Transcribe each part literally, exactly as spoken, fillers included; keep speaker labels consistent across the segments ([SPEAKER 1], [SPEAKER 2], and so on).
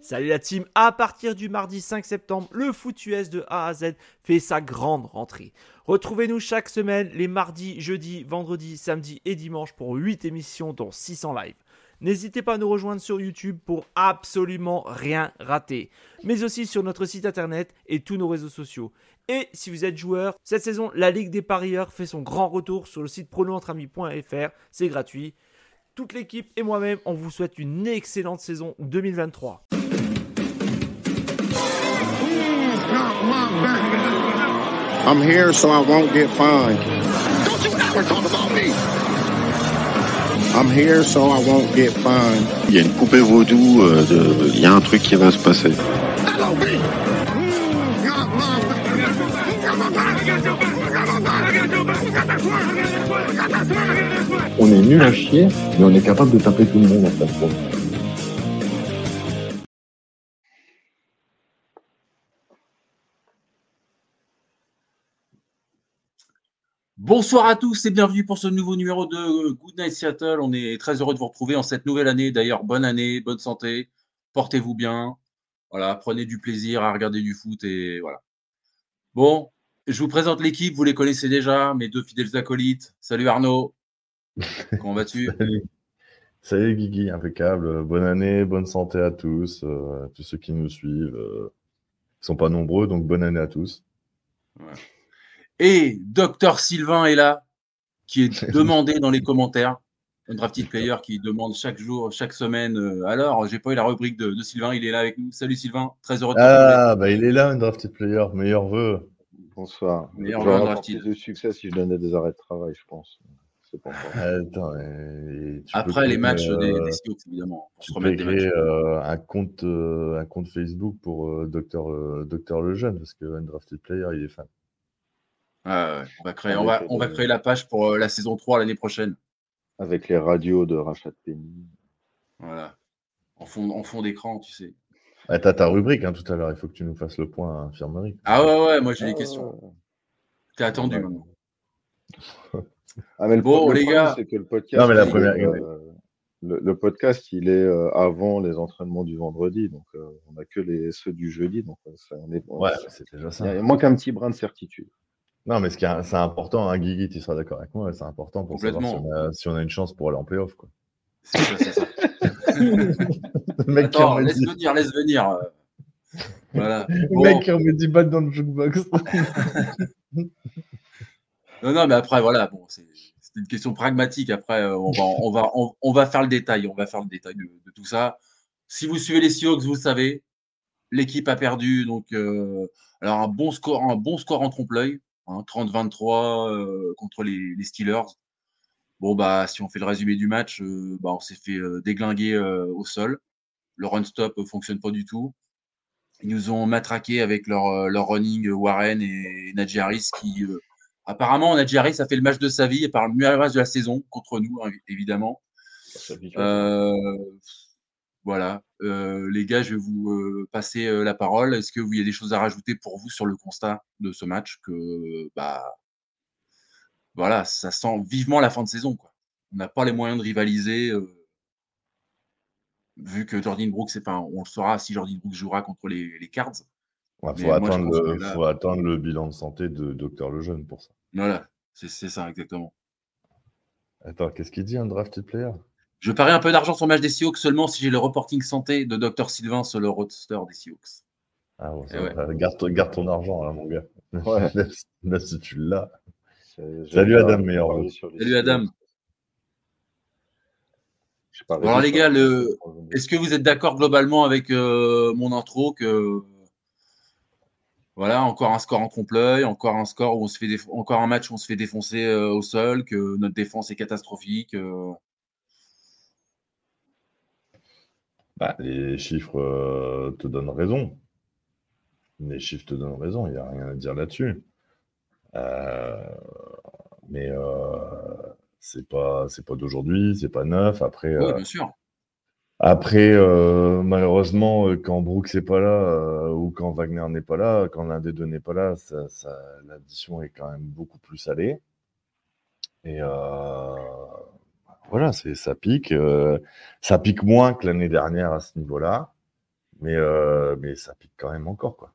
[SPEAKER 1] Salut la team, à partir du mardi cinq septembre, le Foot U S de A à Z fait sa grande rentrée. Retrouvez-nous chaque semaine les mardis, jeudis, vendredis, samedis et dimanches pour huit émissions dont six en live. N'hésitez pas à nous rejoindre sur YouTube pour absolument rien rater, mais aussi sur notre site internet et tous nos réseaux sociaux. Et si vous êtes joueur, cette saison, la Ligue des parieurs fait son grand retour sur le site prono entre amis point f r, c'est gratuit. Toute l'équipe et moi-même, on vous souhaite une excellente saison deux mille vingt-trois.
[SPEAKER 2] I'm here so I won't get fined. Don't you ever talk about me. I'm here so I won't get fined.
[SPEAKER 3] Il y a une poupée vaudou, euh, de... il y a un truc qui va se passer.
[SPEAKER 4] On est nul à chier, mais on est capable de taper tout le monde en fait.
[SPEAKER 5] Bonsoir à tous et bienvenue pour ce nouveau numéro de Good Night Seattle. On est très heureux de vous retrouver en cette nouvelle année. D'ailleurs, bonne année, bonne santé, portez-vous bien. Voilà, prenez du plaisir à regarder du foot et voilà. Bon, je vous présente l'équipe, vous les connaissez déjà, mes deux fidèles acolytes. Salut Arnaud, comment vas-tu?
[SPEAKER 6] Salut. Salut Guigui, impeccable. Bonne année, bonne santé à tous, euh, tous ceux qui nous suivent. Euh, ils sont pas nombreux, donc bonne année à tous.
[SPEAKER 5] Ouais. Et Docteur Sylvain est là, qui est demandé dans les commentaires. Un drafted player qui demande chaque jour, chaque semaine. Euh, alors, j'ai pas eu la rubrique de, de Sylvain, il est là avec nous. Salut Sylvain, très heureux de te retrouver.
[SPEAKER 6] Ah, bah il est là, un drafted player, meilleur vœu.
[SPEAKER 4] Bonsoir.
[SPEAKER 5] Meilleur
[SPEAKER 4] J'aurais
[SPEAKER 5] vœu
[SPEAKER 4] rapporté
[SPEAKER 5] drafted.
[SPEAKER 4] de succès si je donnais des arrêts de travail, je pense. C'est pas encore.
[SPEAKER 6] Attends, et tu
[SPEAKER 5] Après
[SPEAKER 6] peux
[SPEAKER 5] les
[SPEAKER 6] créer,
[SPEAKER 5] matchs
[SPEAKER 6] euh,
[SPEAKER 5] des, des Seahawks, évidemment, pour
[SPEAKER 6] tu
[SPEAKER 5] se
[SPEAKER 6] peux
[SPEAKER 5] remettre des
[SPEAKER 6] créer
[SPEAKER 5] matchs.
[SPEAKER 6] euh, un compte, euh, un compte Facebook pour euh, Docteur euh, Docteur Lejeune, parce que un drafted player, il est fan.
[SPEAKER 5] Ah, ouais. On va créer, on
[SPEAKER 4] Avec
[SPEAKER 5] va,
[SPEAKER 4] les-
[SPEAKER 5] on va créer la page pour euh, la saison trois l'année prochaine.
[SPEAKER 4] Avec les radios de Rachat Penny.
[SPEAKER 5] Voilà. En fond, en fond d'écran, tu sais.
[SPEAKER 6] Ah, t'as ta rubrique hein, tout à l'heure, il faut que tu nous fasses le point à infirmerie.
[SPEAKER 5] Ah ouais, ouais, moi j'ai
[SPEAKER 4] Ah,
[SPEAKER 5] des questions. T'es attendu
[SPEAKER 4] ouais.
[SPEAKER 5] maintenant.
[SPEAKER 4] Ah, mais le,
[SPEAKER 5] Bon,
[SPEAKER 4] le
[SPEAKER 5] les
[SPEAKER 4] problème,
[SPEAKER 5] gars.
[SPEAKER 4] c'est que le podcast,
[SPEAKER 6] Non, mais la
[SPEAKER 4] il
[SPEAKER 6] première-
[SPEAKER 4] est, euh, le, le podcast, il est euh, avant les entraînements du vendredi, donc euh, on n'a que les, ceux du jeudi, donc euh, ça, on est, on-
[SPEAKER 6] Ouais, c'est déjà
[SPEAKER 4] il
[SPEAKER 6] ça.
[SPEAKER 4] y a- il manque un petit brin de certitude.
[SPEAKER 6] Non, mais ce qui est, c'est important, hein, Guigui, tu seras d'accord avec moi, c'est important pour savoir si
[SPEAKER 5] Complètement.
[SPEAKER 6] on, a, si on a une chance pour aller en playoff. Quoi.
[SPEAKER 5] C'est ça, c'est ça.
[SPEAKER 6] Le mec
[SPEAKER 5] Attends,
[SPEAKER 6] qui
[SPEAKER 5] laisse
[SPEAKER 6] remet
[SPEAKER 5] venir, laisse venir. euh. Voilà.
[SPEAKER 6] Le
[SPEAKER 5] Bon.
[SPEAKER 6] mec qui remet dix balles dans le jukebox.
[SPEAKER 5] Non, non, mais après, voilà, bon, c'est c'est une question pragmatique. Après, euh, on va, on va, on, on va faire le détail. On va faire le détail de, de tout ça. Si vous suivez les Seahawks, vous le savez, l'équipe a perdu. Donc, euh, alors un bon score, un bon score en trompe-l'œil, hein, trente vingt-trois euh, contre les, les Steelers. Bon, bah, si on fait le résumé du match, euh, bah, on s'est fait euh, déglinguer euh, au sol. Le run-stop ne fonctionne pas du tout. Ils nous ont matraqué avec leur, euh, leur running euh, Warren et Najee Harris qui, euh, apparemment, Najee Harris a fait le match de sa vie et par le meilleur match de la saison contre nous, hein, évidemment.
[SPEAKER 4] C'est habituel.
[SPEAKER 5] Euh, voilà. Euh, les gars, je vais vous euh, passer euh, la parole. Est-ce que vous il y a des choses à rajouter pour vous sur le constat de ce match que, bah, voilà, ça sent vivement la fin de saison, quoi. On n'a pas les moyens de rivaliser. Euh, vu que Jordan Brooks, c'est pas, on le saura si Jordan Brooks jouera contre les, les Cards.
[SPEAKER 6] Il ouais, faut,
[SPEAKER 5] Mais moi, je
[SPEAKER 6] attendre
[SPEAKER 5] pense
[SPEAKER 6] le,
[SPEAKER 5] que là-
[SPEAKER 6] faut attendre le bilan de santé de Docteur Lejeune pour ça.
[SPEAKER 5] Voilà, c'est c'est ça exactement.
[SPEAKER 6] Attends, qu'est-ce qu'il dit un drafted player?
[SPEAKER 5] Je parie un peu d'argent sur le match des Seahawks seulement si j'ai le reporting santé de Docteur Sylvain sur le roster des Seahawks.
[SPEAKER 6] Ah ouais,
[SPEAKER 5] Eh
[SPEAKER 6] ça,
[SPEAKER 5] ouais.
[SPEAKER 6] va. Garde, ton- garde ton argent, là, mon gars.
[SPEAKER 4] Ouais.
[SPEAKER 6] Même, si- même si tu l'as.
[SPEAKER 4] C'est- j'ai
[SPEAKER 6] Salut
[SPEAKER 4] pas-
[SPEAKER 6] Adam,
[SPEAKER 4] j'ai
[SPEAKER 6] meilleur
[SPEAKER 4] parié
[SPEAKER 6] vœu.
[SPEAKER 4] sur les
[SPEAKER 5] Salut Adam.
[SPEAKER 4] Seahawks. J'ai pas
[SPEAKER 5] Bon, alors
[SPEAKER 4] réussi
[SPEAKER 5] les
[SPEAKER 4] sur
[SPEAKER 5] gars,
[SPEAKER 4] les
[SPEAKER 5] le...
[SPEAKER 4] Seahawks.
[SPEAKER 5] est-ce que vous êtes d'accord globalement avec euh, mon intro que voilà, encore un score en trompe-l'œil, encore un score où on se fait déf- encore un match où on se fait défoncer euh, au sol, que notre défense est catastrophique. euh.
[SPEAKER 6] Bah, les chiffres euh, te donnent raison. Les chiffres te donnent raison, il n'y a rien à dire là-dessus. Euh, mais euh, c'est pas, c'est pas d'aujourd'hui, c'est pas neuf. Après,
[SPEAKER 5] Oui,
[SPEAKER 6] euh,
[SPEAKER 5] bien sûr.
[SPEAKER 6] après euh, malheureusement, euh, quand Brooks n'est pas là euh, ou quand Wagner n'est pas là, quand l'un des deux n'est pas là, ça, ça, l'addition est quand même beaucoup plus salée. Et euh, voilà, c'est, ça pique. Euh, ça pique moins que l'année dernière à ce niveau-là. Mais, euh, mais ça pique quand même encore, quoi.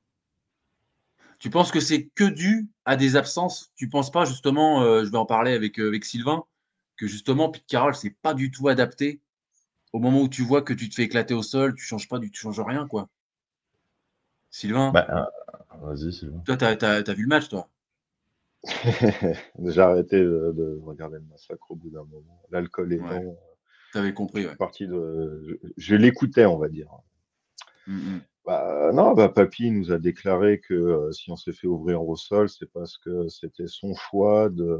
[SPEAKER 5] Tu penses que c'est que dû à des absences? Tu penses pas justement, euh, je vais en parler avec, euh, avec Sylvain, que justement Pete Carroll s'est pas du tout adapté au moment où tu vois que tu te fais éclater au sol, tu changes pas, du- tu changes rien, quoi. Sylvain,
[SPEAKER 6] Bah, euh, vas-y, Sylvain.
[SPEAKER 5] toi, t'as, t'as, t'as vu le match, toi?
[SPEAKER 4] J'ai arrêté de, de regarder le massacre au bout d'un moment. L'alcool
[SPEAKER 5] Ouais,
[SPEAKER 4] aidant,
[SPEAKER 5] t'avais
[SPEAKER 4] je
[SPEAKER 5] compris,
[SPEAKER 4] suis
[SPEAKER 5] ouais.
[SPEAKER 4] parti de. Je, je l'écoutais, on va dire.
[SPEAKER 5] Mm, mm.
[SPEAKER 4] Bah, non, bah, Papy nous a déclaré que euh, si on s'est fait ouvrir au sol, c'est parce que c'était son choix de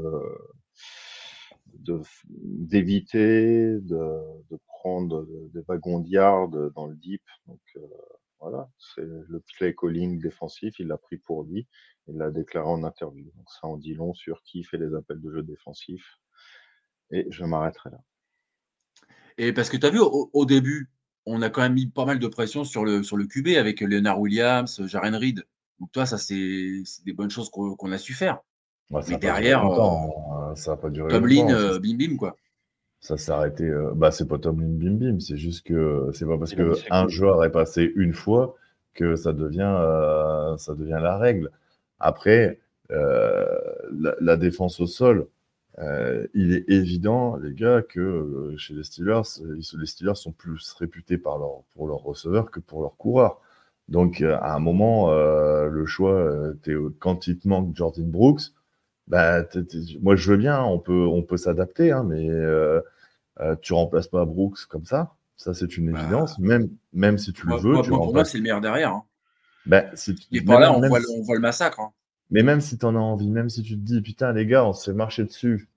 [SPEAKER 4] de- d'éviter de, de prendre des wagons de yard dans le deep. Donc euh, voilà, c'est le play calling défensif, il l'a pris pour lui, il l'a déclaré en interview. Donc ça en dit long sur qui fait les appels de jeu défensifs. Et je m'arrêterai là.
[SPEAKER 5] Et parce que tu as vu, au, au début, on a quand même mis pas mal de pression sur le, sur le Q B avec Leonard Williams, Jaren Reed. Donc, toi, ça, c'est c'est des bonnes choses qu'on qu'on a su faire.
[SPEAKER 6] Ouais, ça
[SPEAKER 5] Mais
[SPEAKER 6] n'a pas duré
[SPEAKER 5] derrière, euh,
[SPEAKER 6] longtemps. hein. Ça n'a pas duré
[SPEAKER 5] Tomlin,
[SPEAKER 6] longtemps. Ça,
[SPEAKER 5] euh, bim bim, quoi.
[SPEAKER 6] ça s'est arrêté. euh, Bah, c'est pas Tomlin Bim Bim. C'est juste que c'est pas parce
[SPEAKER 4] Il a dit
[SPEAKER 6] que
[SPEAKER 4] ses
[SPEAKER 6] un
[SPEAKER 4] coups.
[SPEAKER 6] joueur est passé une fois que ça devient, euh, ça devient la règle. Après, euh, la, la défense au sol, euh, il est évident, les gars, que euh, chez les Steelers, ils- les Steelers sont plus réputés par leur, pour leurs receveurs que pour leurs coureurs. Donc, euh, à un moment, euh, le choix, euh, t'es- quand il te manque Jordan Brooks, bah, t'es- t'es- moi je veux bien, on peut, on peut s'adapter, hein, mais euh, euh, tu remplaces pas Brooks comme ça. Ça, c'est une
[SPEAKER 5] Bah,
[SPEAKER 6] évidence. Même, même si tu le
[SPEAKER 5] moi,
[SPEAKER 6] veux,
[SPEAKER 5] moi,
[SPEAKER 6] tu
[SPEAKER 5] moi, pour moi,
[SPEAKER 6] remplaces.
[SPEAKER 5] c'est le meilleur derrière. Hein.
[SPEAKER 6] Ben, si tu-
[SPEAKER 5] Et
[SPEAKER 6] mais
[SPEAKER 5] par là,
[SPEAKER 6] même,
[SPEAKER 5] on
[SPEAKER 6] même
[SPEAKER 5] voit, le-
[SPEAKER 6] si,
[SPEAKER 5] on voit le massacre. Hein.
[SPEAKER 6] mais même si tu en as envie, même si tu te dis, putain, les gars, on se fait marcher dessus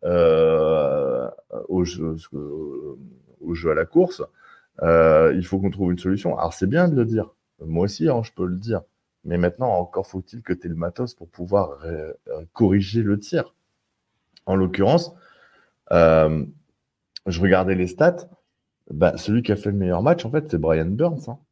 [SPEAKER 6] euh, au, jeu, au, au jeu à la course, euh, il faut qu'on trouve une solution. Alors, c'est bien de le dire. Moi aussi, hein, je peux le dire. Mais maintenant, encore faut-il que tu aies le matos pour pouvoir euh, euh, corriger le tir. En l'occurrence, euh, je regardais les stats. Bah, celui qui a fait le meilleur match, en fait, c'est Brian Burns. Hein.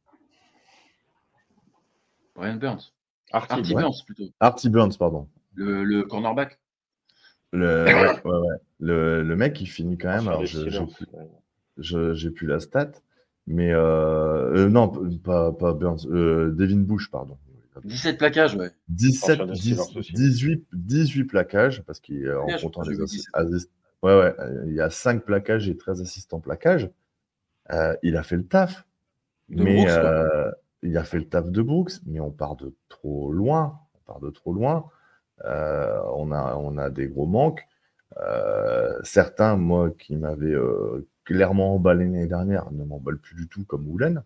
[SPEAKER 5] Brian Burns.
[SPEAKER 4] Artie
[SPEAKER 5] Artie
[SPEAKER 6] Ouais.
[SPEAKER 5] Burns, plutôt.
[SPEAKER 6] Artie Burns, pardon.
[SPEAKER 5] Le, le cornerback.
[SPEAKER 6] Le, ouais, ouais, ouais. Le, le mec, il finit quand même.
[SPEAKER 4] ancien
[SPEAKER 6] Alors,
[SPEAKER 4] des
[SPEAKER 6] je, j'ai
[SPEAKER 4] Steelers.
[SPEAKER 6] plus,
[SPEAKER 4] Ouais.
[SPEAKER 6] je- j'ai plus la stat, mais euh, euh, non, p- pas, pas Burns, euh, Devin Bush, pardon.
[SPEAKER 5] dix-sept plaquages, ouais.
[SPEAKER 6] dix-sept,
[SPEAKER 4] Ancien des
[SPEAKER 6] dix,
[SPEAKER 4] Steelers aussi.
[SPEAKER 6] dix-huit, dix-huit plaquages, parce qu'il est en
[SPEAKER 5] Plaquages,
[SPEAKER 6] comptant
[SPEAKER 5] j'ai
[SPEAKER 6] les
[SPEAKER 5] vu
[SPEAKER 6] assi-
[SPEAKER 5] dix-sept.
[SPEAKER 6] assi- Ouais, ouais, euh, il y a cinq plaquages et treize assistants plaquages. Euh, il a fait le taf,
[SPEAKER 5] De
[SPEAKER 6] mais
[SPEAKER 5] Brooks, quoi.
[SPEAKER 6] euh, il a fait le taf de Brooks, mais on part de trop loin. On part de trop loin. Euh, on a, on a des gros manques. Euh, certains, moi, qui m'avaient euh, clairement emballé l'année dernière, ne m'emballent plus du tout comme Woolen.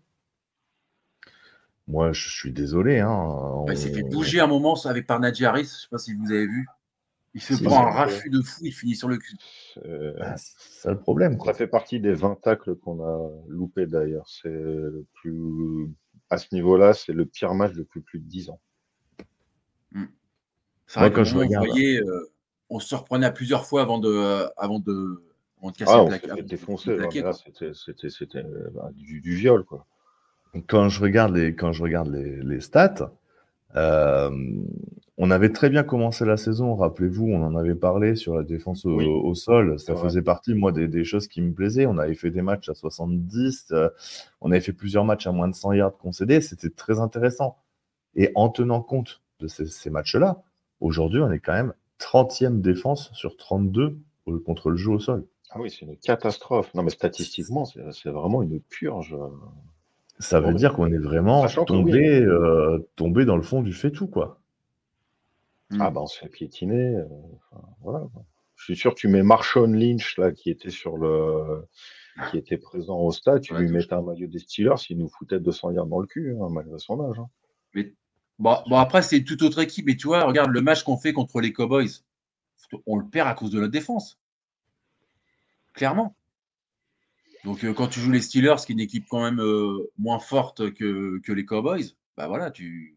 [SPEAKER 6] Moi, je suis désolé. Hein,
[SPEAKER 5] Ouais, il s'est fait
[SPEAKER 6] on-
[SPEAKER 5] bouger un moment avec par Najee Harris. Je sais pas si vous avez vu. Il se
[SPEAKER 6] Si,
[SPEAKER 5] prend un
[SPEAKER 4] un peu.
[SPEAKER 5] raffut de fou, il finit sur le cul.
[SPEAKER 4] Euh,
[SPEAKER 6] bah, c'est ça le problème, quoi.
[SPEAKER 4] Ça fait partie des vingt tacles qu'on a loupés d'ailleurs. C'est le plus. À ce niveau-là, c'est le pire match depuis plus de dix ans.
[SPEAKER 5] Mm. C'est
[SPEAKER 6] Moi,
[SPEAKER 5] vrai qu'à
[SPEAKER 6] quand
[SPEAKER 5] un
[SPEAKER 6] je
[SPEAKER 5] moment, vous
[SPEAKER 6] regarde,
[SPEAKER 5] voyez, euh, on se reprenait à plusieurs fois avant de, euh, avant de, avant de casser
[SPEAKER 4] Ah,
[SPEAKER 5] le
[SPEAKER 4] on s'est
[SPEAKER 5] placard.
[SPEAKER 4] fait
[SPEAKER 5] de
[SPEAKER 4] défoncer. Ouais,
[SPEAKER 5] plaquer,
[SPEAKER 4] mais là,
[SPEAKER 5] quoi.
[SPEAKER 4] c'était, c'était, c'était euh, bah, du, du viol, quoi.
[SPEAKER 6] quand je regarde les, quand je regarde les, les stats, euh, on avait très bien commencé la saison. Rappelez-vous, on en avait parlé sur la défense au,
[SPEAKER 4] Oui,
[SPEAKER 6] au sol.
[SPEAKER 4] c'est
[SPEAKER 6] Ça
[SPEAKER 4] vrai.
[SPEAKER 6] faisait partie, moi, des, des choses qui me plaisaient. On avait fait des matchs à soixante-dix. euh, on avait fait plusieurs matchs à moins de cent yards concédés. C'était très intéressant. Et en tenant compte de ces, ces matchs-là, aujourd'hui, on est quand même trentième défense sur trente-deux au- contre le jeu au sol.
[SPEAKER 4] Ah oui, c'est une catastrophe. Non, mais statistiquement, c'est, c'est vraiment une purge.
[SPEAKER 6] Ça veut
[SPEAKER 4] Horrible.
[SPEAKER 6] dire qu'on est vraiment
[SPEAKER 4] Sachant que oui,
[SPEAKER 6] tombé, euh, tombé dans le fond du fait-tout, quoi.
[SPEAKER 5] Mm.
[SPEAKER 4] ah bah on se fait piétiner. euh, enfin, voilà. quoi. Je suis sûr que tu mets Marshawn Lynch là qui était sur le, qui était présent au stade, tu
[SPEAKER 5] Sur la
[SPEAKER 4] lui
[SPEAKER 5] touche.
[SPEAKER 4] mettais un maillot des Steelers, il nous foutait deux cents yards dans le cul, hein, malgré son âge. hein.
[SPEAKER 5] Mais bon, bon, après, c'est une toute autre équipe. Mais tu vois, regarde le match qu'on fait contre les Cowboys. On le perd à cause de notre défense. Clairement. Donc, euh, quand tu joues les Steelers, qui est une équipe quand même euh, moins forte que, que les Cowboys, bah voilà, tu.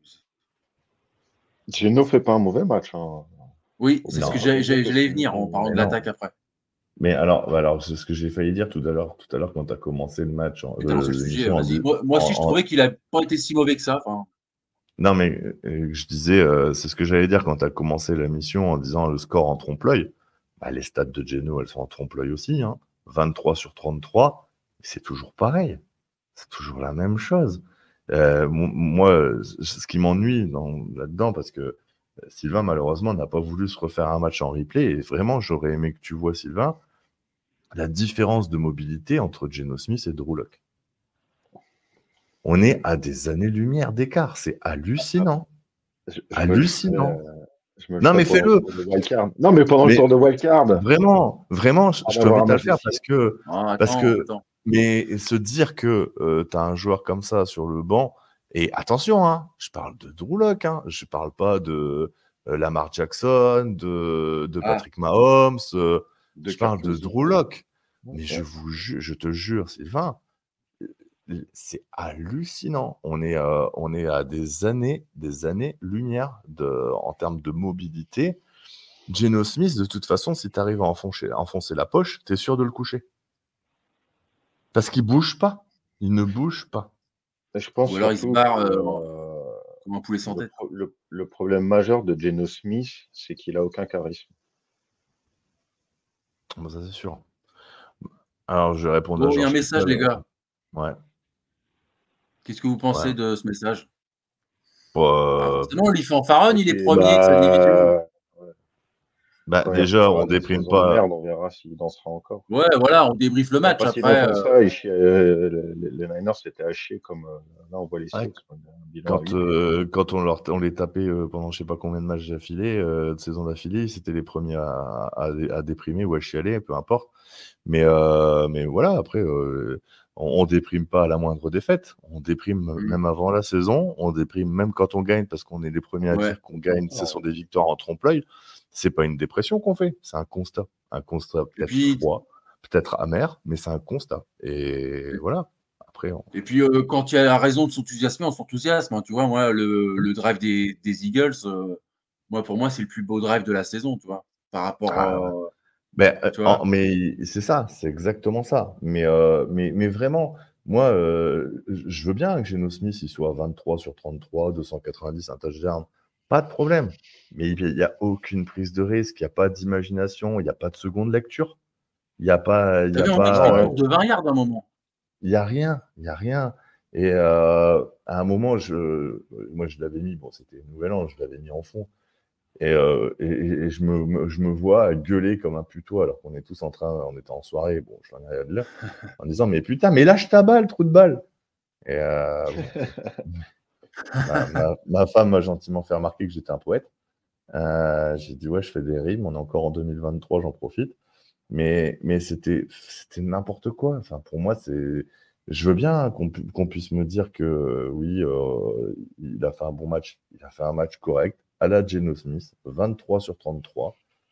[SPEAKER 4] Geno fait pas un mauvais match. hein.
[SPEAKER 5] Oui,
[SPEAKER 4] Faut
[SPEAKER 5] c'est ce
[SPEAKER 4] bien-
[SPEAKER 5] que
[SPEAKER 6] Non,
[SPEAKER 4] faut
[SPEAKER 5] j'ai-
[SPEAKER 4] dire
[SPEAKER 5] j'ai-
[SPEAKER 4] que
[SPEAKER 5] j'allais y
[SPEAKER 4] c'est
[SPEAKER 5] venir en
[SPEAKER 4] une-
[SPEAKER 5] parlant de
[SPEAKER 6] mais non.
[SPEAKER 5] l'attaque après.
[SPEAKER 6] Mais alors, alors c'est ce que j'ai failli dire tout à l'heure, tout à l'heure quand tu as commencé le match, en-
[SPEAKER 5] Putain, c'est
[SPEAKER 6] le-
[SPEAKER 5] le sujet,
[SPEAKER 6] l'émission en,
[SPEAKER 5] vas-y.
[SPEAKER 6] di-
[SPEAKER 5] Moi, moi aussi,
[SPEAKER 6] en-
[SPEAKER 5] je
[SPEAKER 6] en-
[SPEAKER 5] trouvais qu'il a pas été si mauvais que ça. Enfin,
[SPEAKER 6] Non, mais euh, je disais, euh, c'est ce que j'allais dire quand tu as commencé la mission en disant le score en trompe-l'œil. Bah, les stats de Geno, elles sont en trompe-l'œil aussi. Hein. vingt-trois sur trente-trois, c'est toujours pareil. C'est toujours la même chose. Euh, mon- moi, ce qui m'ennuie dans- là-dedans, parce que Sylvain, malheureusement, n'a pas voulu se refaire un match en replay. Et vraiment, j'aurais aimé que tu vois, Sylvain, la différence de mobilité entre Geno Smith et Drew Lock. On est à des années-lumière d'écart. C'est hallucinant.
[SPEAKER 4] Je, je
[SPEAKER 6] hallucinant.
[SPEAKER 4] Me le ferai, euh, je me le
[SPEAKER 6] non,
[SPEAKER 4] ferai
[SPEAKER 6] mais
[SPEAKER 4] pendant
[SPEAKER 6] fais-le.
[SPEAKER 4] Le tour de wildcard. Non, mais pendant
[SPEAKER 6] mais
[SPEAKER 4] le tour de wildcard.
[SPEAKER 6] Vraiment, vraiment, je, je t'invite à le faire parce que,
[SPEAKER 5] Ah, attends,
[SPEAKER 6] parce que,
[SPEAKER 5] attends.
[SPEAKER 6] mais se dire que euh, tu as un joueur comme ça sur le banc, et attention, hein, je parle de Drew Lock, hein, je parle pas de euh, Lamar Jackson, de, de
[SPEAKER 5] Ah.
[SPEAKER 6] Patrick Mahomes, euh,
[SPEAKER 4] De
[SPEAKER 6] je parle de
[SPEAKER 4] Kirk
[SPEAKER 6] Drew Lock.
[SPEAKER 4] Cousins.
[SPEAKER 6] Mais
[SPEAKER 4] Ouais.
[SPEAKER 6] je vous jure, je te jure, Sylvain, c'est hallucinant. On est, euh, on est à des années, des années-lumière de, en termes de mobilité. Geno Smith, de toute façon, si tu arrives à enfoncer, à enfoncer la poche, tu es sûr de le coucher. Parce qu'il bouge pas. Il ne bouge pas.
[SPEAKER 4] Et je pense
[SPEAKER 5] Ou alors il se
[SPEAKER 4] surtout
[SPEAKER 5] barre
[SPEAKER 4] que,
[SPEAKER 5] euh,
[SPEAKER 4] euh,
[SPEAKER 5] comme un poulet sans
[SPEAKER 4] le,
[SPEAKER 5] tête.
[SPEAKER 4] pro- le- le problème majeur de Geno Smith, c'est qu'il a aucun charisme.
[SPEAKER 6] Bon, ça, c'est sûr. Alors, je vais répondre
[SPEAKER 5] Bon,
[SPEAKER 6] à
[SPEAKER 5] il y a un
[SPEAKER 6] Georges
[SPEAKER 5] message,
[SPEAKER 6] Kittle.
[SPEAKER 5] les gars.
[SPEAKER 6] Ouais.
[SPEAKER 5] Qu'est-ce que vous pensez
[SPEAKER 6] Ouais.
[SPEAKER 5] de ce message?
[SPEAKER 6] Euh,
[SPEAKER 5] Sinon, il fait en Farron, il est
[SPEAKER 4] Et
[SPEAKER 5] premier avec sa division.
[SPEAKER 4] bah,
[SPEAKER 6] bah,
[SPEAKER 4] quand il
[SPEAKER 6] déjà,
[SPEAKER 4] retrouvera
[SPEAKER 6] on
[SPEAKER 4] des
[SPEAKER 6] déprime
[SPEAKER 4] saisons de
[SPEAKER 6] pas.
[SPEAKER 4] merde, on verra s'il dansera encore.
[SPEAKER 5] Ouais, voilà, on débriefe le
[SPEAKER 4] Il n'y a
[SPEAKER 5] match
[SPEAKER 4] pas si
[SPEAKER 5] après.
[SPEAKER 4] longtemps que
[SPEAKER 5] euh,
[SPEAKER 4] ça, il chiait- euh, les, les Niners s'étaient hachés comme euh, là on voit les
[SPEAKER 6] Ouais.
[SPEAKER 4] Seahawks. quoi, un bilan à
[SPEAKER 6] Quand,
[SPEAKER 4] huit.
[SPEAKER 6] euh, quand on, leur, on les tapait euh, pendant je sais pas combien de matchs d'affilée, euh, de saison d'affilée, c'était les premiers à, à, à déprimer ou à chialer, peu importe. Mais, euh, mais voilà, après, euh, on, on déprime pas à la moindre défaite. On déprime
[SPEAKER 5] Mm.
[SPEAKER 6] même avant la saison. On déprime même quand on gagne parce qu'on est les premiers à
[SPEAKER 5] Ouais.
[SPEAKER 6] dire qu'on gagne. Ce sont des victoires en trompe-l'œil. C'est pas une dépression qu'on fait, c'est un constat. Un constat peut-être
[SPEAKER 5] puis-
[SPEAKER 6] froid, peut-être amer, mais c'est un constat. Et voilà. Après, on...
[SPEAKER 5] Et puis, euh, quand il y a la raison de s'enthousiasmer, on s'enthousiasme. hein. Tu vois, moi, le, le drive des, des Eagles, euh, moi, pour moi, c'est le plus beau drive de la saison, tu vois, par rapport
[SPEAKER 6] Ah,
[SPEAKER 5] à.
[SPEAKER 6] Ben, euh,
[SPEAKER 5] Tu vois.
[SPEAKER 6] en- mais c'est ça, c'est exactement ça. Mais, euh, mais, mais vraiment, moi, euh, je veux bien que Geno Smith il soit à vingt-trois sur trente-trois, deux cent quatre-vingt-dix, un touchdown. Pas de problème. Mais il n'y a aucune prise de risque, il n'y a pas d'imagination, il n'y a pas de seconde lecture. Il n'y a pas. Il y
[SPEAKER 5] T'as
[SPEAKER 6] a
[SPEAKER 5] vu, en
[SPEAKER 6] pas,
[SPEAKER 5] fait, il fait
[SPEAKER 4] ouais.
[SPEAKER 5] une course de vingt yards à un moment.
[SPEAKER 6] il y a rien, il y a rien. Et euh, à un moment, je, moi, je l'avais mis, bon, c'était Nouvel An, je l'avais mis en fond. Et, euh, et, et je, me, me- je me vois gueuler comme un putois alors qu'on est tous en train, on était en soirée, bon, je t'en ai de là, en disant mais putain, mais lâche ta balle, trou de balle. Et euh, bon, ma, ma- ma femme m'a gentiment fait remarquer que j'étais un poète. Euh, j'ai dit ouais, je fais des rimes, on est encore en deux mille vingt-trois, j'en profite. Mais, mais c'était, c'était n'importe quoi. Enfin, pour moi, c'est, je veux bien qu'on, pu- qu'on puisse me dire que euh, oui, euh, il a fait un bon match, il a fait un match correct à la Geno Smith, vingt-trois sur trente-trois.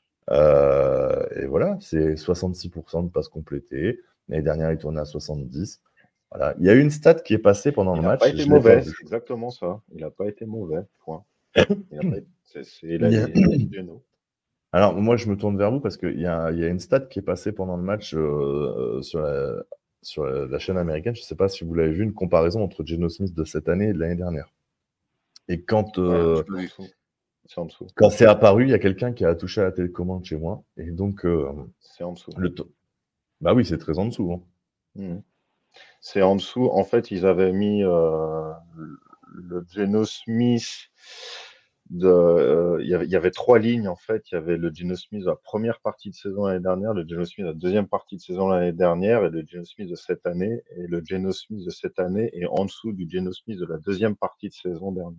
[SPEAKER 6] Euh, et voilà, c'est soixante-six pour cent de passes complétées. L'année dernière, il tournait à soixante-dix. Voilà. Il y a eu une stat qui est passée pendant
[SPEAKER 4] Il
[SPEAKER 6] le
[SPEAKER 4] n'a
[SPEAKER 6] match.
[SPEAKER 4] pas été
[SPEAKER 6] je l'ai
[SPEAKER 4] mauvais,
[SPEAKER 6] pas vue.
[SPEAKER 4] c'est exactement ça. Il n'a pas été mauvais, point. Il a pas été- C'est c'est la
[SPEAKER 6] Il y a-
[SPEAKER 4] ligne de Geno.
[SPEAKER 6] Alors, moi, je me tourne vers vous parce qu'il y a, il y a une stat qui est passée pendant le match euh, euh, sur, la, sur la, la chaîne américaine. Je ne sais pas si vous l'avez vu, une comparaison entre Geno Smith de cette année et de l'année dernière. Et quand, euh,
[SPEAKER 5] j'ai pas
[SPEAKER 4] En
[SPEAKER 5] vu.
[SPEAKER 4] dessous. C'est en dessous.
[SPEAKER 6] quand c'est apparu, il y a quelqu'un qui a touché à la télécommande chez moi. Et donc, euh,
[SPEAKER 4] C'est en dessous.
[SPEAKER 6] le taux. Bah oui, c'est très en dessous. hein.
[SPEAKER 4] Mhm. C'est en dessous. En fait, ils avaient mis euh, le Geno Smith. De, euh, il y avait, il y avait trois lignes en fait. Il y avait le Geno Smith de la première partie de saison l'année dernière, le Geno Smith de la deuxième partie de saison l'année dernière et le Geno Smith de cette année. Et le Geno Smith de cette année est en dessous du Geno Smith de la deuxième partie de saison dernière.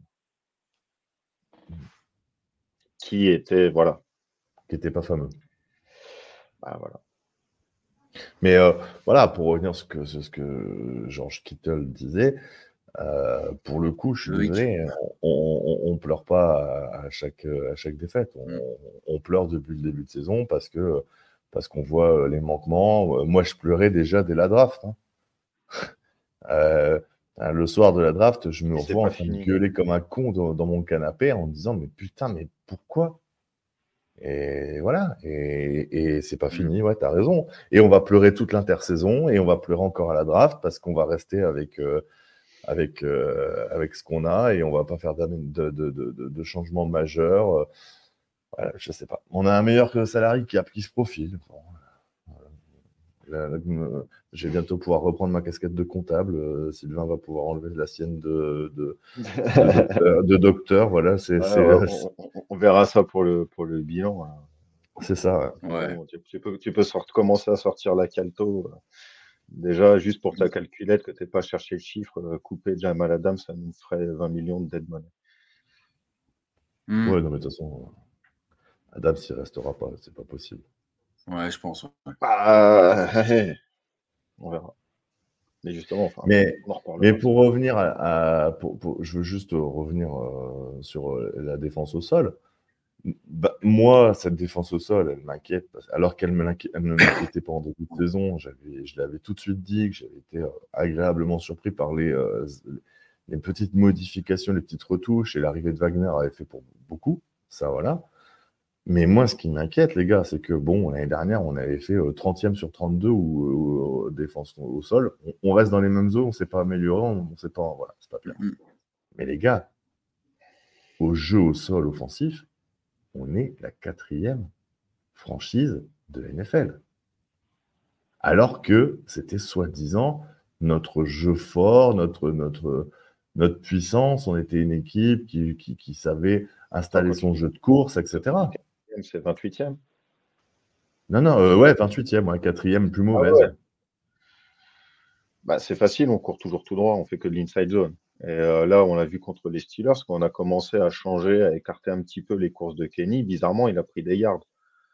[SPEAKER 4] Qui était, voilà.
[SPEAKER 6] Qui n'était pas fameux.
[SPEAKER 4] Bah, voilà.
[SPEAKER 6] Mais euh, voilà, pour revenir sur ce que, sur ce que George Kittle disait, euh, pour le coup, je suis
[SPEAKER 5] Le hic.
[SPEAKER 6] désolé, on, on, on pleure pas à, à chaque, à chaque défaite. On,
[SPEAKER 5] Mm.
[SPEAKER 6] on pleure depuis le début de saison parce que parce qu'on voit les manquements. Moi, je pleurais déjà dès la draft. hein. Euh, le soir de la draft, je me
[SPEAKER 4] Et c'est
[SPEAKER 6] revois en
[SPEAKER 4] pas
[SPEAKER 6] train
[SPEAKER 4] fini.
[SPEAKER 6] de gueuler comme un con dans, dans mon canapé en me disant mais putain, mais pourquoi? Et voilà, et, et c'est pas fini, ouais, t'as raison. Et on va pleurer toute l'intersaison et on va pleurer encore à la draft parce qu'on va rester avec, euh, avec, euh, avec ce qu'on a et on va pas faire d'am- de, de, de, de, de changements majeurs. Euh, Voilà, je sais pas. On a un meilleur que salarié qui, a- qui se profile. Bon, voilà. La- la- me- je vais bientôt pouvoir reprendre ma casquette de comptable. euh, Sylvain va pouvoir enlever la sienne de, de, de docteur, de docteur, Voilà, c'est
[SPEAKER 4] Ouais,
[SPEAKER 6] c'est,
[SPEAKER 4] ouais,
[SPEAKER 6] euh,
[SPEAKER 4] on, on- on verra ça pour le, pour le bilan. Hein.
[SPEAKER 6] c'est ça. Ouais.
[SPEAKER 5] Ouais.
[SPEAKER 4] Bon, tu, tu peux, tu peux sort- commencer à sortir la calto. euh, Déjà, juste pour ta calculette, que tu n'aies pas cherché le chiffre, euh, couper Jamal Adams, ça nous ferait vingt millions de dead money.
[SPEAKER 5] Hmm.
[SPEAKER 6] Ouais, non, mais de toute façon, Adam, s'il restera pas, c'est pas possible.
[SPEAKER 5] Ouais, je pense. Ouais.
[SPEAKER 4] Bah, on verra. Mais justement, enfin,
[SPEAKER 6] Mais,
[SPEAKER 4] on en reparlera.
[SPEAKER 6] mais pour revenir à, à- pour- pour- je veux juste revenir euh, sur euh, la défense au sol. Bah, moi, cette défense au sol, elle m'inquiète. parce- Alors qu'elle me l'inqui- elle ne m'inquiétait pas en début de saison, j'avais, je l'avais tout de suite dit que j'avais été euh, agréablement surpris par les, euh, les petites modifications, les petites retouches et l'arrivée de Wagner avait fait pour beaucoup. Ça, voilà. Mais moi, ce qui m'inquiète, les gars, c'est que bon, l'année dernière, on avait fait euh, trentième sur trente-deux ou, ou- défense au sol. On, on reste dans les mêmes zones, on ne s'est pas amélioré, on ne sait pas, voilà, c'est pas clair.
[SPEAKER 5] Hmm.
[SPEAKER 6] Mais les gars, au jeu au sol offensif, on est la quatrième franchise de la N F L. Alors que c'était soi-disant notre jeu fort, notre, notre, notre puissance. On était une équipe qui, qui, qui savait installer son jeu de course, et cetera.
[SPEAKER 4] C'est vingt-huitième.
[SPEAKER 6] Non, non, euh, ouais, vingt-huitième, ouais, quatrième plus mauvaise.
[SPEAKER 4] Ah ouais. Bah, c'est facile, on court toujours tout droit, on fait que de l'inside zone. Et euh, là, on l'a vu contre les Steelers, quand on a commencé à changer, à écarter un petit peu les courses de Kenny, bizarrement, il a pris des yards.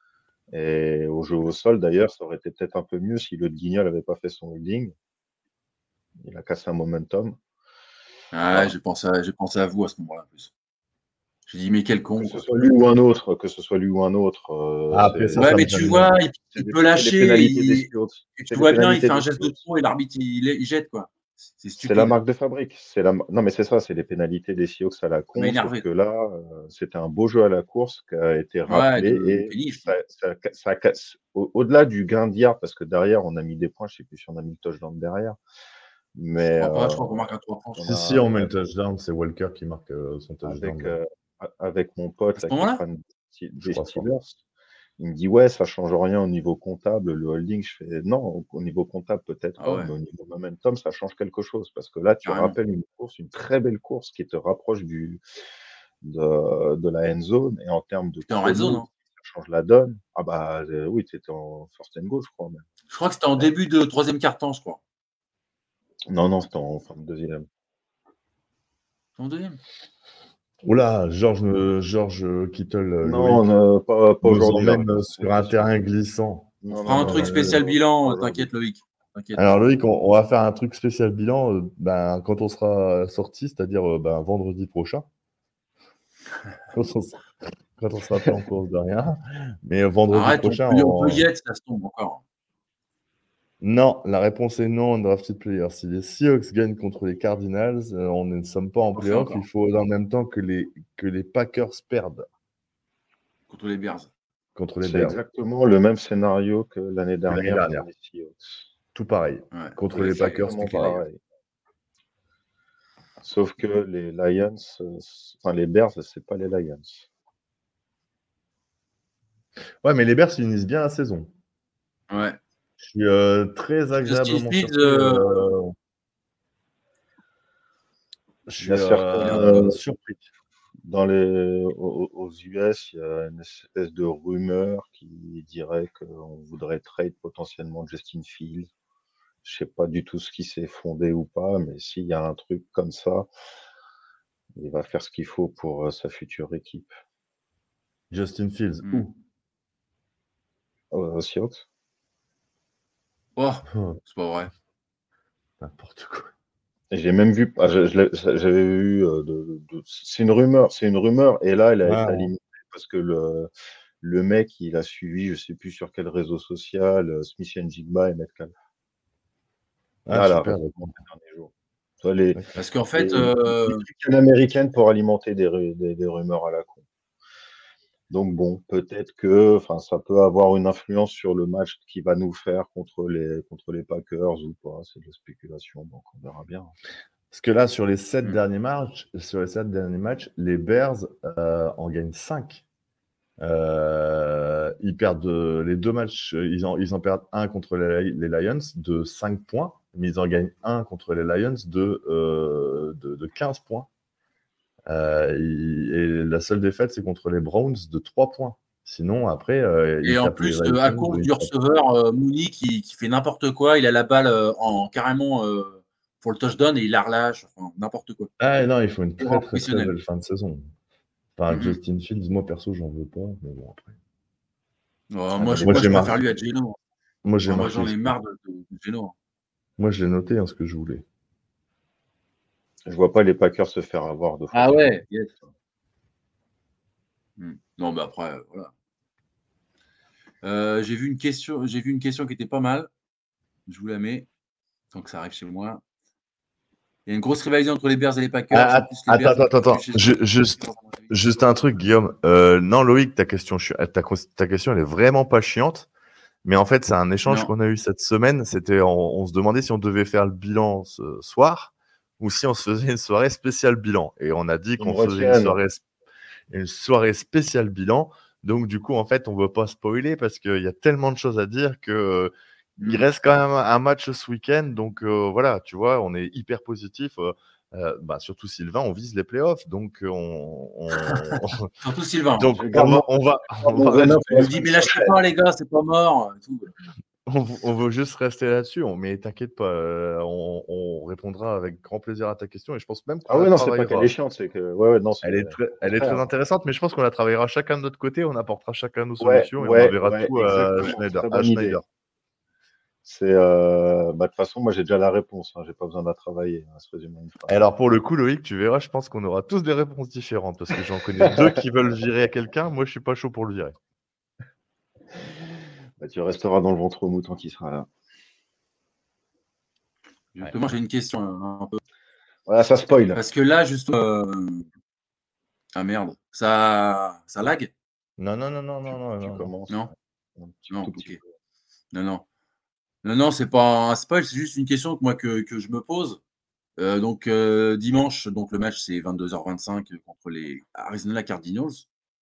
[SPEAKER 4] Et au jeu au sol, d'ailleurs, ça aurait été peut-être un peu mieux si le Guignol n'avait pas fait son holding. Il a cassé un momentum.
[SPEAKER 5] Ah, j'ai pensé, à, j'ai pensé à vous à ce moment-là. En plus. J'ai dit, mais quel con.
[SPEAKER 4] Que ce
[SPEAKER 5] Quoi.
[SPEAKER 4] soit lui ou un autre, que ce soit lui ou un autre. euh,
[SPEAKER 6] Ah, après,
[SPEAKER 4] c'est-
[SPEAKER 6] ça,
[SPEAKER 5] Ouais,
[SPEAKER 6] ça
[SPEAKER 5] mais
[SPEAKER 6] me
[SPEAKER 5] tu
[SPEAKER 6] gêne
[SPEAKER 5] vois,
[SPEAKER 6] moins.
[SPEAKER 5] il,
[SPEAKER 4] c'est
[SPEAKER 5] il
[SPEAKER 4] des-
[SPEAKER 5] peut
[SPEAKER 4] c'est les
[SPEAKER 5] lâcher.
[SPEAKER 4] pénalités des
[SPEAKER 5] Il,
[SPEAKER 4] Seahawks.
[SPEAKER 5] et tu
[SPEAKER 4] C'est les
[SPEAKER 5] vois bien, il
[SPEAKER 4] pénalités
[SPEAKER 5] fait un
[SPEAKER 4] des
[SPEAKER 5] geste de
[SPEAKER 4] Seahawks.
[SPEAKER 5] trop et l'arbitre, il, il jette. quoi. C'est
[SPEAKER 4] C'est
[SPEAKER 5] stupide.
[SPEAKER 4] la marque de fabrique. C'est la... Non, mais c'est ça, c'est les pénalités des Seahawks à la
[SPEAKER 5] Ça m'a
[SPEAKER 4] con. Sauf
[SPEAKER 5] énervé.
[SPEAKER 4] que là, euh, c'était un beau jeu à la course qui a été
[SPEAKER 5] Ouais,
[SPEAKER 4] rappelé.
[SPEAKER 5] de,
[SPEAKER 4] et
[SPEAKER 5] péniche.
[SPEAKER 4] ça, ça, ça, casse- au- au-delà du gain de yards, parce que derrière, on a mis des points, je ne sais plus si on a mis le touchdown derrière.
[SPEAKER 5] Je
[SPEAKER 4] Mais
[SPEAKER 5] crois pas, je
[SPEAKER 4] euh,
[SPEAKER 5] crois qu'on marque un trois points.
[SPEAKER 4] on
[SPEAKER 6] Si,
[SPEAKER 4] a,
[SPEAKER 6] si, on met
[SPEAKER 4] on
[SPEAKER 6] le
[SPEAKER 4] a-
[SPEAKER 6] touchdown, c'est Walker qui marque euh, son touchdown.
[SPEAKER 4] avec,
[SPEAKER 6] là.
[SPEAKER 4] euh, avec mon
[SPEAKER 5] À
[SPEAKER 4] pote
[SPEAKER 5] ce
[SPEAKER 4] là, qui est
[SPEAKER 5] moment-là
[SPEAKER 4] fan
[SPEAKER 6] Je
[SPEAKER 4] des
[SPEAKER 6] crois pas.
[SPEAKER 4] Steelers, il me dit ouais, ça change rien au niveau comptable, le holding. Je fais non, au, au niveau comptable peut-être
[SPEAKER 5] Ah
[SPEAKER 4] pas,
[SPEAKER 5] ouais,
[SPEAKER 4] mais au niveau momentum, ça change quelque chose parce que là, tu
[SPEAKER 5] carrément.
[SPEAKER 4] rappelles une course, une très belle course qui te rapproche du de, de la end zone et en termes de
[SPEAKER 5] C'était en red zone.
[SPEAKER 4] chrono,
[SPEAKER 5] Hein.
[SPEAKER 4] ça change la donne. Ah bah euh, oui, tu étais en first and goal, je crois. Même.
[SPEAKER 5] Je crois que c'était en début de troisième quart-temps, je crois.
[SPEAKER 4] Non, non, c'était en fin de deuxième.
[SPEAKER 5] En deuxième.
[SPEAKER 6] Oula, George, euh, George Kittle, euh,
[SPEAKER 4] Non,
[SPEAKER 6] Loïc,
[SPEAKER 4] non, pas, pas
[SPEAKER 6] nous
[SPEAKER 4] aujourd'hui.
[SPEAKER 6] emmène
[SPEAKER 4] là.
[SPEAKER 6] sur un terrain glissant.
[SPEAKER 5] On
[SPEAKER 4] Non,
[SPEAKER 5] fera
[SPEAKER 4] non,
[SPEAKER 5] un
[SPEAKER 4] non,
[SPEAKER 5] truc
[SPEAKER 4] non,
[SPEAKER 5] spécial
[SPEAKER 4] non,
[SPEAKER 5] bilan,
[SPEAKER 4] pas
[SPEAKER 5] euh,
[SPEAKER 4] aujourd'hui.
[SPEAKER 5] t'inquiète Loïc. T'inquiète.
[SPEAKER 6] Alors Loïc, on, on va faire un truc spécial bilan euh, ben, quand on sera sorti, c'est-à-dire euh, ben, vendredi prochain, quand on, sera- quand on sera plus en course de rien. Mais euh, vendredi
[SPEAKER 5] Arrête, on
[SPEAKER 6] prochain,
[SPEAKER 5] peut, on
[SPEAKER 6] on-
[SPEAKER 5] peut y être, ça se tombe encore.
[SPEAKER 6] non, la réponse est non, drafted player. Si les Seahawks gagnent contre les Cardinals, euh, on ne sommes pas en
[SPEAKER 5] On fait
[SPEAKER 6] playoff.
[SPEAKER 5] encore.
[SPEAKER 6] Il faut en même temps que les, que les Packers perdent
[SPEAKER 5] Contre les Bears.
[SPEAKER 6] contre les
[SPEAKER 4] C'est
[SPEAKER 6] Bears.
[SPEAKER 4] exactement le même scénario que l'année dernière,
[SPEAKER 6] dernière.
[SPEAKER 4] pour les Seahawks.
[SPEAKER 6] Tout pareil.
[SPEAKER 5] Ouais.
[SPEAKER 6] Contre
[SPEAKER 5] Ouais,
[SPEAKER 6] les
[SPEAKER 5] c'est
[SPEAKER 6] Packers,
[SPEAKER 4] Exactement
[SPEAKER 6] tout pareil.
[SPEAKER 4] pareil. Sauf que les Lions, euh, c- enfin les Bears, c'est pas les Lions.
[SPEAKER 6] Ouais, mais les Bears finissent bien la saison.
[SPEAKER 5] Ouais.
[SPEAKER 6] Je suis euh, très
[SPEAKER 5] Justin
[SPEAKER 6] agréablement
[SPEAKER 5] Fields,
[SPEAKER 6] surpris.
[SPEAKER 5] euh,
[SPEAKER 6] euh, Je
[SPEAKER 4] Il y a
[SPEAKER 6] suis
[SPEAKER 4] certains,
[SPEAKER 6] euh,
[SPEAKER 4] euh,
[SPEAKER 6] surpris.
[SPEAKER 4] dans les, aux, aux U S, il y a une espèce de rumeur qui dirait qu'on voudrait trade potentiellement Justin Fields. Je sais pas du tout ce qui s'est fondé ou pas, mais s'il y a un truc comme ça, il va faire ce qu'il faut pour euh, sa future équipe.
[SPEAKER 6] Justin Fields,
[SPEAKER 5] Hmm.
[SPEAKER 6] où
[SPEAKER 4] Euh, aux Seahawks.
[SPEAKER 5] Oh,
[SPEAKER 6] Oh,
[SPEAKER 5] c'est pas vrai.
[SPEAKER 6] n'importe quoi.
[SPEAKER 4] Et j'ai même vu, ah, je- je l'ai- j'avais eu, euh, de, de- c'est une rumeur, c'est une rumeur, et là, elle a
[SPEAKER 6] Ouais,
[SPEAKER 4] été
[SPEAKER 6] ouais.
[SPEAKER 4] alimentée parce que le, le mec, il a suivi, je sais plus sur quel réseau social, euh, Smith Njigba et Metcalf.
[SPEAKER 6] Ah,
[SPEAKER 4] Là, là,
[SPEAKER 6] super.
[SPEAKER 4] récemment, ces derniers jours. Tu vois, les,
[SPEAKER 5] Parce qu'en
[SPEAKER 4] les,
[SPEAKER 5] fait, euh,
[SPEAKER 4] les trucs américaines pour alimenter des, ru- des, des rumeurs à la con. Donc bon, peut-être que, enfin, ça peut avoir une influence sur le match qui va nous faire contre les, contre les Packers ou pas. C'est de la spéculation, donc on verra bien.
[SPEAKER 6] Parce que là, sur les sept
[SPEAKER 5] Hmm.
[SPEAKER 6] derniers matchs, sur les sept derniers matchs, les Bears euh, en gagnent cinq. Euh, ils perdent euh, les deux matchs, euh, ils en, ils en perdent un contre les, les Lions de cinq points, mais ils en gagnent un contre les Lions de, euh, de, de quinze points. Euh, ils- et la seule défaite, c'est contre les Browns de trois points. Sinon, après, euh,
[SPEAKER 5] Et
[SPEAKER 6] ils
[SPEAKER 5] en
[SPEAKER 6] tapent les
[SPEAKER 5] plus, euh, à
[SPEAKER 6] Ravens
[SPEAKER 5] cause
[SPEAKER 6] de
[SPEAKER 5] du
[SPEAKER 6] une-
[SPEAKER 5] receveur euh, Mooney qui, qui fait n'importe quoi, il a la balle euh, en carrément euh, pour le touchdown et il la relâche, enfin, n'importe quoi.
[SPEAKER 6] Ah non, il faut une très
[SPEAKER 5] Erreur
[SPEAKER 6] très très
[SPEAKER 5] professionnelle.
[SPEAKER 6] belle fin de saison. Enfin,
[SPEAKER 5] Mhm.
[SPEAKER 6] Justin Fields, moi perso, j'en veux pas, mais bon après.
[SPEAKER 5] Ouais,
[SPEAKER 4] Ah,
[SPEAKER 5] moi,
[SPEAKER 4] bah,
[SPEAKER 5] je,
[SPEAKER 4] les
[SPEAKER 6] Moi
[SPEAKER 5] moi, je
[SPEAKER 6] j'ai
[SPEAKER 5] préfère
[SPEAKER 6] marqué,
[SPEAKER 5] lui à Geno.
[SPEAKER 6] moi j'ai
[SPEAKER 5] Enfin, moi,
[SPEAKER 6] marqué,
[SPEAKER 5] j'en ai
[SPEAKER 6] ce que-
[SPEAKER 5] marre de, de, de Geno.
[SPEAKER 6] moi je l'ai noté, hein, ce que je voulais.
[SPEAKER 4] Je vois pas les Packers se faire avoir deux fois.
[SPEAKER 5] Ah
[SPEAKER 4] de suite.
[SPEAKER 5] ouais, yes. Hmm. Non, mais après, euh, voilà. Euh, j'ai vu une question, j'ai vu une question qui était pas mal. Je vous la mets, tant que ça arrive chez moi. Il y a une grosse rivalité entre les Bears et les Packers.
[SPEAKER 6] Ah,
[SPEAKER 5] En plus, les
[SPEAKER 6] attends,
[SPEAKER 5] Bears
[SPEAKER 6] attends, attends, attends.
[SPEAKER 5] chez
[SPEAKER 6] Je- juste, juste un truc, Guillaume. Euh, non, Loïc, ta question, je suis- ta, ta question, elle est vraiment pas chiante. Mais en fait, c'est un échange
[SPEAKER 5] Non.
[SPEAKER 6] qu'on a eu cette semaine. C'était, on, on se demandait si on devait faire le bilan ce soir ou si on se faisait une soirée spéciale bilan. Et on a dit
[SPEAKER 4] Ils
[SPEAKER 6] qu'on
[SPEAKER 4] me
[SPEAKER 6] faisait une
[SPEAKER 4] retiennent.
[SPEAKER 6] soirée, une soirée spéciale bilan. Donc, du coup, en fait, on veut pas spoiler parce qu'il y a tellement de choses à dire que euh, il
[SPEAKER 5] Mm.
[SPEAKER 6] reste quand même un match ce week-end. Donc, euh, voilà, tu vois, on est hyper positif. Euh, euh, bah, surtout Sylvain, on vise les playoffs. Donc, euh, on, on...
[SPEAKER 5] Surtout Sylvain.
[SPEAKER 6] donc
[SPEAKER 4] Je
[SPEAKER 6] on
[SPEAKER 4] garde
[SPEAKER 6] va,
[SPEAKER 4] mon-
[SPEAKER 6] on va, on
[SPEAKER 4] mon
[SPEAKER 6] va
[SPEAKER 4] venin
[SPEAKER 6] rester-
[SPEAKER 4] pour la
[SPEAKER 5] Il me dit,
[SPEAKER 4] semaine
[SPEAKER 5] mais lâchez
[SPEAKER 4] prochaine.
[SPEAKER 5] pas, les gars, c'est pas mort. et tout.
[SPEAKER 6] On, on veut juste rester là-dessus, on- mais t'inquiète pas, euh, on, on répondra avec grand plaisir à ta question et je pense même qu'on
[SPEAKER 4] Ah
[SPEAKER 6] la
[SPEAKER 4] ouais, non, c'est pas qu'elle
[SPEAKER 6] travaillera.
[SPEAKER 4] est chiante, c'est que. Ouais, ouais, non, c'est.
[SPEAKER 6] Elle est très, elle est très
[SPEAKER 4] contraire.
[SPEAKER 6] intéressante, mais je pense qu'on la travaillera chacun de notre côté, on apportera chacun nos
[SPEAKER 4] Ouais,
[SPEAKER 6] solutions et on
[SPEAKER 4] ouais,
[SPEAKER 6] enverra
[SPEAKER 4] ouais,
[SPEAKER 6] tout à
[SPEAKER 4] exactement.
[SPEAKER 6] Schneider.
[SPEAKER 4] Très
[SPEAKER 6] à
[SPEAKER 4] bonne idée.
[SPEAKER 6] Schneider.
[SPEAKER 4] C'est. euh, Bah, de toute façon, moi, j'ai déjà la réponse. Hein. J'ai pas besoin de la travailler. Hein, se résume en une phrase.
[SPEAKER 6] Et alors pour le coup, Loïc, tu verras, je pense qu'on aura tous des réponses différentes parce que j'en connais deux qui veulent virer à quelqu'un. Moi, je suis pas chaud pour le virer.
[SPEAKER 4] Bah, tu resteras dans le ventre mou tant qu'il sera là.
[SPEAKER 5] Justement, j'ai une question euh, un peu.
[SPEAKER 4] Voilà, ça spoil.
[SPEAKER 5] Parce que là, juste. euh, Ah merde, ça, ça lag?
[SPEAKER 6] Non, non, non, non, non, non,
[SPEAKER 4] Tu
[SPEAKER 6] non, non.
[SPEAKER 4] commences.
[SPEAKER 5] Non?
[SPEAKER 4] Un petit,
[SPEAKER 5] Non,
[SPEAKER 4] tout petit
[SPEAKER 5] ok.
[SPEAKER 4] peu.
[SPEAKER 5] Non, non. Non, non, c'est pas un spoil, c'est juste une question que moi que, que je me pose. Euh, donc euh, dimanche, donc le match c'est vingt-deux heures vingt-cinq contre les Arizona Cardinals.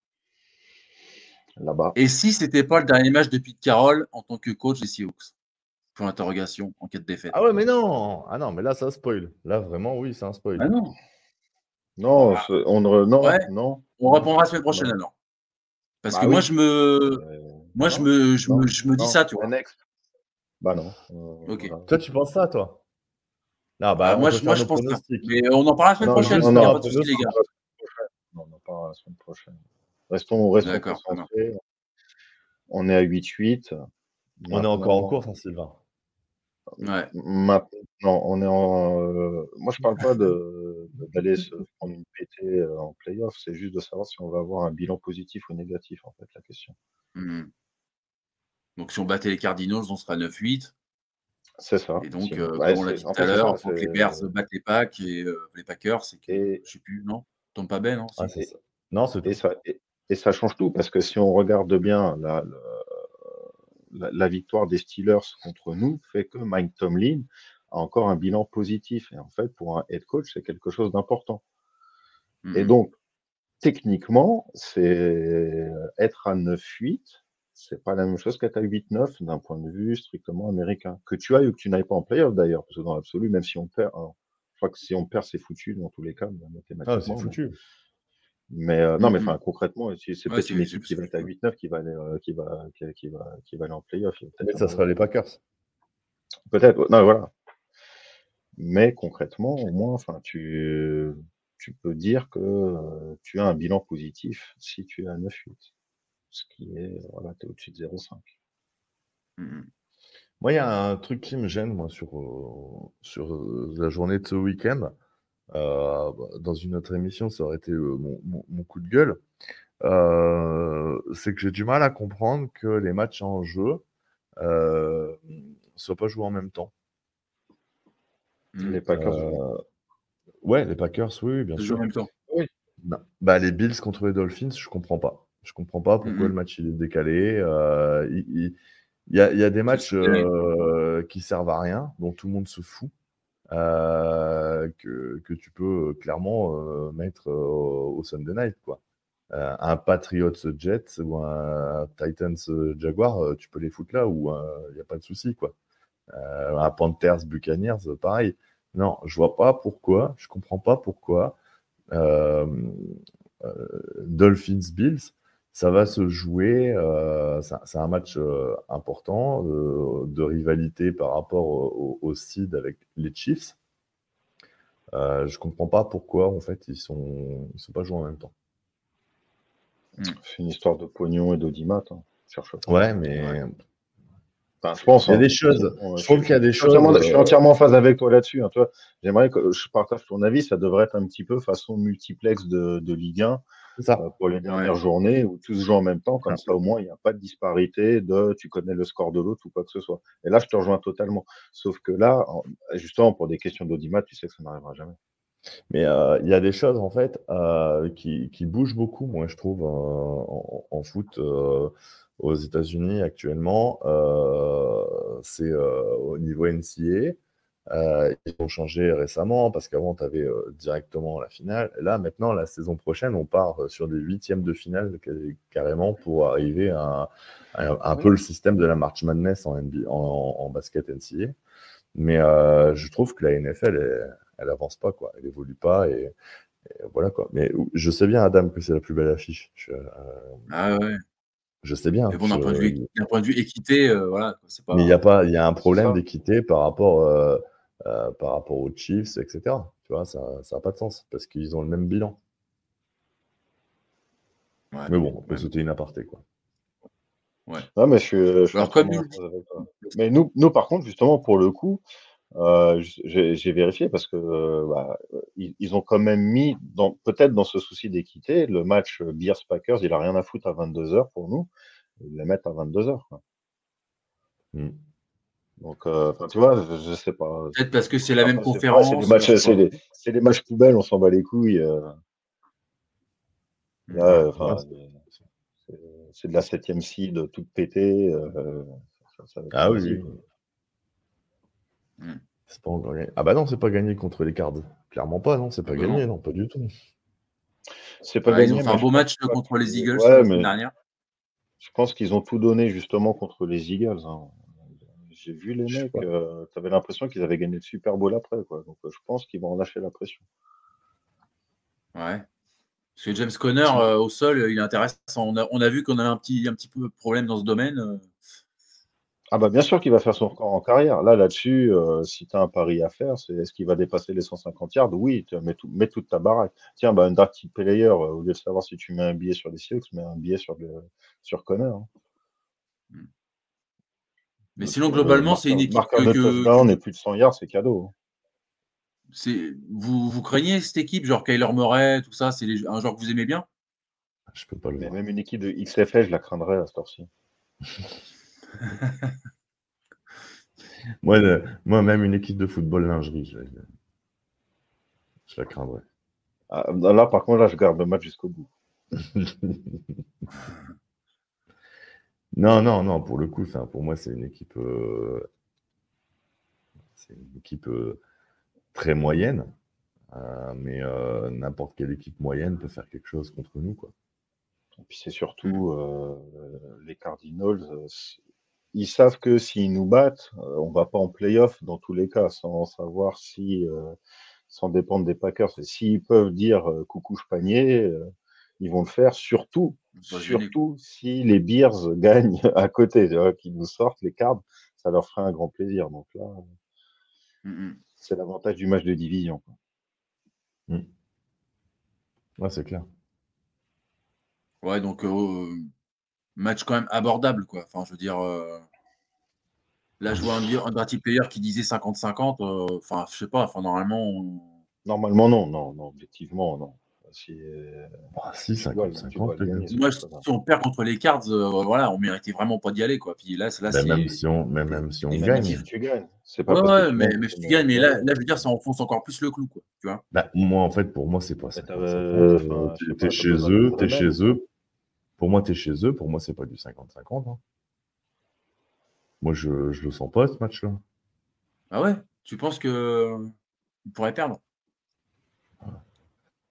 [SPEAKER 4] Là-bas.
[SPEAKER 5] Et si c'était pas le dernier match de Pete Carroll en tant que coach des Seahawks? Point d'interrogation en cas de défaite.
[SPEAKER 6] Ah ouais, mais non. Ah non, mais là, ça spoil. Là, vraiment, oui, c'est un spoil.
[SPEAKER 5] Ah non.
[SPEAKER 4] Non,
[SPEAKER 5] Ah.
[SPEAKER 4] c'est- on ne. Non,
[SPEAKER 5] Ouais.
[SPEAKER 4] non.
[SPEAKER 5] On
[SPEAKER 4] non,
[SPEAKER 5] répondra la semaine prochaine
[SPEAKER 4] non.
[SPEAKER 5] alors. Parce
[SPEAKER 4] Bah
[SPEAKER 5] que moi
[SPEAKER 4] oui.
[SPEAKER 5] je me
[SPEAKER 4] Euh,
[SPEAKER 5] moi je
[SPEAKER 4] non,
[SPEAKER 5] me je
[SPEAKER 4] non,
[SPEAKER 5] me, je me dis
[SPEAKER 4] non,
[SPEAKER 5] ça, tu vois.
[SPEAKER 4] Next. Bah non. Euh,
[SPEAKER 5] Ok.
[SPEAKER 4] voilà.
[SPEAKER 6] Toi, tu penses ça, toi? Non,
[SPEAKER 5] Ah,
[SPEAKER 6] bah, on
[SPEAKER 5] moi
[SPEAKER 6] peut
[SPEAKER 5] je moi
[SPEAKER 6] faire
[SPEAKER 5] je
[SPEAKER 6] nos
[SPEAKER 5] pense ça.
[SPEAKER 6] pronostics.
[SPEAKER 5] Mais on en parle la semaine
[SPEAKER 4] Non,
[SPEAKER 5] prochaine,
[SPEAKER 4] non,
[SPEAKER 5] il n'y a
[SPEAKER 4] non,
[SPEAKER 5] pas de souci les gars.
[SPEAKER 4] Non, on en parlera la semaine prochaine. Restons, restons
[SPEAKER 5] D'accord, ça marche.
[SPEAKER 4] concentrés. On est à huit huit.
[SPEAKER 6] On est encore en
[SPEAKER 4] Maintenant,
[SPEAKER 6] course, hein, Sylvain.
[SPEAKER 5] Ouais.
[SPEAKER 4] maintenant, on est en. euh, moi, je parle pas de d'aller se prendre une pétée euh, en playoff. C'est juste de savoir si on va avoir un bilan positif ou négatif, en fait, la question.
[SPEAKER 5] Mhm. Donc si on battait les Cardinals, on sera neuf huit.
[SPEAKER 4] C'est ça.
[SPEAKER 5] Et donc,
[SPEAKER 4] Si-
[SPEAKER 5] euh,
[SPEAKER 4] ouais,
[SPEAKER 5] comme on l'a
[SPEAKER 4] c'est-
[SPEAKER 5] dit
[SPEAKER 4] en
[SPEAKER 5] tout à
[SPEAKER 4] fait, c'est
[SPEAKER 5] l'heure,
[SPEAKER 4] ça.
[SPEAKER 5] il faut que les
[SPEAKER 4] c'est-
[SPEAKER 5] Bears battent les Packs et euh, les Packers, c'est que,
[SPEAKER 4] Et,
[SPEAKER 5] je sais plus, non? Tampa Bay, non? Si.
[SPEAKER 6] Ah, c'est ça. Non, c'est
[SPEAKER 4] et
[SPEAKER 6] tout.
[SPEAKER 4] ça, et, et ça change tout parce que si on regarde bien la, la, la- la victoire des Steelers contre nous fait que Mike Tomlin a encore un bilan positif. Et en fait, pour un head coach, c'est quelque chose d'important.
[SPEAKER 5] Mhm.
[SPEAKER 4] Et donc, techniquement, c'est être à neuf huit, c'est pas la même chose qu'être à huit neuf d'un point de vue strictement américain. Que tu ailles ou que tu n'ailles pas en playoff d'ailleurs, parce que dans l'absolu, même si on perd, hein, je crois que si on perd, c'est foutu dans tous les cas, mathématiquement.
[SPEAKER 6] Ah, c'est
[SPEAKER 4] mais-
[SPEAKER 6] foutu.
[SPEAKER 4] Mais euh, non, mais
[SPEAKER 5] Mhm.
[SPEAKER 4] enfin concrètement, si c'est
[SPEAKER 5] Ouais,
[SPEAKER 4] peut-être
[SPEAKER 5] c'est-
[SPEAKER 4] une
[SPEAKER 5] c'est-
[SPEAKER 4] équipe qui
[SPEAKER 5] c'est
[SPEAKER 4] va être à
[SPEAKER 5] foutu.
[SPEAKER 4] huit neuf qui va aller, euh, qui va, qui, qui va, qui va aller en playoff. Il y a peut-être
[SPEAKER 6] Mais
[SPEAKER 4] un
[SPEAKER 6] ça
[SPEAKER 4] moyen.
[SPEAKER 6] sera les Packers.
[SPEAKER 4] Peut-être, non, voilà. Mais concrètement, au moins, enfin, tu, tu peux dire que euh, tu as un bilan positif si tu es à neuf huit, ce qui est, voilà, tu es au-dessus de zéro virgule cinq.
[SPEAKER 5] Mhm.
[SPEAKER 6] Moi, il y a un truc qui me gêne, moi, sur, euh, sur euh, la journée de ce week-end. Euh, bah, dans une autre émission, ça aurait été euh, mon, mon- mon coup de gueule. Euh, c'est que j'ai du mal à comprendre que les matchs en jeu euh, soient pas joués en même temps.
[SPEAKER 5] Mhm.
[SPEAKER 4] Les Packers.
[SPEAKER 6] Euh, ouais, les Packers, oui, oui, bien
[SPEAKER 5] Ça joue
[SPEAKER 6] sûr.
[SPEAKER 5] en même temps.
[SPEAKER 6] Non. Bah, les Bills contre les Dolphins, je comprends pas. Je comprends pas pourquoi
[SPEAKER 5] Mhm.
[SPEAKER 6] le match il est décalé. Euh, il, il- il y a, il y a des matchs
[SPEAKER 5] C'est-
[SPEAKER 6] euh, qui servent à rien, dont tout le monde se fout, euh, que, que tu peux euh, clairement euh, mettre euh, au Sunday night, quoi. euh, un Patriots Jets ou un Titans Jaguar, euh, tu peux les foutre là où il n'y a pas de souci, quoi. Euh, un Panthers Buccaneers, euh, pareil. Non, je vois pas pourquoi, je comprends pas pourquoi euh, euh, Dolphins Bills, ça va se jouer. Euh, c'est, un, c'est un match euh, important euh, de rivalité par rapport au, au, au seed avec les Chiefs. Euh, je comprends pas pourquoi en fait ils sont ils sont pas joués en même temps.
[SPEAKER 4] C'est une histoire de pognon et d'audimat. Hein. Cherche pas.
[SPEAKER 6] Ouais, mais
[SPEAKER 5] Ouais.
[SPEAKER 4] Enfin, je pense.
[SPEAKER 6] il y a
[SPEAKER 4] hein.
[SPEAKER 6] des choses.
[SPEAKER 4] Bon,
[SPEAKER 6] Je
[SPEAKER 4] je,
[SPEAKER 6] trouve qu'il y a
[SPEAKER 4] je-
[SPEAKER 6] des
[SPEAKER 4] je suis
[SPEAKER 6] choses.
[SPEAKER 4] entièrement, je suis
[SPEAKER 6] euh,
[SPEAKER 4] entièrement en phase avec toi là-dessus. Hein, toi, j'aimerais que je partage ton avis. Ça devrait être un petit peu façon multiplex de, de Ligue un
[SPEAKER 6] C'est ça.
[SPEAKER 4] euh, pour les dernières
[SPEAKER 5] Ouais.
[SPEAKER 4] journées où tous jouent en même temps. Comme
[SPEAKER 6] Ah.
[SPEAKER 4] ça, au moins, il n'y a pas de disparité de tu connais le score de l'autre ou quoi que ce soit. Et là, je te rejoins totalement. Sauf que là, en- justement, pour des questions d'audimat, tu sais que ça n'arrivera jamais.
[SPEAKER 6] Mais euh, il y a des choses en fait euh, qui, qui bougent beaucoup, moi je trouve, euh, en, en foot euh, aux États-Unis actuellement. Euh, c'est euh, au niveau N C A. Euh, ils ont changé récemment parce qu'avant tu avais euh, directement la finale. Là maintenant, la saison prochaine, on part sur des huitièmes de finale ca- carrément pour arriver à, à un peu le système de la March Madness en, N B A, en, en basket N C A. Mais euh, je trouve que la N F L, elle, elle avance pas, quoi. Elle évolue pas et, et voilà, quoi. Mais je sais bien, Adam, que c'est la plus belle affiche. Je, euh,
[SPEAKER 5] Ah ouais.
[SPEAKER 6] je sais bien.
[SPEAKER 5] Mais bon,
[SPEAKER 6] Je-
[SPEAKER 5] d'un point de vue, d'un point de vue équité, euh, voilà, quoi, c'est
[SPEAKER 6] mais il y a
[SPEAKER 5] pas.
[SPEAKER 6] pas, il y a un
[SPEAKER 4] C'est
[SPEAKER 6] problème
[SPEAKER 4] ça.
[SPEAKER 6] d'équité par rapport, euh, euh, par rapport aux Chiefs, et cetera. Tu vois, ça, ça a pas de sens parce qu'ils ont le même bilan.
[SPEAKER 5] Ouais.
[SPEAKER 6] Mais bon, après,
[SPEAKER 5] Ouais.
[SPEAKER 6] c'était une aparté, quoi.
[SPEAKER 5] Ouais.
[SPEAKER 4] Non, mais je suis, je suis
[SPEAKER 5] Alors, comme
[SPEAKER 4] entièrement
[SPEAKER 5] nous
[SPEAKER 4] en
[SPEAKER 5] le dit.
[SPEAKER 4] phase avec toi. Mais nous, nous, par contre, justement, pour le coup, euh, j'ai j'ai vérifié parce que euh, bah, ils, ils ont quand même mis, dans, peut-être dans ce souci d'équité, le match Bears-Packers, il a rien à foutre à vingt-deux heures pour nous. Ils le mettent à vingt-deux heures. Quoi.
[SPEAKER 6] Mm.
[SPEAKER 4] Donc, euh, enfin, tu vois, je, je sais pas.
[SPEAKER 5] Peut-être parce que c'est la même
[SPEAKER 4] Après, c'est ouais, c'est des
[SPEAKER 5] conférence, euh, je
[SPEAKER 4] matchs,
[SPEAKER 5] sais
[SPEAKER 4] c'est
[SPEAKER 5] pas.
[SPEAKER 4] des, c'est des matchs poubelles, on s'en bat les couilles. euh.
[SPEAKER 5] Mm.
[SPEAKER 4] Là,
[SPEAKER 6] Ouais,
[SPEAKER 4] enfin,
[SPEAKER 6] c'est-
[SPEAKER 4] c'est c'est de la septième seed toute pétée. Euh, ça, ça va être
[SPEAKER 6] Ah oui,
[SPEAKER 4] easy,
[SPEAKER 6] oui.
[SPEAKER 4] quoi.
[SPEAKER 5] Mm.
[SPEAKER 6] C'est pas encore gagné. Ah bah non, c'est pas gagné contre les Cards. Clairement pas, non, c'est
[SPEAKER 5] Ah
[SPEAKER 6] pas
[SPEAKER 5] bah non.
[SPEAKER 6] gagné, non, pas du tout.
[SPEAKER 4] C'est pas
[SPEAKER 5] Ah, ils ont
[SPEAKER 4] gagné,
[SPEAKER 5] fait
[SPEAKER 4] mais
[SPEAKER 5] un
[SPEAKER 4] je
[SPEAKER 5] beau
[SPEAKER 4] pense
[SPEAKER 5] match euh,
[SPEAKER 4] pas
[SPEAKER 5] contre les
[SPEAKER 4] que.
[SPEAKER 5] Eagles euh,
[SPEAKER 4] Ouais,
[SPEAKER 5] la semaine
[SPEAKER 4] mais
[SPEAKER 5] dernière.
[SPEAKER 4] je pense qu'ils ont tout donné justement contre les Eagles. Hein. J'ai vu les
[SPEAKER 6] Je sais
[SPEAKER 4] mecs,
[SPEAKER 6] pas.
[SPEAKER 4] euh, t'avais l'impression qu'ils avaient gagné le Super Bowl après, quoi. Donc euh, je pense qu'ils vont en lâcher la pression.
[SPEAKER 5] Ouais. Parce que James Conner
[SPEAKER 4] Si-
[SPEAKER 5] euh, au sol, euh, il est intéressant. On a, on a vu qu'on a un petit, un petit peu de problème dans ce domaine. euh.
[SPEAKER 4] Ah bah bien sûr qu'il va faire son record en carrière. Là, là-dessus, euh, si tu as un pari à faire, c'est est-ce qu'il va dépasser les cent cinquante yards? Oui, tu mets, tout, mets toute ta baraque. Tiens, bah, un darty player, euh, au lieu de savoir si tu mets un billet sur les Seahawks, mets un billet sur, le, sur Conner. Hein.
[SPEAKER 5] Mais
[SPEAKER 4] Donc,
[SPEAKER 5] sinon,
[SPEAKER 4] euh,
[SPEAKER 5] globalement, c'est une
[SPEAKER 4] marqueur,
[SPEAKER 5] équipe
[SPEAKER 4] marqueur
[SPEAKER 5] que,
[SPEAKER 4] de
[SPEAKER 5] que,
[SPEAKER 4] touchdown et
[SPEAKER 5] que-
[SPEAKER 4] plus de cent yards, c'est cadeau. Hein.
[SPEAKER 5] c'est, vous, vous craignez cette équipe, genre Kyler Murray, tout ça, c'est les- un joueur que vous aimez bien?
[SPEAKER 6] Je peux pas le
[SPEAKER 4] Mais
[SPEAKER 6] voir.
[SPEAKER 4] même une équipe de X F L, je la craindrais à cette heure-ci.
[SPEAKER 6] Moi, le- moi, même une équipe de football lingerie, je, je la craindrais.
[SPEAKER 4] Ah, là, par contre, là, je garde le match jusqu'au bout.
[SPEAKER 6] Non, non, non, pour le coup, enfin, pour moi, c'est une équipe, euh, c'est une équipe euh, très moyenne, euh, mais euh, n'importe quelle équipe moyenne peut faire quelque chose contre nous, quoi.
[SPEAKER 4] Et puis c'est surtout euh, les Cardinals, euh, s- ils savent que s'ils nous battent, euh, on va pas en playoff dans tous les cas, sans savoir si, euh, sans dépendre des Packers. Et s'ils peuvent dire euh, coucou je panier, euh, ils vont le faire. Surtout,
[SPEAKER 5] Faut pas se gêner, quoi.
[SPEAKER 4] surtout si les Bears gagnent à côté, tu vois, qu'ils nous sortent les Cards, ça leur ferait un grand plaisir. Donc là,
[SPEAKER 5] Mm, mm.
[SPEAKER 4] c'est l'avantage du match de division. Quoi.
[SPEAKER 6] Mm. Ouais, c'est clair.
[SPEAKER 5] Ouais, donc euh, match quand même abordable, quoi. Enfin, je veux dire, euh, là, je vois un, un Dirty Player qui disait cinquante cinquante. euh, Enfin, je sais pas. Enfin, normalement, on-
[SPEAKER 4] Normalement, non, non, non, objectivement, non. Si, euh,
[SPEAKER 6] Ah, si,
[SPEAKER 4] tu dois,
[SPEAKER 6] cinquante
[SPEAKER 4] tu dois
[SPEAKER 6] cinquante,
[SPEAKER 4] le
[SPEAKER 6] les gars.
[SPEAKER 4] gagner, ce
[SPEAKER 5] moi,
[SPEAKER 4] match-là.
[SPEAKER 5] si on perd contre les Cards, euh, voilà, on méritait vraiment pas d'y aller, quoi. Puis là, c'est- là,
[SPEAKER 6] Ben, même
[SPEAKER 5] c'est
[SPEAKER 6] si on, mais
[SPEAKER 5] c'est-
[SPEAKER 6] même si
[SPEAKER 5] c'est
[SPEAKER 6] on
[SPEAKER 4] Même
[SPEAKER 6] gagne,
[SPEAKER 4] si
[SPEAKER 5] définitif.
[SPEAKER 4] tu gagnes, c'est pas
[SPEAKER 5] Ouais,
[SPEAKER 4] parce que
[SPEAKER 5] ouais,
[SPEAKER 4] tu
[SPEAKER 5] mais,
[SPEAKER 4] gagnes que
[SPEAKER 5] mais
[SPEAKER 4] tu
[SPEAKER 5] si tu
[SPEAKER 4] mérites
[SPEAKER 5] gagnes, mais
[SPEAKER 4] d'y
[SPEAKER 5] là,
[SPEAKER 4] aller.
[SPEAKER 5] là, je veux dire, ça enfonce encore plus le clou, quoi. Tu vois?
[SPEAKER 6] bah, moi, en fait, pour moi, c'est pas
[SPEAKER 4] Mais t'as,
[SPEAKER 6] cinquante cinquante.
[SPEAKER 4] euh,
[SPEAKER 6] Euh,
[SPEAKER 4] enfin, je
[SPEAKER 6] t'es
[SPEAKER 4] sais
[SPEAKER 6] t'es
[SPEAKER 4] pas, t'as
[SPEAKER 6] chez
[SPEAKER 4] besoin
[SPEAKER 6] eux,
[SPEAKER 4] d'une
[SPEAKER 6] t'es chez
[SPEAKER 4] semaine.
[SPEAKER 6] eux. Pour moi, t'es chez eux. Pour moi, c'est pas du cinquante cinquante. Hein. Moi, je, je le sens pas, ce match-là.
[SPEAKER 5] Ah ouais? Tu penses que il pourrait perdre?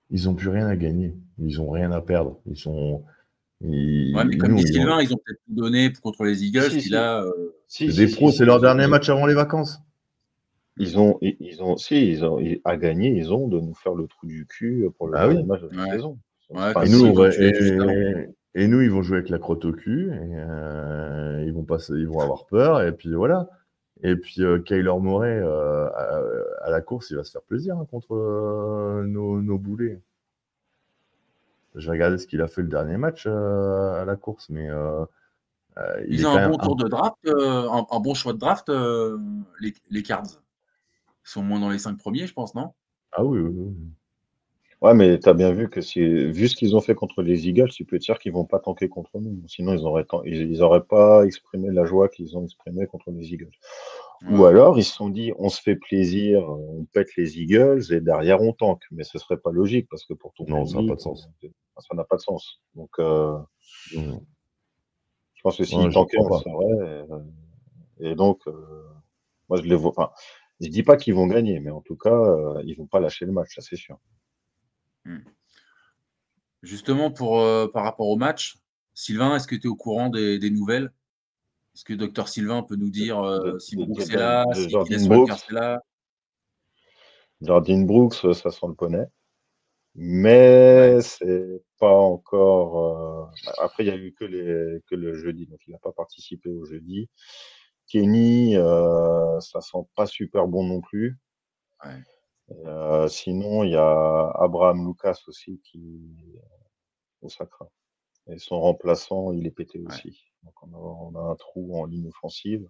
[SPEAKER 6] ils n'ont plus rien à gagner. Ils n'ont rien à perdre. Ils sont. Ils,
[SPEAKER 5] Ouais, mais comme
[SPEAKER 6] nous,
[SPEAKER 5] dit
[SPEAKER 6] ils
[SPEAKER 5] Sylvain,
[SPEAKER 6] ont...
[SPEAKER 5] ils ont peut-être tout donné contre les Eagles.
[SPEAKER 4] Si,
[SPEAKER 5] Puis
[SPEAKER 4] si.
[SPEAKER 5] là, euh,
[SPEAKER 4] Si,
[SPEAKER 6] c'est des
[SPEAKER 4] si,
[SPEAKER 6] pros,
[SPEAKER 4] si,
[SPEAKER 6] c'est
[SPEAKER 4] si,
[SPEAKER 6] leur
[SPEAKER 4] ils
[SPEAKER 6] dernier
[SPEAKER 4] ont-
[SPEAKER 6] match avant les vacances.
[SPEAKER 4] Ils ont, ils ils ont, si, ils ont, ils- à gagner, ils ont de nous faire le trou du cul pour le
[SPEAKER 6] Bah
[SPEAKER 4] dernier
[SPEAKER 6] oui.
[SPEAKER 4] match de la
[SPEAKER 5] ouais,
[SPEAKER 4] saison.
[SPEAKER 5] ouais,
[SPEAKER 4] Enfin,
[SPEAKER 5] comme
[SPEAKER 6] Et nous,
[SPEAKER 5] si
[SPEAKER 6] on
[SPEAKER 4] si,
[SPEAKER 6] va-
[SPEAKER 5] tu l'as dit juste avant.
[SPEAKER 6] et, et nous, ils vont jouer avec la crotte au cul. Et, euh, ils vont passer, ils vont avoir peur. Et puis voilà. Et puis euh, Kyler Murray euh, à, à la course, il va se faire plaisir hein, contre euh, nos, nos boulets. J'ai regardé ce qu'il a fait le dernier match euh, à la course, mais euh, euh, il
[SPEAKER 5] Ils
[SPEAKER 6] est
[SPEAKER 5] ont
[SPEAKER 6] quand
[SPEAKER 5] un
[SPEAKER 6] même
[SPEAKER 5] bon tour de draft, euh, un, un bon choix de draft, euh, les, les Cards. Ils sont au moins dans les cinq premiers, je pense, non?
[SPEAKER 6] Ah oui, oui, oui.
[SPEAKER 4] Ouais, mais t'as bien vu que si, vu ce qu'ils ont fait contre les Eagles, tu peux te dire qu'ils vont pas tanker contre nous. Sinon, ils auraient, tan- ils, ils auraient pas exprimé la joie qu'ils ont exprimée contre les Eagles. Ou
[SPEAKER 5] Ouais.
[SPEAKER 4] alors, ils se sont dit, on se fait plaisir, on pète les Eagles et derrière on tank. Mais ce serait pas logique parce que pour ton
[SPEAKER 6] Non, ça n'a pas
[SPEAKER 4] public,
[SPEAKER 6] de sens.
[SPEAKER 4] ça n'a pas de sens. Donc, euh,
[SPEAKER 6] Non,
[SPEAKER 4] je pense que
[SPEAKER 6] non,
[SPEAKER 4] s'ils
[SPEAKER 6] j'y
[SPEAKER 4] tankaient,
[SPEAKER 6] crois
[SPEAKER 4] on le
[SPEAKER 6] pas.
[SPEAKER 4] saurait. Et, et donc, euh, moi, je les vois. Enfin, je dis pas qu'ils vont gagner, mais en tout cas, euh, ils vont pas lâcher le match, ça c'est sûr.
[SPEAKER 5] Hmm. Justement, pour, euh, par rapport au match, Sylvain, est-ce que tu es au courant des, des nouvelles? Est-ce que Docteur Sylvain peut nous dire euh,
[SPEAKER 4] De,
[SPEAKER 5] si
[SPEAKER 4] de,
[SPEAKER 5] Brooks
[SPEAKER 4] de,
[SPEAKER 5] est là,
[SPEAKER 4] de
[SPEAKER 5] si
[SPEAKER 4] Jordan
[SPEAKER 5] Kenneth Walker
[SPEAKER 4] Brooks,
[SPEAKER 5] est là?
[SPEAKER 4] Jordan Brooks, ça sent le poney.
[SPEAKER 5] Ouais.
[SPEAKER 4] Mais c'est pas encore. euh, Après, il y a eu que les que le jeudi, donc il n'a pas participé au jeudi. Kenny, euh, ça sent pas super bon non plus.
[SPEAKER 5] Ouais.
[SPEAKER 4] Euh, sinon, il y a Abraham Lucas aussi qui au sacre. Et son remplaçant, il est pété
[SPEAKER 5] Ouais.
[SPEAKER 4] aussi. Donc on a, on a un trou en ligne offensive.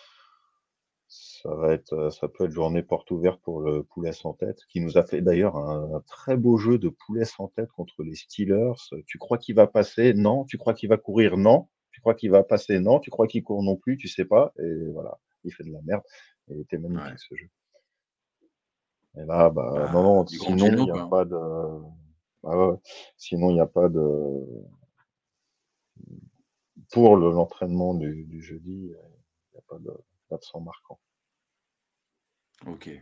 [SPEAKER 4] Ça va être, ça peut être journée porte ouverte pour le poulet sans tête, qui nous a fait d'ailleurs un, un très beau jeu de poulet sans tête contre les Steelers. Tu crois qu'il va passer? Non. Tu crois qu'il va courir? Non. Tu crois qu'il va passer? Non. Tu crois qu'il court non plus? Tu sais pas. Et voilà, il fait de la merde. Et il était magnifique
[SPEAKER 5] Ouais.
[SPEAKER 4] ce jeu. Et là, bah non,
[SPEAKER 5] Bah,
[SPEAKER 4] non.
[SPEAKER 5] du grand
[SPEAKER 4] Sinon, il
[SPEAKER 5] Geno,
[SPEAKER 4] n'y a
[SPEAKER 5] quoi.
[SPEAKER 4] pas de. Bah ouais, sinon, il n'y a pas de. Pour le- l'entraînement du, du jeudi, il n'y a pas de d'absent marquant.
[SPEAKER 5] Ok.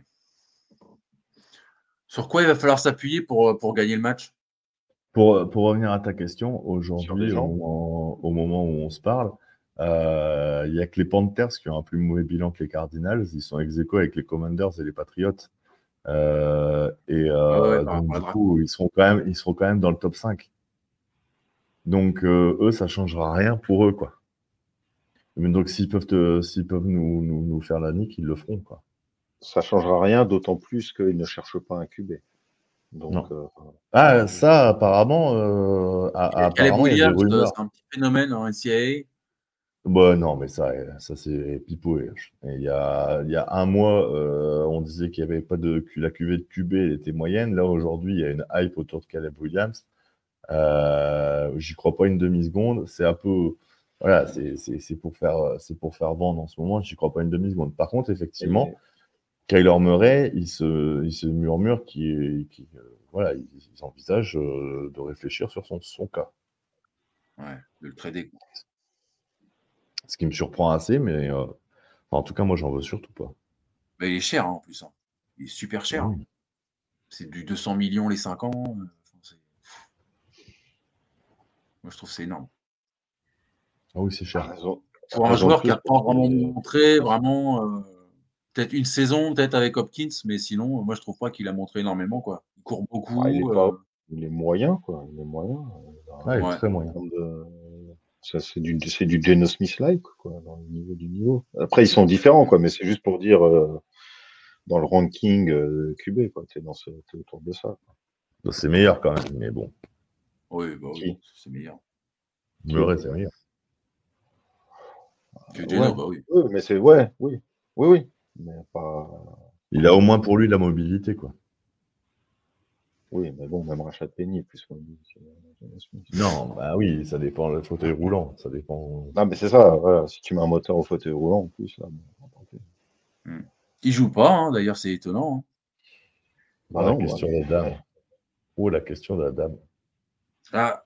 [SPEAKER 5] Sur quoi il va falloir s'appuyer pour, pour gagner le match?
[SPEAKER 6] Pour, pour revenir à ta question,
[SPEAKER 4] Sur les
[SPEAKER 6] aujourd'hui, au
[SPEAKER 4] jambes.
[SPEAKER 6] moment, au moment où on se parle, euh, il n'y a que les Panthers qui ont un plus mauvais bilan que les Cardinals. Ils sont ex aequo avec les Commanders et les Patriots. Euh, et
[SPEAKER 5] Ah ouais,
[SPEAKER 6] euh,
[SPEAKER 5] par
[SPEAKER 6] donc,
[SPEAKER 5] rapport à la
[SPEAKER 6] du
[SPEAKER 5] draft.
[SPEAKER 6] coup, ils seront quand même, ils seront quand même dans le top cinq. Donc, euh, eux, ça ne changera rien pour eux, quoi. Mais donc, s'ils peuvent, te, s'ils peuvent nous, nous, nous faire la nique, ils le feront, quoi.
[SPEAKER 4] Ça changera rien, d'autant plus qu'ils ne cherchent pas un Q B. Donc,
[SPEAKER 6] Non.
[SPEAKER 4] euh,
[SPEAKER 6] Ah, ça, apparemment, euh, a-
[SPEAKER 5] Caleb
[SPEAKER 6] apparemment, il y a des
[SPEAKER 5] Williams, euh,
[SPEAKER 6] rumeurs.
[SPEAKER 5] c'est un petit phénomène en N C A A.
[SPEAKER 6] Bah, non, mais ça, euh, ça c'est pipeau. Et Il y a, il y a un mois, euh, on disait qu'il n'y avait pas de Q- la cuvée de Q B, elle était moyenne. Là, aujourd'hui, il y a une hype autour de Caleb Williams. Euh, j'y crois pas une demi-seconde. C'est un peu, voilà, c'est c'est- c'est pour faire, c'est pour faire vendre en ce moment. J'y crois pas une demi-seconde. Par contre, effectivement,
[SPEAKER 4] et-
[SPEAKER 6] Kyler Murray, il se, il se murmure qu'il, qu'il, euh, voilà, ils, ils envisagent euh, de réfléchir sur son, son cas.
[SPEAKER 5] Ouais, de le trader, quoi.
[SPEAKER 6] Ce qui me surprend assez, mais euh, enfin, en tout cas, moi, j'en veux surtout pas.
[SPEAKER 5] Bah, il est cher hein, en plus. Hein. Il est super cher.
[SPEAKER 6] Ah
[SPEAKER 5] hein.
[SPEAKER 6] oui.
[SPEAKER 5] C'est du deux cents millions les cinq ans. euh, enfin, c'est- Moi, je trouve que c'est énorme.
[SPEAKER 6] Ah oui, c'est cher.
[SPEAKER 4] raison,
[SPEAKER 5] Pour un
[SPEAKER 4] raison de
[SPEAKER 5] joueur qui
[SPEAKER 4] plus
[SPEAKER 5] n'a pas
[SPEAKER 4] pour
[SPEAKER 5] vraiment
[SPEAKER 4] qu'il-
[SPEAKER 5] montré, vraiment, euh, peut-être une saison, peut-être avec Hopkins, mais sinon, moi, je trouve pas qu'il a montré énormément, quoi. Il court
[SPEAKER 4] Ah, il est
[SPEAKER 5] beaucoup.
[SPEAKER 4] pas,
[SPEAKER 5] euh,
[SPEAKER 4] il est moyen, quoi. Il est moyen.
[SPEAKER 6] Ah, il est
[SPEAKER 5] Ouais.
[SPEAKER 6] très moyen.
[SPEAKER 4] En termes de- Ça, c'est du, c'est du Geno Smith-like, quoi, dans le niveau du niveau. Après, ils sont différents, quoi, mais c'est juste pour dire, euh, dans le ranking euh, Q B, quoi. T'es dans ce, t'es autour de ça. Quoi.
[SPEAKER 6] Bah, c'est meilleur quand même, mais bon.
[SPEAKER 5] Oui, bah oui,
[SPEAKER 4] Qui
[SPEAKER 5] c'est meilleur.
[SPEAKER 6] Murray, c'est meilleur.
[SPEAKER 5] Que Geno,
[SPEAKER 4] Ouais.
[SPEAKER 5] bah oui.
[SPEAKER 4] Oui, mais c'est, ouais, oui, oui, oui, mais pas.
[SPEAKER 6] Il a au moins pour lui la mobilité, quoi.
[SPEAKER 4] Oui, mais bon, même Rashad Penny est plus mobile que Geno Smith.
[SPEAKER 6] Non, bah oui, ça dépend le fauteuil roulant. Ça dépend.
[SPEAKER 4] Non, mais c'est ça, voilà. Si tu mets un moteur au fauteuil roulant en plus, là, bon, tant pis.
[SPEAKER 5] Hmm. Il joue pas, hein, d'ailleurs, c'est étonnant. hein.
[SPEAKER 4] Bah
[SPEAKER 6] Ah, la
[SPEAKER 4] non,
[SPEAKER 6] question
[SPEAKER 4] bah,
[SPEAKER 6] d'Adam. Oh, la question d'Adam.
[SPEAKER 5] Ah.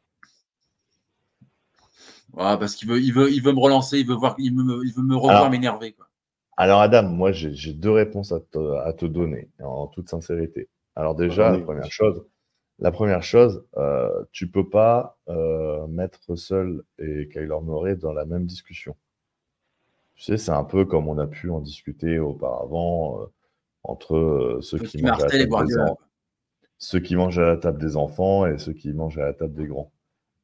[SPEAKER 5] Ah, parce qu'il veut, il veut, il veut me relancer, il veut voir, il me, il veut me revoir
[SPEAKER 6] Alors-
[SPEAKER 5] m'énerver, quoi.
[SPEAKER 6] Alors, Adam, moi, j'ai j'ai deux réponses à te, à te donner, en toute sincérité. Alors, déjà,
[SPEAKER 4] J'en ai
[SPEAKER 6] la
[SPEAKER 4] une
[SPEAKER 6] première
[SPEAKER 4] aussi.
[SPEAKER 6] chose, La première chose, euh, tu peux pas euh, mettre Russell et Kyler Murray dans la même discussion. Tu sais, c'est un peu comme on a pu en discuter auparavant euh, entre euh, ceux qui
[SPEAKER 5] Petit
[SPEAKER 6] mangent à la
[SPEAKER 5] Marcel et
[SPEAKER 6] table des
[SPEAKER 5] Guardiola.
[SPEAKER 6] enfants, ceux qui mangent à la table des enfants et ceux qui mangent à la table des grands.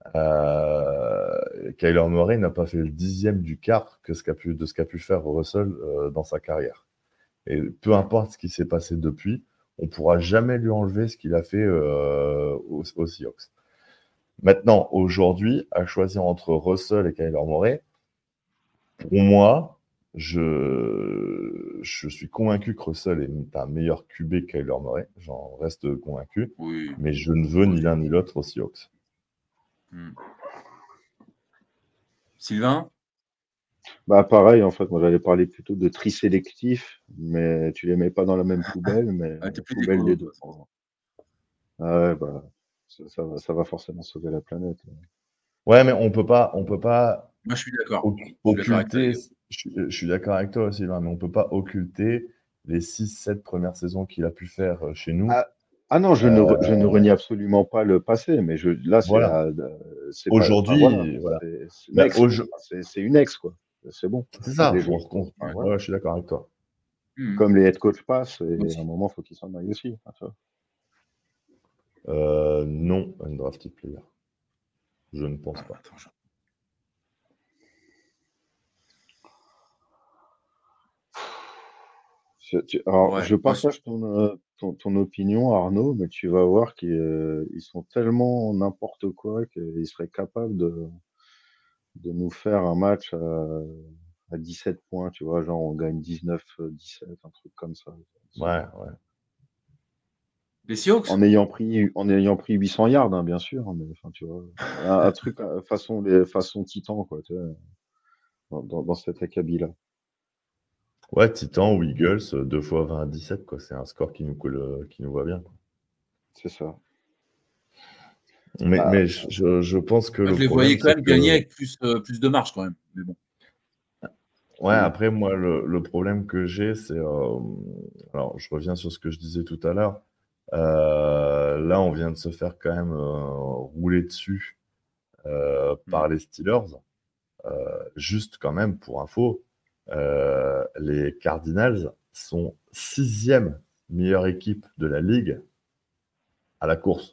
[SPEAKER 6] Euh, Kyler Murray n'a pas fait le dixième du quart que ce qu'a pu, de ce qu'a pu faire Russell euh, dans sa carrière. Et peu importe ce qui s'est passé depuis, on ne pourra jamais lui enlever ce qu'il a fait euh, aux, aux Seahawks. Maintenant, aujourd'hui, à choisir entre Russell et Kyler Murray, pour moi, je, je suis convaincu que Russell est un meilleur Q B que Kyler Murray. J'en reste convaincu.
[SPEAKER 5] Oui.
[SPEAKER 6] Mais je ne veux ni l'un ni l'autre aux Seahawks.
[SPEAKER 5] Hmm. Sylvain?
[SPEAKER 4] Bah pareil, en fait, moi j'allais parler plutôt de tri sélectif, mais tu les mets pas dans la même poubelle, mais
[SPEAKER 5] Ah, t'es plus
[SPEAKER 4] poubelle
[SPEAKER 5] écolo,
[SPEAKER 4] des
[SPEAKER 5] toi.
[SPEAKER 4] deux. Ah ouais, bah ça, ça va, ça va forcément sauver la planète.
[SPEAKER 6] Ouais, mais on peut pas, on peut pas
[SPEAKER 5] Moi, je suis d'accord.
[SPEAKER 6] oc-
[SPEAKER 5] Je suis d'accord avec toi,
[SPEAKER 6] occulter.
[SPEAKER 5] les gars.
[SPEAKER 6] Je, suis- je suis d'accord avec toi aussi, Sylvain, mais on peut pas occulter les six sept premières saisons qu'il a pu faire euh, chez nous.
[SPEAKER 4] Ah, ah non, je ne, re- je ne
[SPEAKER 6] Euh,
[SPEAKER 4] renie absolument pas le passé, mais je, là c'est
[SPEAKER 6] voilà.
[SPEAKER 4] la, la- c'est pas, enfin voilà,
[SPEAKER 6] Aujourd'hui, voilà.
[SPEAKER 4] c'est c'est
[SPEAKER 6] Bah,
[SPEAKER 4] next,
[SPEAKER 6] aujo-
[SPEAKER 4] quoi. C'est c'est une ex quoi, c'est bon.
[SPEAKER 6] c'est ça.
[SPEAKER 4] Les
[SPEAKER 6] On,
[SPEAKER 4] joueurs,
[SPEAKER 6] on-
[SPEAKER 4] enfin,
[SPEAKER 5] Ouais.
[SPEAKER 4] voilà.
[SPEAKER 6] ouais, je suis d'accord avec toi.
[SPEAKER 5] Hmm.
[SPEAKER 4] Comme les head coach passent, et
[SPEAKER 5] Aussi.
[SPEAKER 4] à un moment faut qu'ils s'en aillent aussi. Enfin, tu vois.
[SPEAKER 6] Euh, non, undrafted player. Je ne pense pas.
[SPEAKER 5] Attends, je-
[SPEAKER 4] Je- tu- alors,
[SPEAKER 5] Ouais,
[SPEAKER 4] je
[SPEAKER 5] moi, je-
[SPEAKER 4] partage ton, euh, ton, ton opinion, Arnaud, mais tu vas voir qu'ils euh, ils sont tellement n'importe quoi qu'ils seraient capables de, de nous faire un match à, à dix-sept points, tu vois, genre on gagne dix-neuf dix-sept, un truc comme ça.
[SPEAKER 6] Ouais, ouais.
[SPEAKER 5] les Seahawks?
[SPEAKER 4] En ayant pris, en ayant pris huit cents yards, hein, bien sûr, mais enfin, tu vois, un, un truc euh, façon, les, façon Titan, quoi, tu vois, dans, dans, dans cet acabit-là.
[SPEAKER 6] Ouais, Titan ou Eagles, euh, deux fois vingt à dix-sept, quoi. C'est un score qui nous colle, euh, qui nous va bien, quoi.
[SPEAKER 4] C'est ça.
[SPEAKER 6] Mais,
[SPEAKER 4] Bah,
[SPEAKER 6] mais je, je- je pense que
[SPEAKER 5] Moi,
[SPEAKER 6] le
[SPEAKER 5] je les
[SPEAKER 6] problème,
[SPEAKER 5] voyais quand
[SPEAKER 6] c'est
[SPEAKER 5] même
[SPEAKER 6] que.
[SPEAKER 5] gagner avec plus, euh, plus de marge, quand même. Mais bon.
[SPEAKER 6] Ouais,
[SPEAKER 4] oui.
[SPEAKER 6] après, moi, le, le problème que j'ai, c'est. euh, Alors, je reviens sur ce que je disais tout à l'heure. Euh, là, on vient de se faire quand même euh, rouler dessus euh, par les Steelers. Euh, juste quand même, pour info, euh, les Cardinals sont sixième meilleure équipe de la ligue à la course.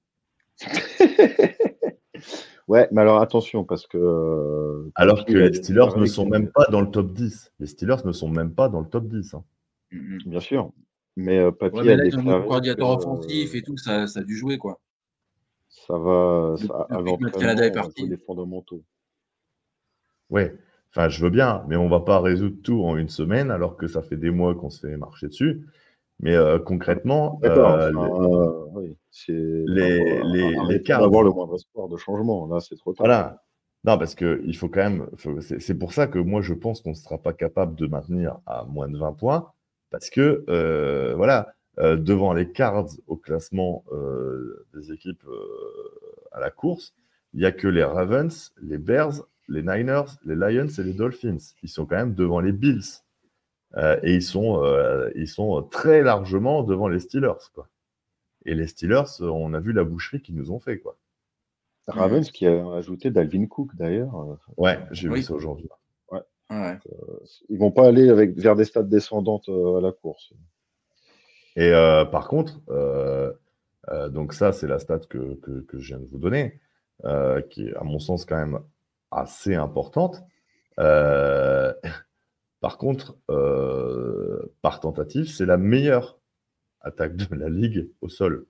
[SPEAKER 4] Ouais, mais alors attention, parce que euh,
[SPEAKER 6] Alors
[SPEAKER 4] Papy
[SPEAKER 6] que
[SPEAKER 4] a
[SPEAKER 6] les Steelers ne
[SPEAKER 4] déclaré
[SPEAKER 6] sont
[SPEAKER 4] que,
[SPEAKER 6] même pas dans le top dix. Les Steelers ne sont même pas dans le top dix. Hein.
[SPEAKER 5] Hmm, hmm.
[SPEAKER 4] bien sûr, mais euh,
[SPEAKER 5] Ouais,
[SPEAKER 4] Papy
[SPEAKER 5] mais
[SPEAKER 4] a
[SPEAKER 5] là, ils ont un nouveau
[SPEAKER 4] déclaré que
[SPEAKER 5] coordinateur offensif
[SPEAKER 4] euh,
[SPEAKER 5] et tout, ça, ça a dû jouer, quoi.
[SPEAKER 4] ça va,
[SPEAKER 5] Depuis,
[SPEAKER 4] ça, à
[SPEAKER 5] depuis que Matt Canada est
[SPEAKER 4] l'entraînement, on joue
[SPEAKER 5] parti.
[SPEAKER 4] les fondamentaux.
[SPEAKER 6] Ouais, enfin, je veux bien, mais on va pas résoudre tout en une semaine alors que ça fait des mois qu'on se fait marcher dessus. Mais euh, concrètement,
[SPEAKER 4] D'accord,
[SPEAKER 6] euh,
[SPEAKER 4] enfin,
[SPEAKER 6] les,
[SPEAKER 4] euh, oui, c'est, enfin,
[SPEAKER 6] les,
[SPEAKER 4] faut-
[SPEAKER 6] les, les
[SPEAKER 4] arrêtons
[SPEAKER 6] Cards,
[SPEAKER 4] d'avoir le moindre espoir de changement. Là, c'est trop tard.
[SPEAKER 6] voilà. Non, parce que il faut quand même. faut- c'est c'est pour ça que moi, je pense qu'on ne sera pas capable de maintenir à moins de vingt points. Parce que, euh, voilà, euh, devant les Cards au classement euh, des équipes euh, à la course, il n'y a que les Ravens, les Bears, les Niners, les Lions et les Dolphins. Ils sont quand même devant les Bills. Euh, et ils sont, euh, ils sont très largement devant les Steelers, quoi. Et les Steelers, on a vu la boucherie qu'ils nous ont fait, quoi.
[SPEAKER 4] Ravens qui a ajouté Dalvin Cook d'ailleurs. euh,
[SPEAKER 6] Ouais, j'ai vu
[SPEAKER 5] Oui.
[SPEAKER 6] ça aujourd'hui.
[SPEAKER 4] Ouais,
[SPEAKER 5] Ouais.
[SPEAKER 4] euh, ils vont pas aller avec vers des stades descendantes euh, à la course.
[SPEAKER 6] Et euh, par contre, euh, euh, donc ça, c'est la stat que, que, que je viens de vous donner, euh, qui est, à mon sens, quand même assez importante. Euh, par contre, euh, par tentative, c'est la meilleure attaque de la ligue au sol.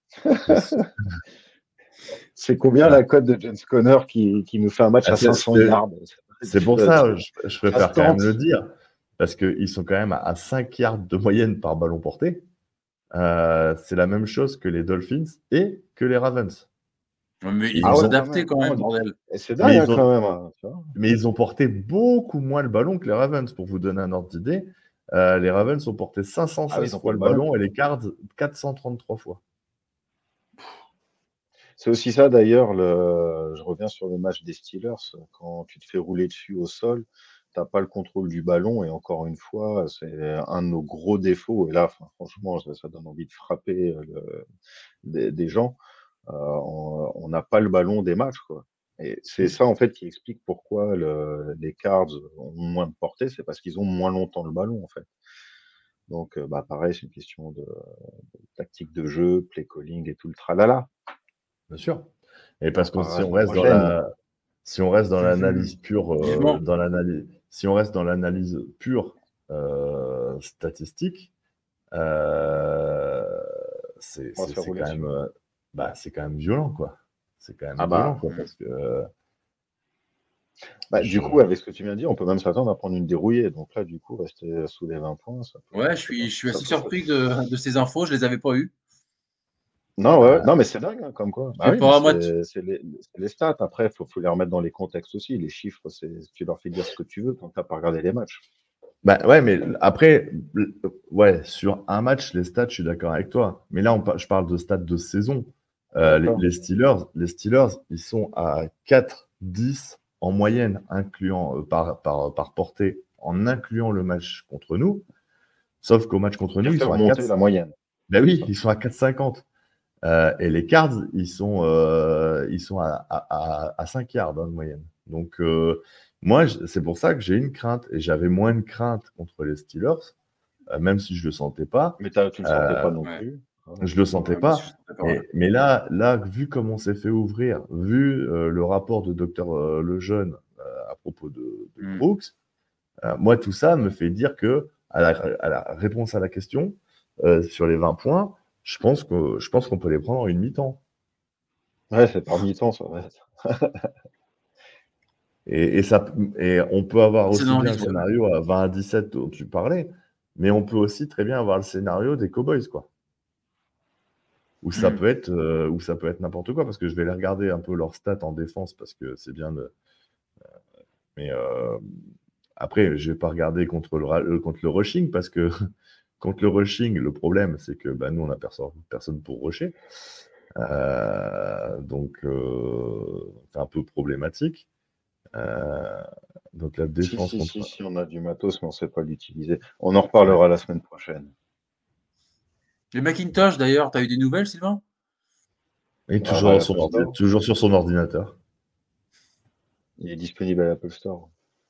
[SPEAKER 4] C'est combien
[SPEAKER 6] Voilà.
[SPEAKER 4] la cote de James Conner qui, qui nous fait un match
[SPEAKER 6] Ah,
[SPEAKER 4] à
[SPEAKER 6] c'est-
[SPEAKER 4] cinq cents
[SPEAKER 6] c'est-
[SPEAKER 4] yards?
[SPEAKER 6] C'est pour
[SPEAKER 4] Tu vois,
[SPEAKER 6] ça,
[SPEAKER 4] c'est-
[SPEAKER 6] je, je
[SPEAKER 4] ça
[SPEAKER 6] préfère
[SPEAKER 4] se
[SPEAKER 6] quand même
[SPEAKER 4] tente.
[SPEAKER 6] le dire, parce qu'ils sont quand même à, à cinq yards de moyenne par ballon porté. Euh, c'est la même chose que les Dolphins et que les Ravens.
[SPEAKER 5] Ouais, mais
[SPEAKER 6] Et
[SPEAKER 5] ils
[SPEAKER 6] ils
[SPEAKER 5] vont
[SPEAKER 4] Ah ouais,
[SPEAKER 6] ont-
[SPEAKER 4] quand
[SPEAKER 5] s'adapter
[SPEAKER 4] même.
[SPEAKER 5] quand même,
[SPEAKER 4] Oh,
[SPEAKER 5] bordel.
[SPEAKER 4] et c'est
[SPEAKER 6] Mais
[SPEAKER 4] dingue
[SPEAKER 6] ils
[SPEAKER 4] hein,
[SPEAKER 6] ont-
[SPEAKER 4] quand même. Hein, tu vois.
[SPEAKER 6] Mais ils ont porté beaucoup moins le ballon que les Ravens. Pour vous donner un ordre d'idée, euh, les Ravens ont porté cinq cent seize
[SPEAKER 4] Ah oui, ils ont
[SPEAKER 6] fois
[SPEAKER 4] pas
[SPEAKER 6] le
[SPEAKER 4] le ballon.
[SPEAKER 6] ballon et les Cards quatre cent trente-trois fois.
[SPEAKER 4] C'est aussi ça d'ailleurs, le... je reviens sur le match des Steelers, quand tu te fais rouler dessus au sol, t'as pas le contrôle du ballon. Et encore une fois, c'est un de nos gros défauts. Et là, enfin, franchement, ça, ça donne envie de frapper euh, le- des, des gens. Euh, on on n'a pas le ballon des matchs, quoi. Et c'est ça, en fait, qui explique pourquoi le- les Cards ont moins de portée. C'est parce qu'ils ont moins longtemps le ballon, en fait. Donc, euh, bah, pareil, c'est une question de, de tactique de jeu, play calling et tout le tralala.
[SPEAKER 6] Bien sûr. Et
[SPEAKER 4] On
[SPEAKER 6] parce que
[SPEAKER 4] pas
[SPEAKER 6] si
[SPEAKER 4] reste
[SPEAKER 6] on reste dans
[SPEAKER 4] homogène.
[SPEAKER 6] la, si on reste dans l'analyse pure, euh,
[SPEAKER 5] Vivement.
[SPEAKER 6] dans l'analyse, si on reste dans l'analyse pure euh, statistique, euh, c'est
[SPEAKER 4] On va se
[SPEAKER 6] c'est-
[SPEAKER 4] faire
[SPEAKER 6] c'est
[SPEAKER 4] rouler
[SPEAKER 6] quand même,
[SPEAKER 4] dessus.
[SPEAKER 6] euh, bah, c'est quand même violent, quoi. C'est quand même
[SPEAKER 4] Ah
[SPEAKER 6] violent,
[SPEAKER 4] bah,
[SPEAKER 6] quoi, parce que euh,
[SPEAKER 4] bah,
[SPEAKER 6] je,
[SPEAKER 4] du coup, avec ce que tu viens de dire, on peut même s'attendre à prendre une dérouillée. Donc là, du coup, rester sous les vingt points, ça peut,
[SPEAKER 5] Ouais, je
[SPEAKER 4] ça
[SPEAKER 5] suis,
[SPEAKER 4] peut,
[SPEAKER 5] je suis
[SPEAKER 4] ça
[SPEAKER 5] assez
[SPEAKER 4] peut- ça-
[SPEAKER 5] surpris de, de ces infos. Je les avais pas eues.
[SPEAKER 4] Non, ouais,
[SPEAKER 6] bah,
[SPEAKER 4] non, mais c'est dingue, hein, comme quoi.
[SPEAKER 5] Je
[SPEAKER 4] Bah
[SPEAKER 5] sais
[SPEAKER 4] oui, mais
[SPEAKER 5] pas, moi, tu-
[SPEAKER 4] c'est c'est les, c'est les stats. Après, faut, faut les remettre dans les contextes aussi. Les chiffres, c'est, tu leur fais dire ce que tu veux quand t'as pas regardé les matchs.
[SPEAKER 6] bah, ouais, mais après, l- ouais, sur un match, les stats, je suis d'accord avec toi. Mais là, on, par- je parle de stats de saison. Euh, les,
[SPEAKER 4] D'accord.
[SPEAKER 6] les Steelers, les Steelers, ils sont à quatre dix en moyenne, incluant euh, par, par, par portée, en incluant le match contre nous. Sauf qu'au match contre
[SPEAKER 4] Qui
[SPEAKER 6] nous, ils
[SPEAKER 4] fait
[SPEAKER 6] sont à
[SPEAKER 4] remonter
[SPEAKER 6] quatre.
[SPEAKER 4] la moyenne.
[SPEAKER 6] Ben oui,
[SPEAKER 4] Ça.
[SPEAKER 6] ils sont à quatre cinquante. Euh, et les Cards, ils sont, euh, ils sont à, à, à, à cinq yards hein, de moyenne. Donc, euh, moi, je- c'est pour ça que j'ai une crainte. Et j'avais moins de crainte contre les Steelers, euh, même si je le sentais pas.
[SPEAKER 4] Mais t'as- tu le sentais
[SPEAKER 6] Euh,
[SPEAKER 4] pas non
[SPEAKER 5] ouais,
[SPEAKER 4] plus. Hein.
[SPEAKER 6] je le sentais
[SPEAKER 5] ouais, moi aussi,
[SPEAKER 6] pas.
[SPEAKER 5] je suis d'accord. Ouais.
[SPEAKER 6] Et, mais là, là, vu comment on s'est fait ouvrir, vu euh, le rapport de docteur euh, Lejeune euh, à propos de, de
[SPEAKER 5] Mm.
[SPEAKER 6] Brooks, euh, moi, tout ça me fait dire que, à la, à la réponse à la question, euh, sur les vingt points, je pense que je pense qu'on peut les prendre en une mi-temps.
[SPEAKER 4] Ouais, c'est par mi-temps, ça va être.
[SPEAKER 6] Et, et, ça, et on peut avoir
[SPEAKER 5] C'est
[SPEAKER 6] aussi
[SPEAKER 5] dans
[SPEAKER 6] bien le
[SPEAKER 5] l'histoire.
[SPEAKER 6] scénario à vingt à dix-sept dont tu parlais, mais on peut aussi très bien avoir le scénario des Cowboys, quoi. Où ça
[SPEAKER 5] Mm.
[SPEAKER 6] peut être, euh, où ça peut être n'importe quoi, parce que je vais les regarder un peu leurs stats en défense, parce que c'est bien de. Mais euh, après, je vais pas regarder contre le, ra- euh, contre le rushing, parce que contre le rushing, le problème, c'est que bah, nous, on n'a personne, personne pour rusher. Euh, donc, euh, c'est un peu problématique. Euh, donc, la
[SPEAKER 4] Si,
[SPEAKER 6] défense
[SPEAKER 4] si, si,
[SPEAKER 6] contre.
[SPEAKER 4] si, on a du matos, mais on sait pas l'utiliser. On en
[SPEAKER 6] Ouais.
[SPEAKER 4] reparlera la semaine prochaine.
[SPEAKER 5] Les Macintosh, d'ailleurs, tu as eu des nouvelles, Sylvain?
[SPEAKER 6] Et
[SPEAKER 4] Bah,
[SPEAKER 6] toujours,
[SPEAKER 4] va à
[SPEAKER 6] dans son
[SPEAKER 4] l'Apple
[SPEAKER 6] ordi-
[SPEAKER 4] Store.
[SPEAKER 6] toujours sur son ordinateur.
[SPEAKER 4] Il est disponible à l'Apple Store.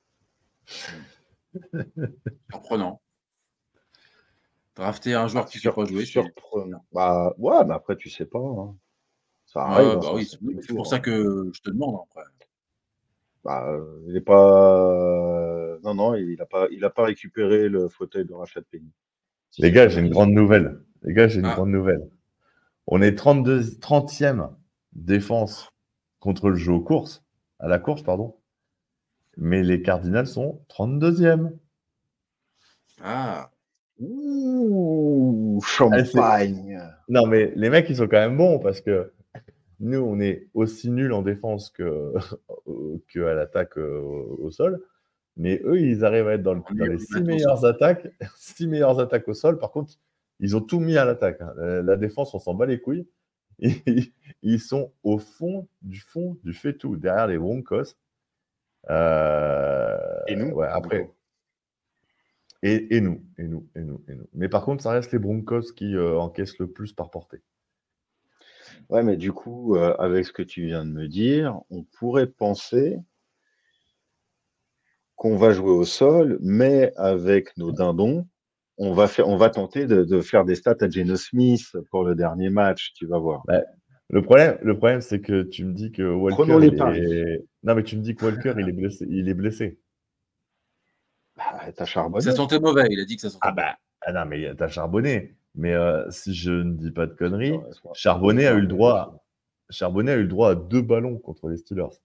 [SPEAKER 5] Surprenant. Drafter un joueur
[SPEAKER 4] Ah,
[SPEAKER 5] qui ne fait
[SPEAKER 4] sur,
[SPEAKER 5] pas jouer, c'est.
[SPEAKER 4] surprenant. Bah, ouais, mais après, tu sais pas. Hein. Ça arrive,
[SPEAKER 5] Ouais,
[SPEAKER 4] hein,
[SPEAKER 5] bah
[SPEAKER 4] ça,
[SPEAKER 5] oui,
[SPEAKER 4] c'est
[SPEAKER 5] c'est
[SPEAKER 4] tous les
[SPEAKER 5] c'est pour ça
[SPEAKER 4] jours. Hein.
[SPEAKER 5] que je te demande après.
[SPEAKER 4] Bah, euh, il est pas. euh, Non, non, il a pas, il a pas récupéré le fauteuil de Rachat Penny. Si
[SPEAKER 6] Les
[SPEAKER 4] c'est
[SPEAKER 6] gars,
[SPEAKER 4] ça
[SPEAKER 6] j'ai
[SPEAKER 4] la
[SPEAKER 6] une
[SPEAKER 4] question.
[SPEAKER 6] grande nouvelle. Les gars, j'ai une
[SPEAKER 5] Ah,
[SPEAKER 6] grande nouvelle. On est trente-deux, trentième défense contre le jeu aux courses, à la course, pardon. Mais les Cardinals sont trente-deuxième.
[SPEAKER 5] ah.
[SPEAKER 4] Ouh,
[SPEAKER 6] Ah, c'est-
[SPEAKER 4] champagne.
[SPEAKER 6] non, mais les mecs, ils sont quand même bons parce que nous, on est aussi nuls en défense que, que à l'attaque euh, au sol. Mais eux, ils arrivent à être dans, le-
[SPEAKER 5] On
[SPEAKER 6] dans
[SPEAKER 5] est-
[SPEAKER 6] les
[SPEAKER 5] on est
[SPEAKER 6] six
[SPEAKER 5] matos,
[SPEAKER 6] meilleures attaques, six meilleures attaques au sol. Par contre, ils ont tout mis à l'attaque. Hein. La, la défense, on s'en bat les couilles. Ils, ils sont au fond du fond du fait tout, derrière les Broncos. Euh,
[SPEAKER 4] Et nous,
[SPEAKER 6] ouais,
[SPEAKER 4] du
[SPEAKER 6] après,
[SPEAKER 4] coup.
[SPEAKER 6] et, et nous, et nous, et nous, et nous. Mais par contre, ça reste les Broncos qui euh, encaissent le plus par portée.
[SPEAKER 4] Ouais, mais du coup, euh, avec ce que tu viens de me dire, on pourrait penser qu'on va jouer au sol, mais avec nos dindons, on va faire, on va tenter de, de faire des stats à Geno Smith pour le dernier match, tu vas voir.
[SPEAKER 6] Ouais. Le problème, le problème, c'est que tu me dis que Walker,
[SPEAKER 4] Prenons les
[SPEAKER 6] il
[SPEAKER 4] paris.
[SPEAKER 6] est. Non, mais tu me dis que Walker, il est blessé. Il est blessé.
[SPEAKER 4] Bah, t'as
[SPEAKER 5] Ça
[SPEAKER 4] charbonné.
[SPEAKER 5] sentait mauvais, il a dit que ça sentait
[SPEAKER 6] Ah
[SPEAKER 5] mauvais.
[SPEAKER 6] bah, ah non, mais t'as charbonné. Mais euh, si je ne dis pas de conneries,
[SPEAKER 4] Laisse-moi
[SPEAKER 6] Charbonnet a
[SPEAKER 4] laisse-moi
[SPEAKER 6] eu le droit.
[SPEAKER 4] vérifier.
[SPEAKER 6] Charbonnet a eu le droit à deux ballons contre les Steelers.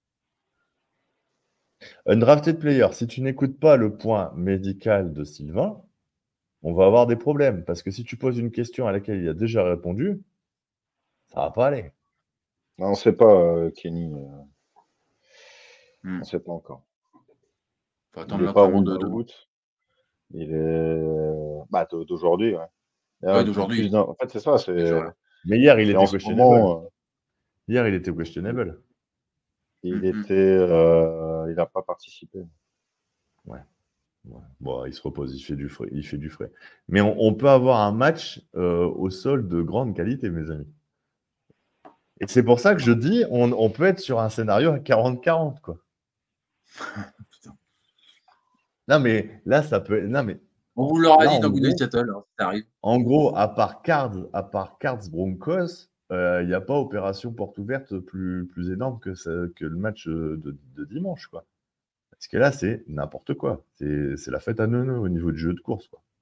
[SPEAKER 6] Undrafted player, si tu n'écoutes pas le point médical de Sylvain, on va avoir des problèmes. Parce que si tu poses une question à laquelle il a déjà répondu, ça va pas aller.
[SPEAKER 4] Non, on ne sait pas, euh, Kenny. euh,
[SPEAKER 5] Hmm.
[SPEAKER 4] On ne sait pas encore.
[SPEAKER 5] Faut
[SPEAKER 4] Il
[SPEAKER 5] attendre
[SPEAKER 4] n'est pas
[SPEAKER 5] l'entraînement de
[SPEAKER 4] ruled
[SPEAKER 5] demain.
[SPEAKER 4] out. Il est bah, d- d'aujourd'hui. Ouais. Il y a
[SPEAKER 5] Ouais,
[SPEAKER 4] un peu plus
[SPEAKER 5] d'aujourd'hui.
[SPEAKER 4] d'un. En fait, c'est ça. C'est
[SPEAKER 5] Déjà.
[SPEAKER 6] Mais hier, il
[SPEAKER 4] c'est en
[SPEAKER 6] était
[SPEAKER 4] ce
[SPEAKER 6] questionable.
[SPEAKER 4] moment. euh,
[SPEAKER 6] Hier, il était questionable.
[SPEAKER 4] Il
[SPEAKER 5] Mhm.
[SPEAKER 4] était. euh, Il n'a pas participé.
[SPEAKER 6] Ouais. Ouais. Bon, il se repose, il fait du frais. Il fait du frais. Mais on, on peut avoir un match euh, au sol de grande qualité, mes amis. Et c'est pour ça que je dis, on, on peut être sur un scénario à quarante quarante, quoi.
[SPEAKER 5] Putain.
[SPEAKER 6] Non, mais là, ça peut. Non, mais
[SPEAKER 5] On vous l'aura
[SPEAKER 6] là,
[SPEAKER 5] dit
[SPEAKER 6] en
[SPEAKER 5] dans Good Night
[SPEAKER 6] gros,
[SPEAKER 5] Seattle, hein, ça arrive.
[SPEAKER 6] en gros, à part Cards, à part Cards Broncos, il n'y a pas opération porte ouverte plus, plus énorme que, ça, que le match de, de dimanche, quoi. Parce que là, c'est n'importe quoi. C'est c'est la fête à neuneux au niveau du jeu de course, quoi.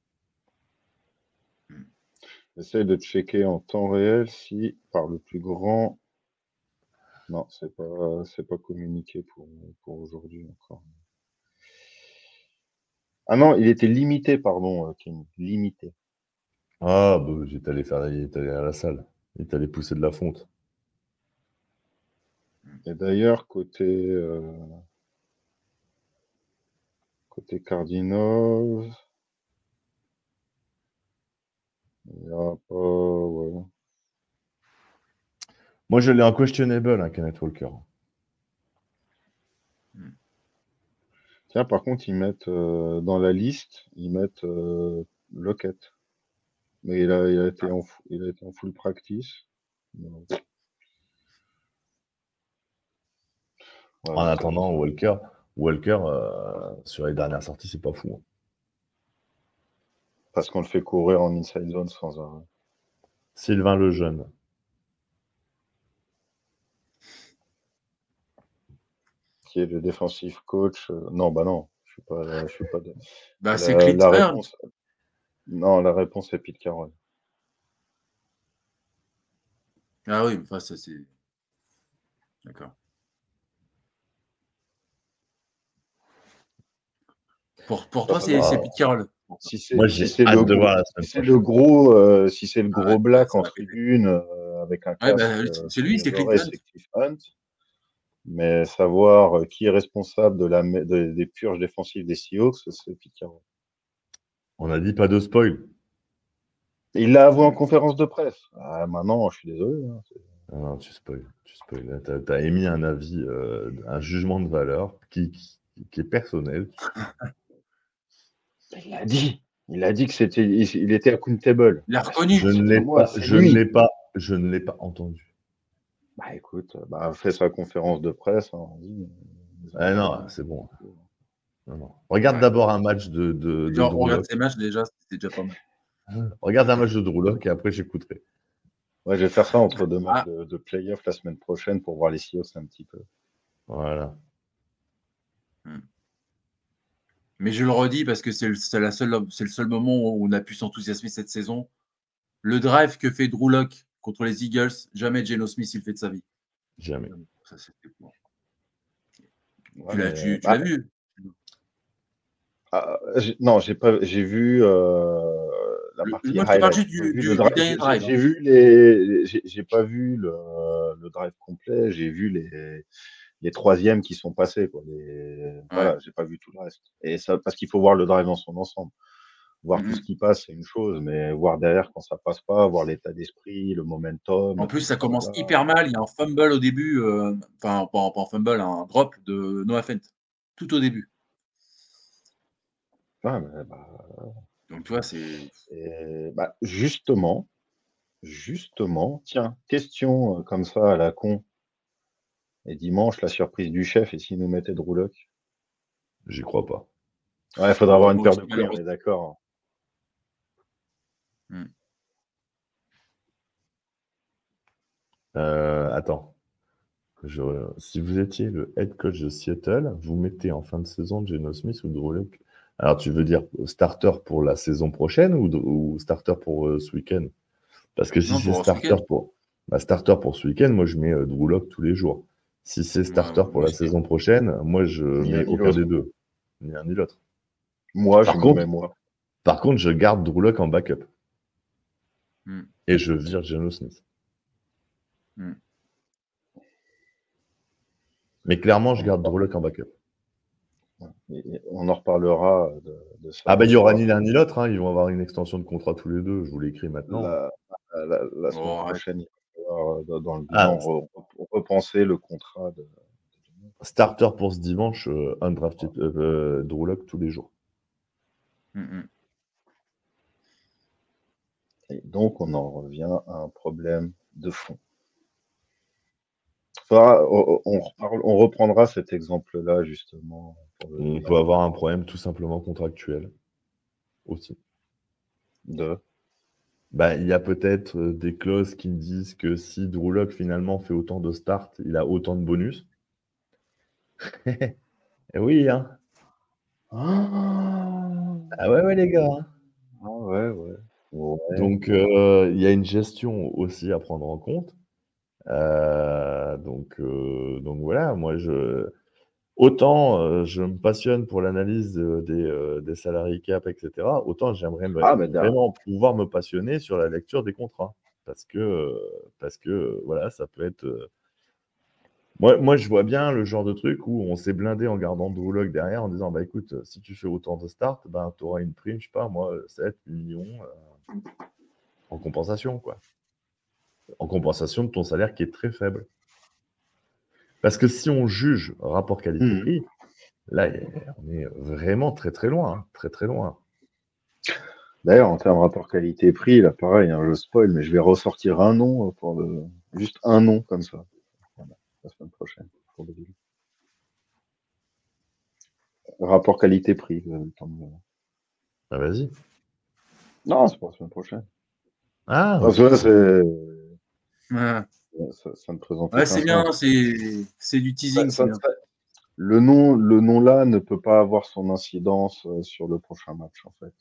[SPEAKER 4] J'essaie de checker en temps réel si par le plus grand. Non, c'est pas, c'est pas communiqué pour, pour aujourd'hui encore. Ah non, il était limité, pardon, euh, Kenny. Limité.
[SPEAKER 6] Ah, bah, j'étais allé faire, il est allé à la salle. Il est allé pousser de la fonte.
[SPEAKER 4] Et d'ailleurs, côté, euh, côté Cardinals, il n'y a pas. Ouais.
[SPEAKER 6] Moi, je l'ai en questionable, hein, Kenneth Walker.
[SPEAKER 4] Tiens, par contre, ils mettent euh, dans la liste, ils mettent euh, Lockett. Mais il a, il a été en, fou- il a été en full practice. Non. Ouais,
[SPEAKER 6] En
[SPEAKER 4] ça-
[SPEAKER 6] attendant, Walker, Walker euh, sur les dernières sorties, c'est pas fou, hein.
[SPEAKER 4] Parce qu'on le fait courir en inside zone sans arrêt.
[SPEAKER 6] Sylvain Lejeune.
[SPEAKER 4] Qui est le defensive coach. euh, Non, bah non, je suis pas, je suis pas. de-
[SPEAKER 5] Bah,
[SPEAKER 4] La,
[SPEAKER 5] c'est Clint
[SPEAKER 4] la
[SPEAKER 5] Hurtt.
[SPEAKER 4] réponse. Non, la réponse est Pete Carroll.
[SPEAKER 5] Ah oui, enfin, ça c'est. D'accord. Pour, pour toi, c'est c'est
[SPEAKER 6] Ah,
[SPEAKER 5] Pete Carroll.
[SPEAKER 4] Si c'est
[SPEAKER 6] moi,
[SPEAKER 4] si
[SPEAKER 6] j'ai
[SPEAKER 4] c'est
[SPEAKER 6] hâte
[SPEAKER 4] le
[SPEAKER 6] de
[SPEAKER 4] gros,
[SPEAKER 6] voir la semaine
[SPEAKER 4] si c'est
[SPEAKER 6] prochaine.
[SPEAKER 4] le gros, euh, si c'est le
[SPEAKER 5] Ah
[SPEAKER 4] gros
[SPEAKER 5] ouais,
[SPEAKER 4] black
[SPEAKER 5] ça
[SPEAKER 4] en
[SPEAKER 5] va péter.
[SPEAKER 4] tribune euh, avec un
[SPEAKER 5] Ouais,
[SPEAKER 4] casque
[SPEAKER 5] bah,
[SPEAKER 4] euh,
[SPEAKER 5] c'est
[SPEAKER 4] sur
[SPEAKER 5] lui,
[SPEAKER 4] les
[SPEAKER 5] c'est Clint
[SPEAKER 4] oreilles,
[SPEAKER 5] Hunt.
[SPEAKER 4] c'est Cliff Hunt. Mais savoir euh, qui est responsable de la me- de- des purges défensives des Seahawks, c'est Pete Carroll.
[SPEAKER 6] On a dit pas de spoil.
[SPEAKER 4] Il l'a avoué en conférence de presse. Ah, maintenant, je suis désolé. Hein.
[SPEAKER 6] Non, non, tu spoil. Tu spoil. Tu as, t'as émis un avis, euh, un jugement de valeur qui, qui, qui est personnel.
[SPEAKER 4] Il a dit. Il a dit que c'était, il, il était accountable.
[SPEAKER 5] Il l'a
[SPEAKER 4] Ah,
[SPEAKER 5] reconnu.
[SPEAKER 6] Je
[SPEAKER 4] c'est
[SPEAKER 6] ne
[SPEAKER 4] pas
[SPEAKER 6] l'ai
[SPEAKER 4] moi,
[SPEAKER 6] pas,
[SPEAKER 4] c'est
[SPEAKER 6] je ne
[SPEAKER 4] lui.
[SPEAKER 6] l'ai pas, je ne l'ai pas entendu.
[SPEAKER 4] Bah écoute, bah, fait sa conférence de presse. Hein, vas-y.
[SPEAKER 6] Ah non, c'est bon. Non, non. Regarde
[SPEAKER 5] Ouais.
[SPEAKER 6] d'abord un match de, de, de
[SPEAKER 5] Genre, on
[SPEAKER 6] Drew
[SPEAKER 5] regarde
[SPEAKER 6] Lock.
[SPEAKER 5] ses matchs déjà, c'était déjà pas mal.
[SPEAKER 6] Regarde un match de Drew Lock et après j'écouterai.
[SPEAKER 4] Ouais, je vais faire ça entre deux matchs
[SPEAKER 5] Ah,
[SPEAKER 4] de, de playoff la semaine prochaine pour voir les Seahawks un petit peu.
[SPEAKER 6] Voilà.
[SPEAKER 5] mais je le redis parce que c'est le, c'est la seule, c'est le seul moment où on a pu s'enthousiasmer cette saison. Le drive que fait Drew Lock contre les Eagles, jamais Geno Smith il fait de sa vie.
[SPEAKER 6] Jamais.
[SPEAKER 5] Ça, c'était bon.
[SPEAKER 4] Ouais,
[SPEAKER 5] Tu l'as,
[SPEAKER 4] mais,
[SPEAKER 5] tu, tu
[SPEAKER 4] bah,
[SPEAKER 5] l'as vu.
[SPEAKER 4] ah, j'ai- non, j'ai pas, j'ai vu euh, la
[SPEAKER 5] Le-
[SPEAKER 4] partie
[SPEAKER 5] moi, je te parle
[SPEAKER 4] highlight.
[SPEAKER 5] juste
[SPEAKER 4] J'ai pas
[SPEAKER 5] du,
[SPEAKER 4] vu le
[SPEAKER 5] du, du
[SPEAKER 4] drive.
[SPEAKER 5] dernier
[SPEAKER 4] J'ai j'ai-
[SPEAKER 5] drive.
[SPEAKER 4] j'ai
[SPEAKER 5] hein.
[SPEAKER 4] vu les, j'ai j'ai pas vu le, le drive complet. J'ai vu les, les troisièmes qui sont passés. Quoi. Les,
[SPEAKER 5] Ouais.
[SPEAKER 4] Voilà, j'ai pas vu tout le reste. Et ça, parce qu'il faut voir le drive dans son ensemble. Voir tout
[SPEAKER 5] Mhm.
[SPEAKER 4] ce qui passe, c'est une chose, mais voir derrière quand ça passe pas, voir l'état d'esprit, le momentum,
[SPEAKER 5] En
[SPEAKER 4] tout
[SPEAKER 5] plus, ça
[SPEAKER 4] ça.
[SPEAKER 5] commence
[SPEAKER 4] Voilà.
[SPEAKER 5] hyper mal. Il y a un fumble au début. euh, Enfin, pas, pas un fumble, un drop de Noah Fent. Tout au début.
[SPEAKER 4] Ouais, mais, bah,
[SPEAKER 5] Donc, tu vois, c'est.
[SPEAKER 4] et, bah, justement, justement, tiens, question euh, comme ça à la con. Et dimanche, la surprise du chef, et s'il nous mettait Drew Lock?
[SPEAKER 6] J'y crois pas.
[SPEAKER 4] Ouais, il faudra
[SPEAKER 5] Bon,
[SPEAKER 4] avoir une
[SPEAKER 5] moi
[SPEAKER 4] paire
[SPEAKER 5] aussi,
[SPEAKER 4] de couilles, on est
[SPEAKER 5] malheureusement.
[SPEAKER 4] d'accord.
[SPEAKER 5] Hmm.
[SPEAKER 6] Euh, attends. Je, si vous étiez le head coach de Seattle, vous mettez en fin de saison Geno Smith ou Drew Lock. Alors, tu veux dire starter pour la saison prochaine ou, ou starter pour euh, ce week-end? Parce que si
[SPEAKER 5] Non,
[SPEAKER 6] c'est
[SPEAKER 5] pour ce
[SPEAKER 6] starter
[SPEAKER 5] week-end.
[SPEAKER 6] pour, bah, starter pour ce week-end, moi je mets euh, Drew Lock tous les jours. Si c'est
[SPEAKER 5] Ouais,
[SPEAKER 6] starter
[SPEAKER 5] ouais,
[SPEAKER 6] pour
[SPEAKER 5] moi
[SPEAKER 6] la
[SPEAKER 5] aussi.
[SPEAKER 6] saison prochaine, moi je
[SPEAKER 4] Ni l'un
[SPEAKER 6] mets
[SPEAKER 4] ni
[SPEAKER 6] aucun
[SPEAKER 4] l'autre.
[SPEAKER 6] des deux, ni l'un ni l'autre.
[SPEAKER 4] Moi, je
[SPEAKER 6] Par
[SPEAKER 4] me
[SPEAKER 6] contre,
[SPEAKER 4] mets moi.
[SPEAKER 6] par contre, je garde Drew Lock en backup
[SPEAKER 5] Hmm.
[SPEAKER 6] et je vire Geno Smith.
[SPEAKER 5] Hmm.
[SPEAKER 6] Mais clairement, je
[SPEAKER 4] On en,
[SPEAKER 6] garde
[SPEAKER 4] par-
[SPEAKER 6] Drew Lock en backup.
[SPEAKER 4] et- et on en reparlera de, de ça
[SPEAKER 6] Ah bah
[SPEAKER 4] le
[SPEAKER 6] il y aura
[SPEAKER 4] soir.
[SPEAKER 6] ni l'un ni l'autre, hein. Ils vont avoir une extension de contrat tous les deux. Je vous l'écris maintenant.
[SPEAKER 4] La, la, la semaine
[SPEAKER 5] Oh, arrête.
[SPEAKER 4] prochaine, il va falloir, euh, dans, dans le
[SPEAKER 6] Ah,
[SPEAKER 4] bilan, re- re- repenser le contrat de.
[SPEAKER 6] starter pour ce dimanche, euh, undrafted euh, euh, Drew Lock tous les jours.
[SPEAKER 5] Mm-hmm.
[SPEAKER 4] Et donc, on en revient à un problème de fond. Enfin, on, on, reparle, on reprendra cet exemple-là, justement. Pour le
[SPEAKER 6] On peut avoir un problème tout simplement contractuel aussi.
[SPEAKER 4] De
[SPEAKER 6] Bah, il y a peut-être euh, des clauses qui me disent que si Drew Lock finalement fait autant de starts, il a autant de bonus. Et oui, hein.
[SPEAKER 4] Ah,
[SPEAKER 6] Ah ouais, ouais, les gars. Hein.
[SPEAKER 4] ah ouais, ouais. ouais.
[SPEAKER 6] Donc, euh, il y a une gestion aussi à prendre en compte. Euh, donc, euh, donc voilà, moi, je... autant euh, je me passionne pour l'analyse de- des, euh, des salariés cap, et cetera, autant j'aimerais me-
[SPEAKER 4] Ah, mais d'accord.
[SPEAKER 6] vraiment pouvoir me passionner sur la lecture des contrats. Parce que, euh, parce que euh, voilà, ça peut être... euh, Moi, moi, je vois bien le genre de truc où on s'est blindé en gardant Drew Lock derrière en disant, bah écoute, si tu fais autant de starts, bah, tu auras une prime, je sais pas, moi, sept millions euh, en compensation, quoi. En compensation de ton salaire qui est très faible. Parce que si on juge rapport qualité-prix, là, on est vraiment très très loin, hein, très très loin.
[SPEAKER 4] D'ailleurs, en termes de rapport qualité-prix, là, pareil, hein, je spoil, mais je vais ressortir un nom pour le, juste un nom comme ça. Voilà, la semaine prochaine pour le deal. Rapport qualité-prix. Vous avez le temps de...
[SPEAKER 6] Ah, vas-y.
[SPEAKER 4] Non, c'est pour la semaine prochaine.
[SPEAKER 6] Ah,
[SPEAKER 4] Parce que là,
[SPEAKER 6] ok.
[SPEAKER 4] c'est,
[SPEAKER 5] Ouais,
[SPEAKER 4] ça, ça ne présente
[SPEAKER 5] ouais
[SPEAKER 4] aucun
[SPEAKER 5] c'est
[SPEAKER 4] sens.
[SPEAKER 5] bien, c'est, c'est du teasing.
[SPEAKER 4] Ça-
[SPEAKER 5] C'est
[SPEAKER 4] ça-
[SPEAKER 5] bien.
[SPEAKER 4] ça- le nom, le nom là ne peut pas avoir son incidence euh, sur le prochain match, en fait.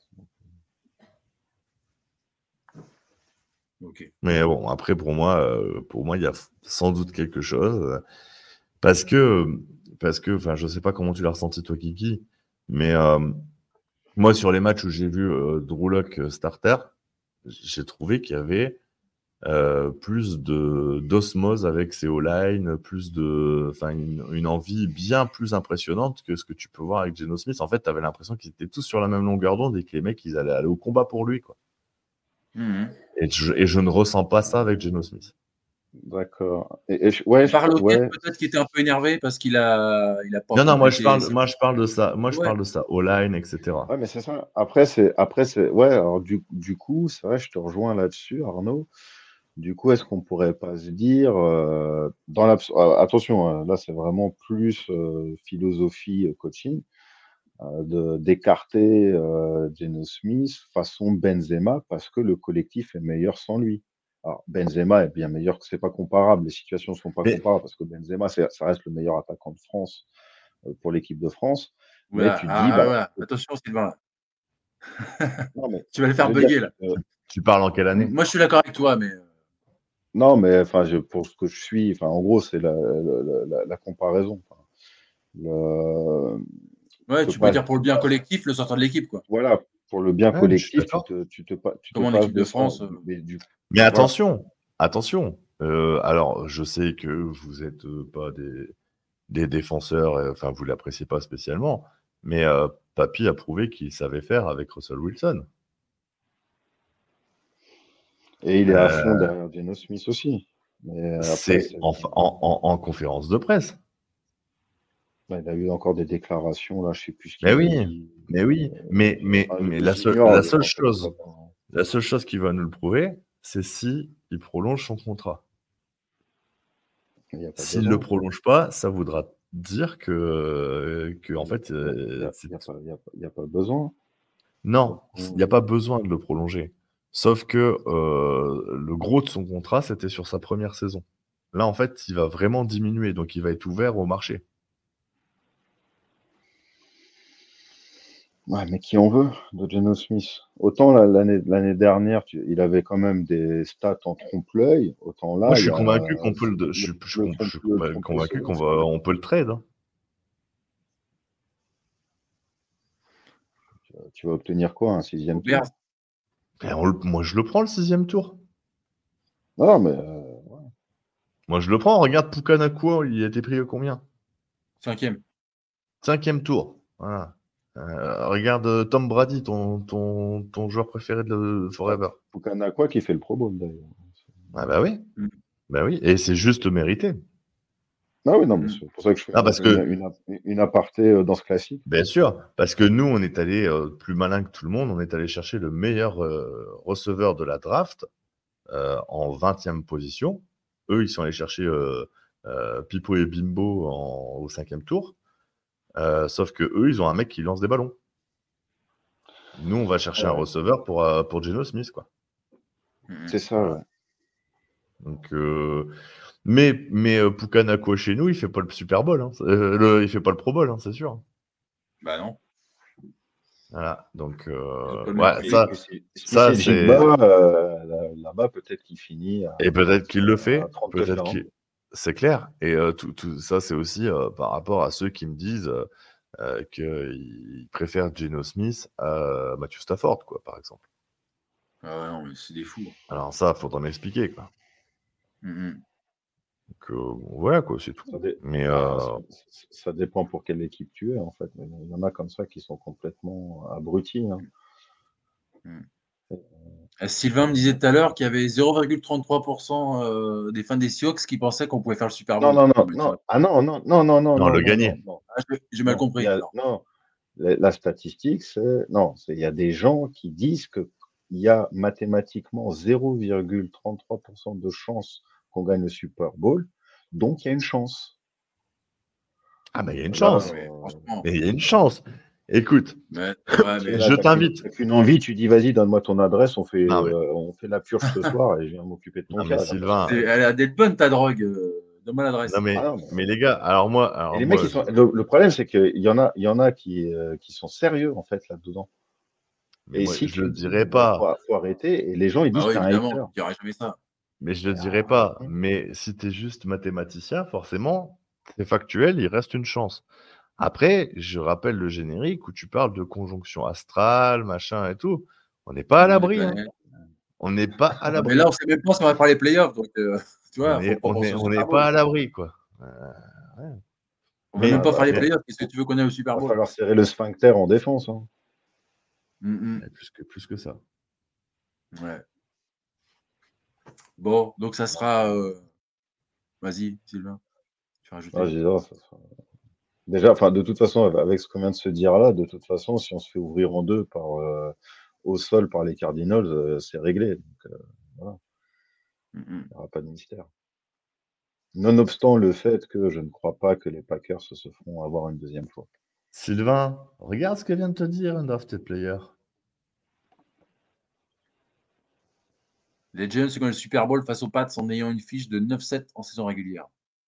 [SPEAKER 5] Ok.
[SPEAKER 6] Mais bon, après, pour moi, euh, pour moi, il y a sans doute quelque chose. euh, Parce que, parce que, enfin, je sais pas comment tu l'as ressenti, toi, Kiki, mais euh, moi, sur les matchs où j'ai vu euh, Drew Lock euh, starter, j'ai trouvé qu'il y avait euh, plus de d'osmose avec ses O-line, plus de, enfin, une, une envie bien plus impressionnante que ce que tu peux voir avec Geno Smith. En fait, tu avais l'impression qu'ils étaient tous sur la même longueur d'onde et que les mecs, ils allaient aller au combat pour lui, quoi.
[SPEAKER 5] Mm-hmm.
[SPEAKER 6] Et je, et je ne ressens pas ça avec Geno Smith.
[SPEAKER 4] D'accord. Et, et je- ouais, je-
[SPEAKER 5] Par Lockett,
[SPEAKER 4] ouais.
[SPEAKER 5] peut-être qu'il était un peu énervé parce qu'il a, il a pas
[SPEAKER 6] Non, non, moi je
[SPEAKER 5] complété.
[SPEAKER 6] parle, moi je parle de ça, moi je
[SPEAKER 5] Ouais.
[SPEAKER 6] parle de ça, O-line, et cetera.
[SPEAKER 4] Ouais, mais c'est ça. Après, c'est, après, c'est, ouais, alors du, du coup, c'est vrai, je te rejoins là-dessus, Arnaud. Du coup, est-ce qu'on pourrait pas se dire, euh, dans l'abs- euh, attention, hein, là, c'est vraiment plus euh, philosophie euh, coaching, euh, de, d'écarter euh, Geno Smith façon Benzema parce que le collectif est meilleur sans lui. Alors, Benzema est bien meilleur que c'est pas comparable, les situations sont pas
[SPEAKER 6] Mais-
[SPEAKER 4] comparables parce que Benzema, c'est- ça reste le meilleur attaquant de France euh, pour l'équipe de France.
[SPEAKER 5] Voilà.
[SPEAKER 4] Mais tu te
[SPEAKER 5] Ah,
[SPEAKER 4] dis,
[SPEAKER 5] ah,
[SPEAKER 4] bah,
[SPEAKER 5] voilà. Attention, Sylvain.
[SPEAKER 4] non, mais
[SPEAKER 5] Tu vas le
[SPEAKER 4] je
[SPEAKER 5] faire
[SPEAKER 4] veux dire,
[SPEAKER 5] bugger là.
[SPEAKER 4] euh,
[SPEAKER 6] Tu parles en quelle année?
[SPEAKER 5] Moi, je suis d'accord avec toi, mais
[SPEAKER 4] non, mais enfin, je, pour ce que je suis, enfin, en gros, c'est la, la, la, la comparaison. Enfin, le,
[SPEAKER 5] ouais,
[SPEAKER 4] peux
[SPEAKER 5] tu peux
[SPEAKER 4] pas,
[SPEAKER 5] dire pour le bien collectif, le sortant de l'équipe, quoi.
[SPEAKER 4] voilà, pour le bien
[SPEAKER 6] Ouais, je suis
[SPEAKER 4] collectif, tu
[SPEAKER 6] d'accord.
[SPEAKER 4] te, tu te, pa- tu te
[SPEAKER 5] Comme en
[SPEAKER 4] passes
[SPEAKER 5] équipe
[SPEAKER 4] de
[SPEAKER 5] de
[SPEAKER 4] ça.
[SPEAKER 5] France. euh,
[SPEAKER 4] Mais du,
[SPEAKER 6] Mais
[SPEAKER 4] voilà.
[SPEAKER 6] attention, attention. Euh, alors, je sais que vous êtes euh, pas des, des défenseurs, euh, enfin, vous l'appréciez pas spécialement, mais euh, Papy a prouvé qu'il savait faire avec Russell Wilson.
[SPEAKER 4] Et il est à fond
[SPEAKER 6] Euh,
[SPEAKER 4] derrière Geno Smith aussi. Mais après,
[SPEAKER 6] c'est
[SPEAKER 4] c'est-
[SPEAKER 6] en, en, en, en conférence de presse.
[SPEAKER 4] bah, il a eu encore des déclarations, là, je sais plus ce
[SPEAKER 6] Mais
[SPEAKER 4] qu'il a
[SPEAKER 6] oui,
[SPEAKER 4] dit.
[SPEAKER 6] mais oui, mais, mais,
[SPEAKER 4] Enfin,
[SPEAKER 6] mais la seule,
[SPEAKER 4] j'ignore,
[SPEAKER 6] la
[SPEAKER 4] je
[SPEAKER 6] seule
[SPEAKER 4] m'en rappelle
[SPEAKER 6] chose,
[SPEAKER 4] pas.
[SPEAKER 6] la seule chose qui va nous le prouver, c'est si il prolonge son contrat.
[SPEAKER 4] Il y a pas
[SPEAKER 6] S'il ne
[SPEAKER 4] besoin.
[SPEAKER 6] le prolonge pas, ça voudra dire que, que en fait,
[SPEAKER 4] Il y a- il y
[SPEAKER 6] euh,
[SPEAKER 4] a-
[SPEAKER 6] c'est-
[SPEAKER 4] il y a pas- il y a- il y a pas besoin.
[SPEAKER 6] non, il n'y a pas besoin de le prolonger. Sauf que euh, le gros de son contrat, c'était sur sa première saison. Là, en fait, il va vraiment diminuer, donc il va être ouvert au marché.
[SPEAKER 4] Ouais, mais qui en veut de Geno Smith? Autant là, l'année l'année dernière, tu- il avait quand même des stats en trompe-l'œil. Autant là,
[SPEAKER 6] Moi, je
[SPEAKER 4] il y
[SPEAKER 6] suis
[SPEAKER 4] a
[SPEAKER 6] convaincu qu'on peut
[SPEAKER 4] c'est-
[SPEAKER 6] le, je
[SPEAKER 4] le,
[SPEAKER 6] suis, je suis
[SPEAKER 4] le
[SPEAKER 6] con- je
[SPEAKER 4] trompe,
[SPEAKER 6] suis
[SPEAKER 4] le
[SPEAKER 6] conva-
[SPEAKER 4] trompe-l'œil,
[SPEAKER 6] convaincu
[SPEAKER 4] c'est
[SPEAKER 6] qu'on
[SPEAKER 4] c'est
[SPEAKER 6] va,
[SPEAKER 4] pas là.
[SPEAKER 6] on peut le trade. Hein.
[SPEAKER 4] Tu vas tu vas obtenir quoi? Un sixième tour?
[SPEAKER 5] Bears.
[SPEAKER 6] Et on le- moi, je le prends le sixième tour.
[SPEAKER 4] Non, mais euh, ouais.
[SPEAKER 6] Moi, je le prends. Regarde Pukanakua, il a été pris à combien?
[SPEAKER 5] Cinquième.
[SPEAKER 6] Cinquième tour. Voilà. Euh, regarde euh, Tom Brady, ton, ton, ton joueur préféré de Forever.
[SPEAKER 4] Pukanakua qui fait le Pro Bowl d'ailleurs.
[SPEAKER 6] Ah bah oui.
[SPEAKER 5] Mm.
[SPEAKER 6] Bah oui. Et c'est juste mérité.
[SPEAKER 4] Ah oui, non, mais c'est pour ça que je fais
[SPEAKER 6] Ah, parce
[SPEAKER 4] une,
[SPEAKER 6] que,
[SPEAKER 4] une, une, une aparté euh, dans ce classique.
[SPEAKER 6] bien sûr, parce que nous, on est allé euh, plus malin que tout le monde, on est allé chercher le meilleur euh, receveur de la draft euh, en vingtième position. Eux, ils sont allés chercher euh, euh, Pipo et Bimbo en, au cinquième tour. Euh, sauf que eux, ils ont un mec qui lance des ballons. Nous, on va chercher un
[SPEAKER 4] Ouais.
[SPEAKER 6] receveur pour, euh, pour Geno Smith, quoi.
[SPEAKER 4] C'est ça,
[SPEAKER 6] Voilà.
[SPEAKER 4] ouais.
[SPEAKER 6] Donc, euh, mais mais euh, Pukanako chez nous, il fait pas le Super Bowl, hein. Euh, le, il fait pas le Pro Bowl, hein, c'est sûr.
[SPEAKER 5] Bah non.
[SPEAKER 6] Voilà. Donc,
[SPEAKER 5] Ils ont
[SPEAKER 6] euh,
[SPEAKER 5] pas le même
[SPEAKER 6] ouais,
[SPEAKER 5] prix.
[SPEAKER 6] ça,
[SPEAKER 4] Et si, si
[SPEAKER 6] ça
[SPEAKER 4] c'est
[SPEAKER 6] c'est.
[SPEAKER 4] Jigba, euh, là- là-bas, peut-être qu'il finit à,
[SPEAKER 6] Et peut-être qu'il le
[SPEAKER 4] à
[SPEAKER 6] fait,
[SPEAKER 4] trente
[SPEAKER 6] peut-être
[SPEAKER 4] touchdowns.
[SPEAKER 6] qu'il. C'est clair. Et euh, tout, tout ça, c'est aussi euh, par rapport à ceux qui me disent euh, euh, qu'ils préfèrent Geno Smith à Matthew Stafford, quoi, par exemple.
[SPEAKER 5] Ah ouais, non, mais c'est des fous.
[SPEAKER 6] Alors ça, faut t'en expliquer, quoi.
[SPEAKER 5] Mhm.
[SPEAKER 6] Donc, euh, voilà, quoi, c'est
[SPEAKER 4] Ça,
[SPEAKER 6] tout.
[SPEAKER 4] dé-
[SPEAKER 6] Mais
[SPEAKER 4] ah,
[SPEAKER 6] euh,
[SPEAKER 4] ça, ça- ça dépend pour quelle équipe tu es, en fait. Mais il y en a comme ça qui sont complètement abrutis. Hein.
[SPEAKER 5] Mhm. Euh, Sylvain me disait tout à l'heure qu'il y avait zéro virgule trente-trois pour cent euh, des fans des Seahawks qui pensaient qu'on pouvait faire le Super
[SPEAKER 4] Non,
[SPEAKER 5] Bowl.
[SPEAKER 4] non,
[SPEAKER 5] Il
[SPEAKER 4] non,
[SPEAKER 5] m'a dit.
[SPEAKER 4] non. Ah non, non, non, non, non,
[SPEAKER 6] non,
[SPEAKER 4] non,
[SPEAKER 6] le
[SPEAKER 4] non,
[SPEAKER 6] gagner.
[SPEAKER 4] non, non.
[SPEAKER 5] Ah, j'ai- j'ai mal
[SPEAKER 4] Non, il y
[SPEAKER 5] compris.
[SPEAKER 4] a,
[SPEAKER 5] alors.
[SPEAKER 4] non. La, la statistique, c'est non, c'est il y a des gens qui disent que il y a mathématiquement zéro virgule trente-trois pour cent de chances qu'on gagne le Super Bowl, donc il y a une chance.
[SPEAKER 6] Ah, mais il y a une
[SPEAKER 4] Là,
[SPEAKER 6] chance.
[SPEAKER 5] Mais
[SPEAKER 4] euh,
[SPEAKER 5] franchement.
[SPEAKER 6] Mais il y a une chance. Écoute,
[SPEAKER 5] Mais, ouais, mais,
[SPEAKER 6] je
[SPEAKER 4] là, t'as qu'une
[SPEAKER 6] t'invite.
[SPEAKER 4] t'as qu'une envie, tu dis vas-y, donne-moi ton adresse, on fait,
[SPEAKER 6] Non, mais,
[SPEAKER 4] euh, on fait la purge ce soir et je viens m'occuper de ton
[SPEAKER 6] non, mais
[SPEAKER 4] cas. Là, parce que...
[SPEAKER 6] Sylvain,
[SPEAKER 5] c'est- elle a d'être bonne ta drogue. euh, Donne-moi l'adresse.
[SPEAKER 6] non, mais,
[SPEAKER 4] Ah non, mais-
[SPEAKER 6] mais les gars, alors moi,
[SPEAKER 4] Et
[SPEAKER 6] alors
[SPEAKER 4] les mecs,
[SPEAKER 6] moi
[SPEAKER 4] ils sont...
[SPEAKER 6] je-
[SPEAKER 4] le, le problème, c'est qu'il y en a, il y en a qui, euh, qui sont sérieux en fait là-dedans.
[SPEAKER 6] mais
[SPEAKER 4] Et
[SPEAKER 6] moi,
[SPEAKER 4] si
[SPEAKER 6] je
[SPEAKER 4] tu
[SPEAKER 6] le
[SPEAKER 4] dis,
[SPEAKER 6] dirais
[SPEAKER 4] bah, faut,
[SPEAKER 6] pas.
[SPEAKER 4] faut arrêter, et les gens ils
[SPEAKER 5] Bah
[SPEAKER 4] disent
[SPEAKER 5] oui,
[SPEAKER 4] t'es un
[SPEAKER 5] évidemment,
[SPEAKER 4] hater.
[SPEAKER 5] tu diras jamais ça.
[SPEAKER 6] Mais je le
[SPEAKER 4] Ah,
[SPEAKER 6] dirais pas.
[SPEAKER 4] ouais.
[SPEAKER 6] Mais si tu es juste mathématicien, forcément, c'est factuel, il reste une chance. Après, je rappelle le générique où tu parles de conjonction astrale, machin et tout. On n'est pas à
[SPEAKER 5] Le nom des
[SPEAKER 6] l'abri, hein.
[SPEAKER 5] planètes.
[SPEAKER 6] On n'est pas à
[SPEAKER 5] Ouais, mais
[SPEAKER 6] l'abri.
[SPEAKER 5] là, on sait même pas si on va faire les playoffs. Donc, euh, tu
[SPEAKER 6] On
[SPEAKER 5] vois, faut
[SPEAKER 6] est,
[SPEAKER 5] pas
[SPEAKER 6] on
[SPEAKER 5] penser
[SPEAKER 6] est,
[SPEAKER 5] au
[SPEAKER 6] on n'est
[SPEAKER 5] Super
[SPEAKER 6] pas à
[SPEAKER 5] Bowl.
[SPEAKER 6] l'abri, quoi. Euh, ouais.
[SPEAKER 5] On va
[SPEAKER 6] Mais,
[SPEAKER 5] même pas
[SPEAKER 4] Ah,
[SPEAKER 5] faire les
[SPEAKER 4] bah,
[SPEAKER 6] mais-
[SPEAKER 5] playoffs. Qu'est-ce que tu veux qu'on ait au Super
[SPEAKER 4] va
[SPEAKER 5] Bowl?
[SPEAKER 4] falloir serrer le sphincter en défense. Hein.
[SPEAKER 5] Mm,
[SPEAKER 6] mais plus que, plus que ça.
[SPEAKER 5] mm. Ouais. Bon, donc ça sera. euh, Vas-y, Sylvain. Tu vas rajouter.
[SPEAKER 4] Ah, je dis, ah, ça sera- Déjà, enfin, de toute façon, avec ce qu'on vient de se dire là, de toute façon, si on se fait ouvrir en deux par, euh, au sol par les Cardinals, euh, c'est réglé. Donc, euh, voilà,
[SPEAKER 5] Mm, mm.
[SPEAKER 4] il n'y aura pas de mystère. Nonobstant le fait que je ne crois pas que les Packers se feront avoir une deuxième fois.
[SPEAKER 6] Sylvain, regarde ce que vient de te dire un drafted player.
[SPEAKER 5] Les Giants gagnent le Super Bowl face aux Pats en ayant une fiche de neuf sept en saison régulière.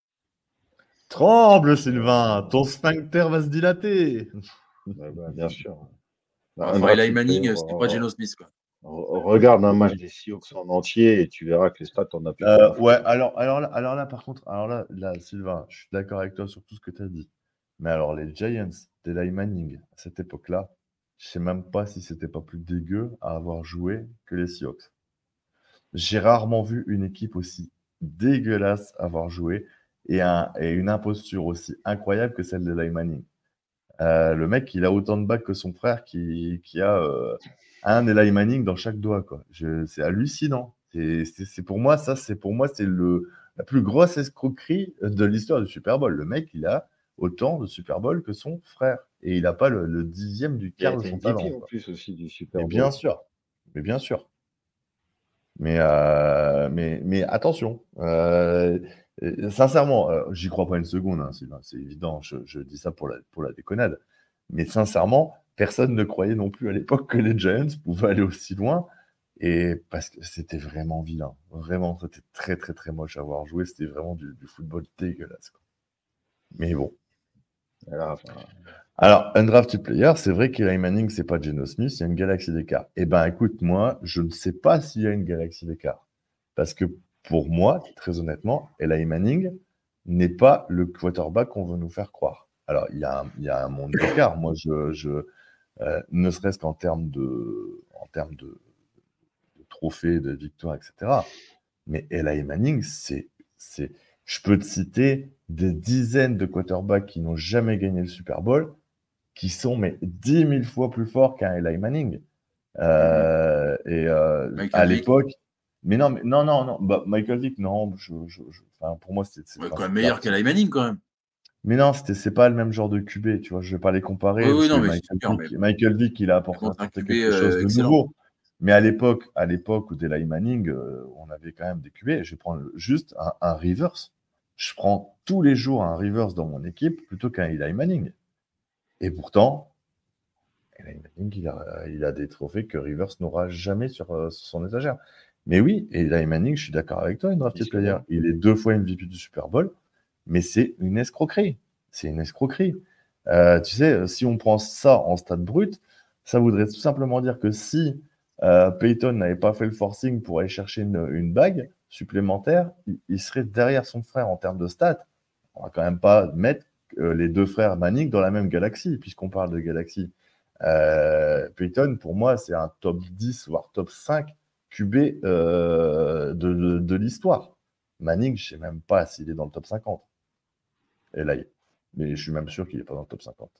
[SPEAKER 6] Tremble, Sylvain, ton sphincter va se dilater.
[SPEAKER 4] Bah, bah, bien sûr. Bah, un
[SPEAKER 5] Enfin,
[SPEAKER 4] drafted
[SPEAKER 5] Eli Manning,
[SPEAKER 4] player,
[SPEAKER 5] c'était
[SPEAKER 4] euh,
[SPEAKER 5] pas Geno Smith, quoi.
[SPEAKER 4] re- regarde un match des Seahawks en entier et tu verras que les stats, on a plus
[SPEAKER 6] Euh,
[SPEAKER 4] rien à foutre.
[SPEAKER 6] ouais, alors, alors, là, alors là, par contre, alors là, là, Sylvain, je suis d'accord avec toi sur tout ce que tu as dit. Mais alors, les Giants d'Eli Manning, à cette époque-là, je sais même pas si c'était pas plus dégueu à avoir joué que les Seahawks. J'ai rarement vu une équipe aussi dégueulasse avoir joué et, un, et une imposture aussi incroyable que celle d'Eli Manning. Euh, le mec, il a autant de bacs que son frère qui, qui a euh, un Eli Manning dans chaque doigt, quoi. Je, c'est hallucinant. C'est, c'est, c'est pour moi, ça, c'est pour moi, c'est le, la plus grosse escroquerie de l'histoire du Super Bowl. Le mec, il a autant de Super Bowl que son frère. Et il n'a pas le, le dixième du
[SPEAKER 4] Il a
[SPEAKER 6] quart de
[SPEAKER 4] été
[SPEAKER 6] son
[SPEAKER 4] M V P
[SPEAKER 6] talent,
[SPEAKER 4] en
[SPEAKER 6] quoi.
[SPEAKER 4] plus aussi du Super
[SPEAKER 6] Mais
[SPEAKER 4] Bowl.
[SPEAKER 6] bien sûr. Mais bien sûr. Mais, euh, mais, mais attention. Euh, euh, sincèrement, euh, j'y crois pas une seconde, hein, Sylvain, c'est évident. Je, je dis ça pour la, pour la déconnade. Mais sincèrement, personne ne croyait non plus à l'époque que les Giants pouvaient aller aussi loin. Et parce que c'était vraiment vilain. Vraiment, c'était très, très, très moche à avoir joué. C'était vraiment du, du football dégueulasse, quoi. Mais bon.
[SPEAKER 4] Et là, enfin,
[SPEAKER 6] Alors, undrafted player, c'est vrai qu'Eli Manning, c'est pas Geno Smith, il y a une galaxie d'écart. Eh ben, écoute, moi, je ne sais pas s'il y a une galaxie d'écart. Parce que pour moi, très honnêtement, Eli Manning n'est pas le quarterback qu'on veut nous faire croire. Alors, il y a un, il y a un monde d'écart. Moi, je, je euh, ne serait-ce qu'en termes de, en termes de, de trophées, de victoires, et cetera. Mais Eli Manning, c'est, c'est, je peux te citer des dizaines de quarterbacks qui n'ont jamais gagné le Super Bowl, qui sont mais dix mille fois plus forts qu'un Eli Manning. Euh, et euh,
[SPEAKER 5] Michael
[SPEAKER 6] à
[SPEAKER 5] Vick.
[SPEAKER 6] l'époque, Mais non, mais non, non, non. Bah, Michael Vick, non. Je, je, je... Enfin, pour moi, c'est, c'est
[SPEAKER 5] Ouais,
[SPEAKER 6] pas
[SPEAKER 5] quand même
[SPEAKER 6] super.
[SPEAKER 5] meilleur qu'Eli Manning, quand même.
[SPEAKER 6] Mais non, c'était, c'est pas le même genre de Q B, tu vois. Je vais pas les comparer
[SPEAKER 5] Oui, oui,
[SPEAKER 6] parce que
[SPEAKER 5] non, mais c'est
[SPEAKER 6] Michael
[SPEAKER 5] sûr.
[SPEAKER 6] Vick,
[SPEAKER 5] Mais
[SPEAKER 6] Michael Vick, il a apporté,
[SPEAKER 5] bon, c'est un
[SPEAKER 6] apporté
[SPEAKER 5] Q B
[SPEAKER 6] quelque chose
[SPEAKER 5] euh,
[SPEAKER 6] de
[SPEAKER 5] excellent.
[SPEAKER 6] nouveau. Mais à l'époque, à l'époque où d'Eli Manning, euh, on avait quand même des Q B. Je vais prendre juste un, un Rivers. Je prends tous les jours un Rivers dans mon équipe plutôt qu'un Eli Manning. Et pourtant, Eli Manning, il a, il a des trophées que Rivers n'aura jamais sur, euh, sur son étagère. Mais oui, Eli Manning, je suis d'accord avec toi, une drafted
[SPEAKER 4] Puisque
[SPEAKER 6] player.
[SPEAKER 4] là.
[SPEAKER 6] Il est deux fois M V P du Super Bowl, mais c'est une escroquerie. C'est une escroquerie. Euh, tu sais, si on prend ça en stade brut, ça voudrait tout simplement dire que si euh, Peyton n'avait pas fait le forcing pour aller chercher une, une bague supplémentaire, il, il serait derrière son frère en termes de stats. On va quand même pas mettre euh, les deux frères Manning dans la même galaxie, puisqu'on parle de galaxie. Euh, Peyton, pour moi, c'est un top dix, voire top cinq Q B euh, de, de, de l'histoire. Manning, je ne sais même pas s'il est dans le top cinquante. Et là, il est. Mais je suis même sûr qu'il n'est pas dans le top cinquante.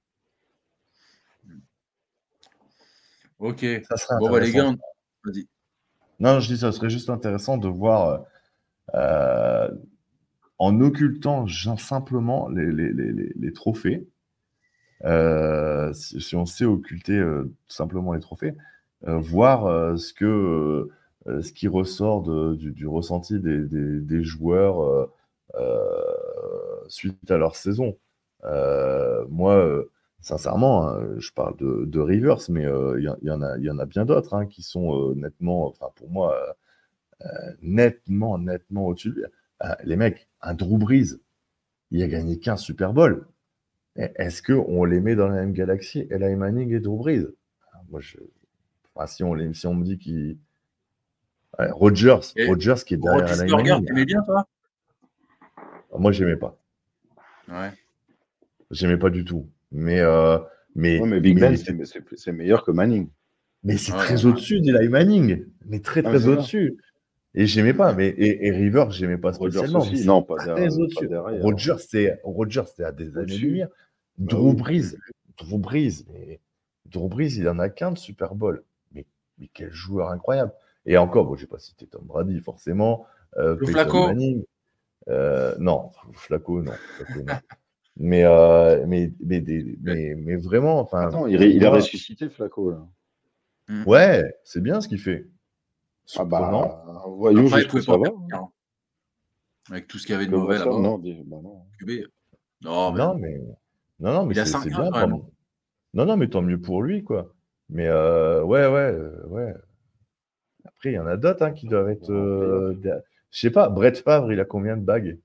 [SPEAKER 5] Ok.
[SPEAKER 6] Ça serait
[SPEAKER 5] Bon, bah, les gars,
[SPEAKER 6] intéressant.
[SPEAKER 5] on... vas-y.
[SPEAKER 6] Non, je dis ça serait juste intéressant de voir euh, en occultant simplement les, les, les, les, les trophées. Euh, si, si on sait occulter euh, tout simplement les trophées, euh, voir euh, ce, que, euh, ce qui ressort de, du, du ressenti des, des, des joueurs euh, euh, suite à leur saison. Euh, moi, euh, sincèrement, hein, je parle de, de Rivers, mais il euh, y, y, en a, y en a bien d'autres hein, qui sont euh, nettement, enfin pour moi, euh, nettement, nettement au-dessus. Euh, les mecs, un Drew Brees, il a gagné quinze Super Bowl. Est-ce qu'on les met dans la même galaxie, Eli Manning et Drew Brees? Moi, je... enfin, si, on les... si on me dit qu'il. Ouais, Rodgers,
[SPEAKER 5] Et
[SPEAKER 6] Rodgers qui est derrière Eli
[SPEAKER 5] Roethlisberger,
[SPEAKER 6] Manning.
[SPEAKER 5] t'aimais bien, toi?
[SPEAKER 6] Moi, j'aimais pas.
[SPEAKER 5] Ouais.
[SPEAKER 6] J'aimais pas du tout. Mais, euh, mais,
[SPEAKER 4] Ouais, mais Big Ben,
[SPEAKER 6] mais,
[SPEAKER 4] c'est, c'est, c'est meilleur que Manning.
[SPEAKER 6] mais c'est
[SPEAKER 5] Ouais,
[SPEAKER 6] très
[SPEAKER 5] ouais.
[SPEAKER 6] au-dessus d'Eli Manning. Mais très,
[SPEAKER 4] Ah, mais
[SPEAKER 6] très
[SPEAKER 4] c'est ça.
[SPEAKER 6] au-dessus. Et j'aimais pas. Mais, et, et Rivers, j'aimais pas
[SPEAKER 4] Rodgers
[SPEAKER 6] spécialement. Mais
[SPEAKER 4] aussi.
[SPEAKER 6] c'est
[SPEAKER 4] Non, pas,
[SPEAKER 6] très
[SPEAKER 4] derrière, pas
[SPEAKER 6] au-dessus.
[SPEAKER 4] derrière.
[SPEAKER 6] Rodgers, c'est, Rodgers, c'est à des
[SPEAKER 4] Au-dessus.
[SPEAKER 6] années-lumière.
[SPEAKER 4] Bah
[SPEAKER 6] Drew
[SPEAKER 4] oui.
[SPEAKER 6] Brees, Drew Brees, mais Drew Brees, il en a qu'un de Super Bowl. Mais, mais quel joueur incroyable. Et encore, bon, je n'ai pas cité Tom Brady, forcément. Euh,
[SPEAKER 5] Le
[SPEAKER 6] Peyton
[SPEAKER 5] Flacco.
[SPEAKER 6] Manning. Euh, non, Flacco, non. Flacco, non. mais, euh, mais, mais, des- mais, mais vraiment, enfin.
[SPEAKER 4] Attends, il, il a
[SPEAKER 6] moi,
[SPEAKER 4] ressuscité Flacco, là.
[SPEAKER 6] ouais, c'est bien ce qu'il fait.
[SPEAKER 4] Ah
[SPEAKER 6] Surprenant.
[SPEAKER 4] bah, voyons
[SPEAKER 5] Après, il
[SPEAKER 4] jusqu'où
[SPEAKER 5] pouvait
[SPEAKER 4] ça
[SPEAKER 5] pas
[SPEAKER 4] va.
[SPEAKER 5] faire pire, hein. Avec tout ce qu'il y avait de
[SPEAKER 4] Comme
[SPEAKER 5] mauvais
[SPEAKER 4] Watson,
[SPEAKER 5] là-bas.
[SPEAKER 4] non, dis- bah non.
[SPEAKER 5] Q B. Non, mais
[SPEAKER 6] non,
[SPEAKER 5] non.
[SPEAKER 6] mais, non, non, mais
[SPEAKER 5] Il a
[SPEAKER 6] c'est
[SPEAKER 5] cinq
[SPEAKER 6] c'est
[SPEAKER 5] un
[SPEAKER 6] bien.
[SPEAKER 5] quand
[SPEAKER 6] tant-
[SPEAKER 5] même.
[SPEAKER 6] Non, non, mais tant mieux pour lui, quoi. Mais euh, ouais, ouais, euh, ouais. Après, il y en a d'autres hein, qui doivent être. Euh, der- Je sais pas, Brett Favre, il a combien de bagues?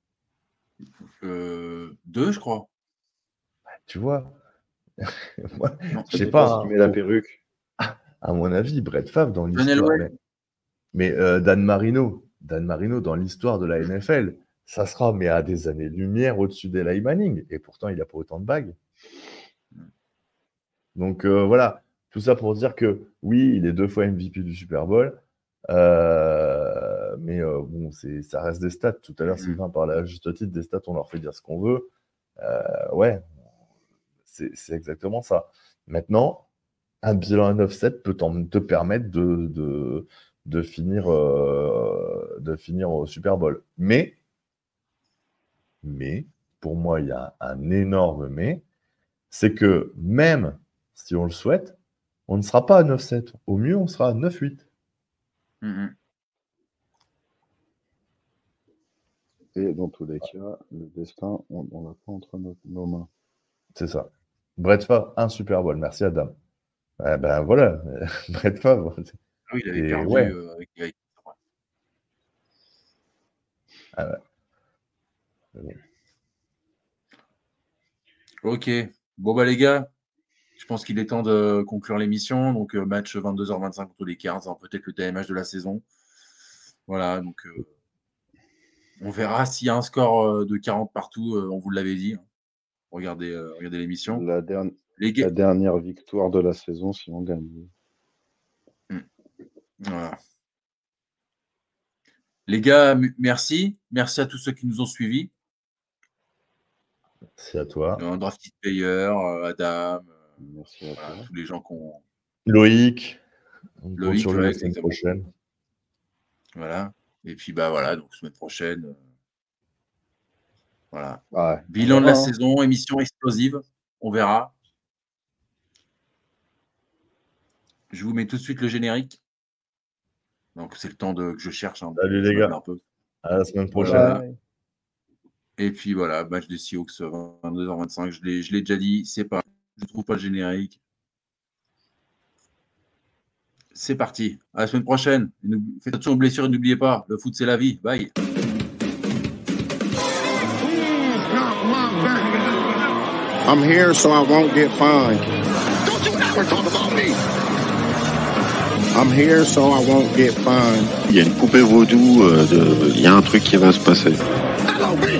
[SPEAKER 5] Euh, deux, je crois.
[SPEAKER 6] Tu vois? Moi,
[SPEAKER 5] Non,
[SPEAKER 6] je
[SPEAKER 4] Ça
[SPEAKER 6] sais
[SPEAKER 4] dépend
[SPEAKER 6] pas.
[SPEAKER 4] s'il
[SPEAKER 6] hein,
[SPEAKER 4] met la
[SPEAKER 6] au-
[SPEAKER 4] perruque.
[SPEAKER 6] À mon avis, Brett Favre, dans
[SPEAKER 5] John
[SPEAKER 6] l'histoire.
[SPEAKER 5] Elway.
[SPEAKER 6] Mais, mais euh, Dan Marino, Dan Marino, dans l'histoire de la N F L, ça sera mais à des années-lumière au-dessus d'Eli Manning. Et pourtant, il n'a pas autant de bagues. Donc euh, voilà, tout ça pour dire que oui, il est deux fois M V P du Super Bowl. Euh, mais euh, bon, c'est, ça reste des stats. Tout à l'heure,
[SPEAKER 5] Mhm.
[SPEAKER 6] Sylvain parlait à juste titre des stats, on leur fait dire ce qu'on veut. Euh, ouais, c'est, c'est exactement ça. Maintenant, un bilan à neuf sept peut t'en- te permettre de, de, de finir, euh, de finir au Super Bowl. Mais, mais, pour moi, il y a un énorme mais, c'est que même si on le souhaite, on ne sera pas à neuf sept. Au mieux, on sera à neuf huit.
[SPEAKER 5] Mhm.
[SPEAKER 4] Et dans tous les cas, le destin, on on l'a pas entre nos, nos mains.
[SPEAKER 6] C'est ça. Brett Favre, un Super Bowl. Merci, Adam. Eh ben voilà, Brett Favre.
[SPEAKER 5] Ah oui, il avait
[SPEAKER 6] Et
[SPEAKER 5] perdu
[SPEAKER 6] ouais.
[SPEAKER 5] euh, avec les Vikings.
[SPEAKER 6] Ah ouais.
[SPEAKER 5] Ok. Bon, bah, les gars, je pense qu'il est temps de conclure l'émission. Donc, euh, match vingt-deux heures vingt-cinq contre les Cards, hein, peut-être le T M H de la saison. Voilà, donc euh, on verra s'il y a un score euh, de quarante partout, euh, on vous l'avait dit. hein. Regardez, euh, regardez l'émission.
[SPEAKER 4] La, dernière
[SPEAKER 5] Les gars,
[SPEAKER 4] la dernière victoire de la saison si on gagne.
[SPEAKER 5] voilà. Les gars, m- merci. Merci à tous ceux qui nous ont suivis.
[SPEAKER 6] C'est à toi.
[SPEAKER 5] Euh, Drafted Player, euh, Adam, euh,
[SPEAKER 4] Merci à
[SPEAKER 5] voilà,
[SPEAKER 4] toi.
[SPEAKER 5] tous les gens qu'on.
[SPEAKER 6] Loïc, on compte
[SPEAKER 5] Loïc,
[SPEAKER 6] sur lui
[SPEAKER 5] ouais,
[SPEAKER 6] la semaine
[SPEAKER 5] exactement.
[SPEAKER 6] prochaine.
[SPEAKER 5] Voilà. Et puis, bah voilà, donc semaine prochaine. euh, Voilà.
[SPEAKER 4] Ouais, on
[SPEAKER 5] Bilan de la
[SPEAKER 4] verra, hein.
[SPEAKER 5] saison, émission explosive. On verra. Je vous mets tout de suite le générique. Donc, c'est le temps de, que je cherche. Hein,
[SPEAKER 6] Salut
[SPEAKER 5] je
[SPEAKER 6] les
[SPEAKER 5] meuble
[SPEAKER 6] gars.
[SPEAKER 5] un peu.
[SPEAKER 6] À la semaine prochaine.
[SPEAKER 5] Voilà.
[SPEAKER 4] Ouais.
[SPEAKER 5] Et puis voilà, match des Seahawks vingt-deux heures vingt-cinq. Je l'ai, je l'ai déjà dit. C'est pas. Je trouve pas le générique. C'est parti. À la semaine prochaine. Et n'oublie- Faites attention aux blessures et n'oubliez pas, le foot c'est la vie. Bye.
[SPEAKER 2] I'm here so I won't get fined. Don't you ever talk about me. I'm here so I won't get fined.
[SPEAKER 3] Il y a une poupée vaudou, euh, de... il y a un truc qui va se passer.
[SPEAKER 2] Hello, me.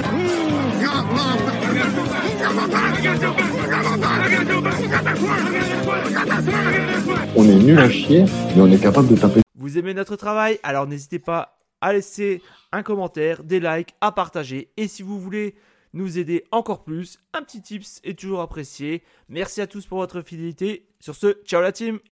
[SPEAKER 7] On est nul à chier, mais on est capable de taper.
[SPEAKER 1] Vous aimez notre travail? Alors n'hésitez pas à laisser un commentaire, des likes, à partager. Et si vous voulez nous aider encore plus, un petit tips est toujours apprécié. Merci à tous pour votre fidélité. Sur ce, ciao la team!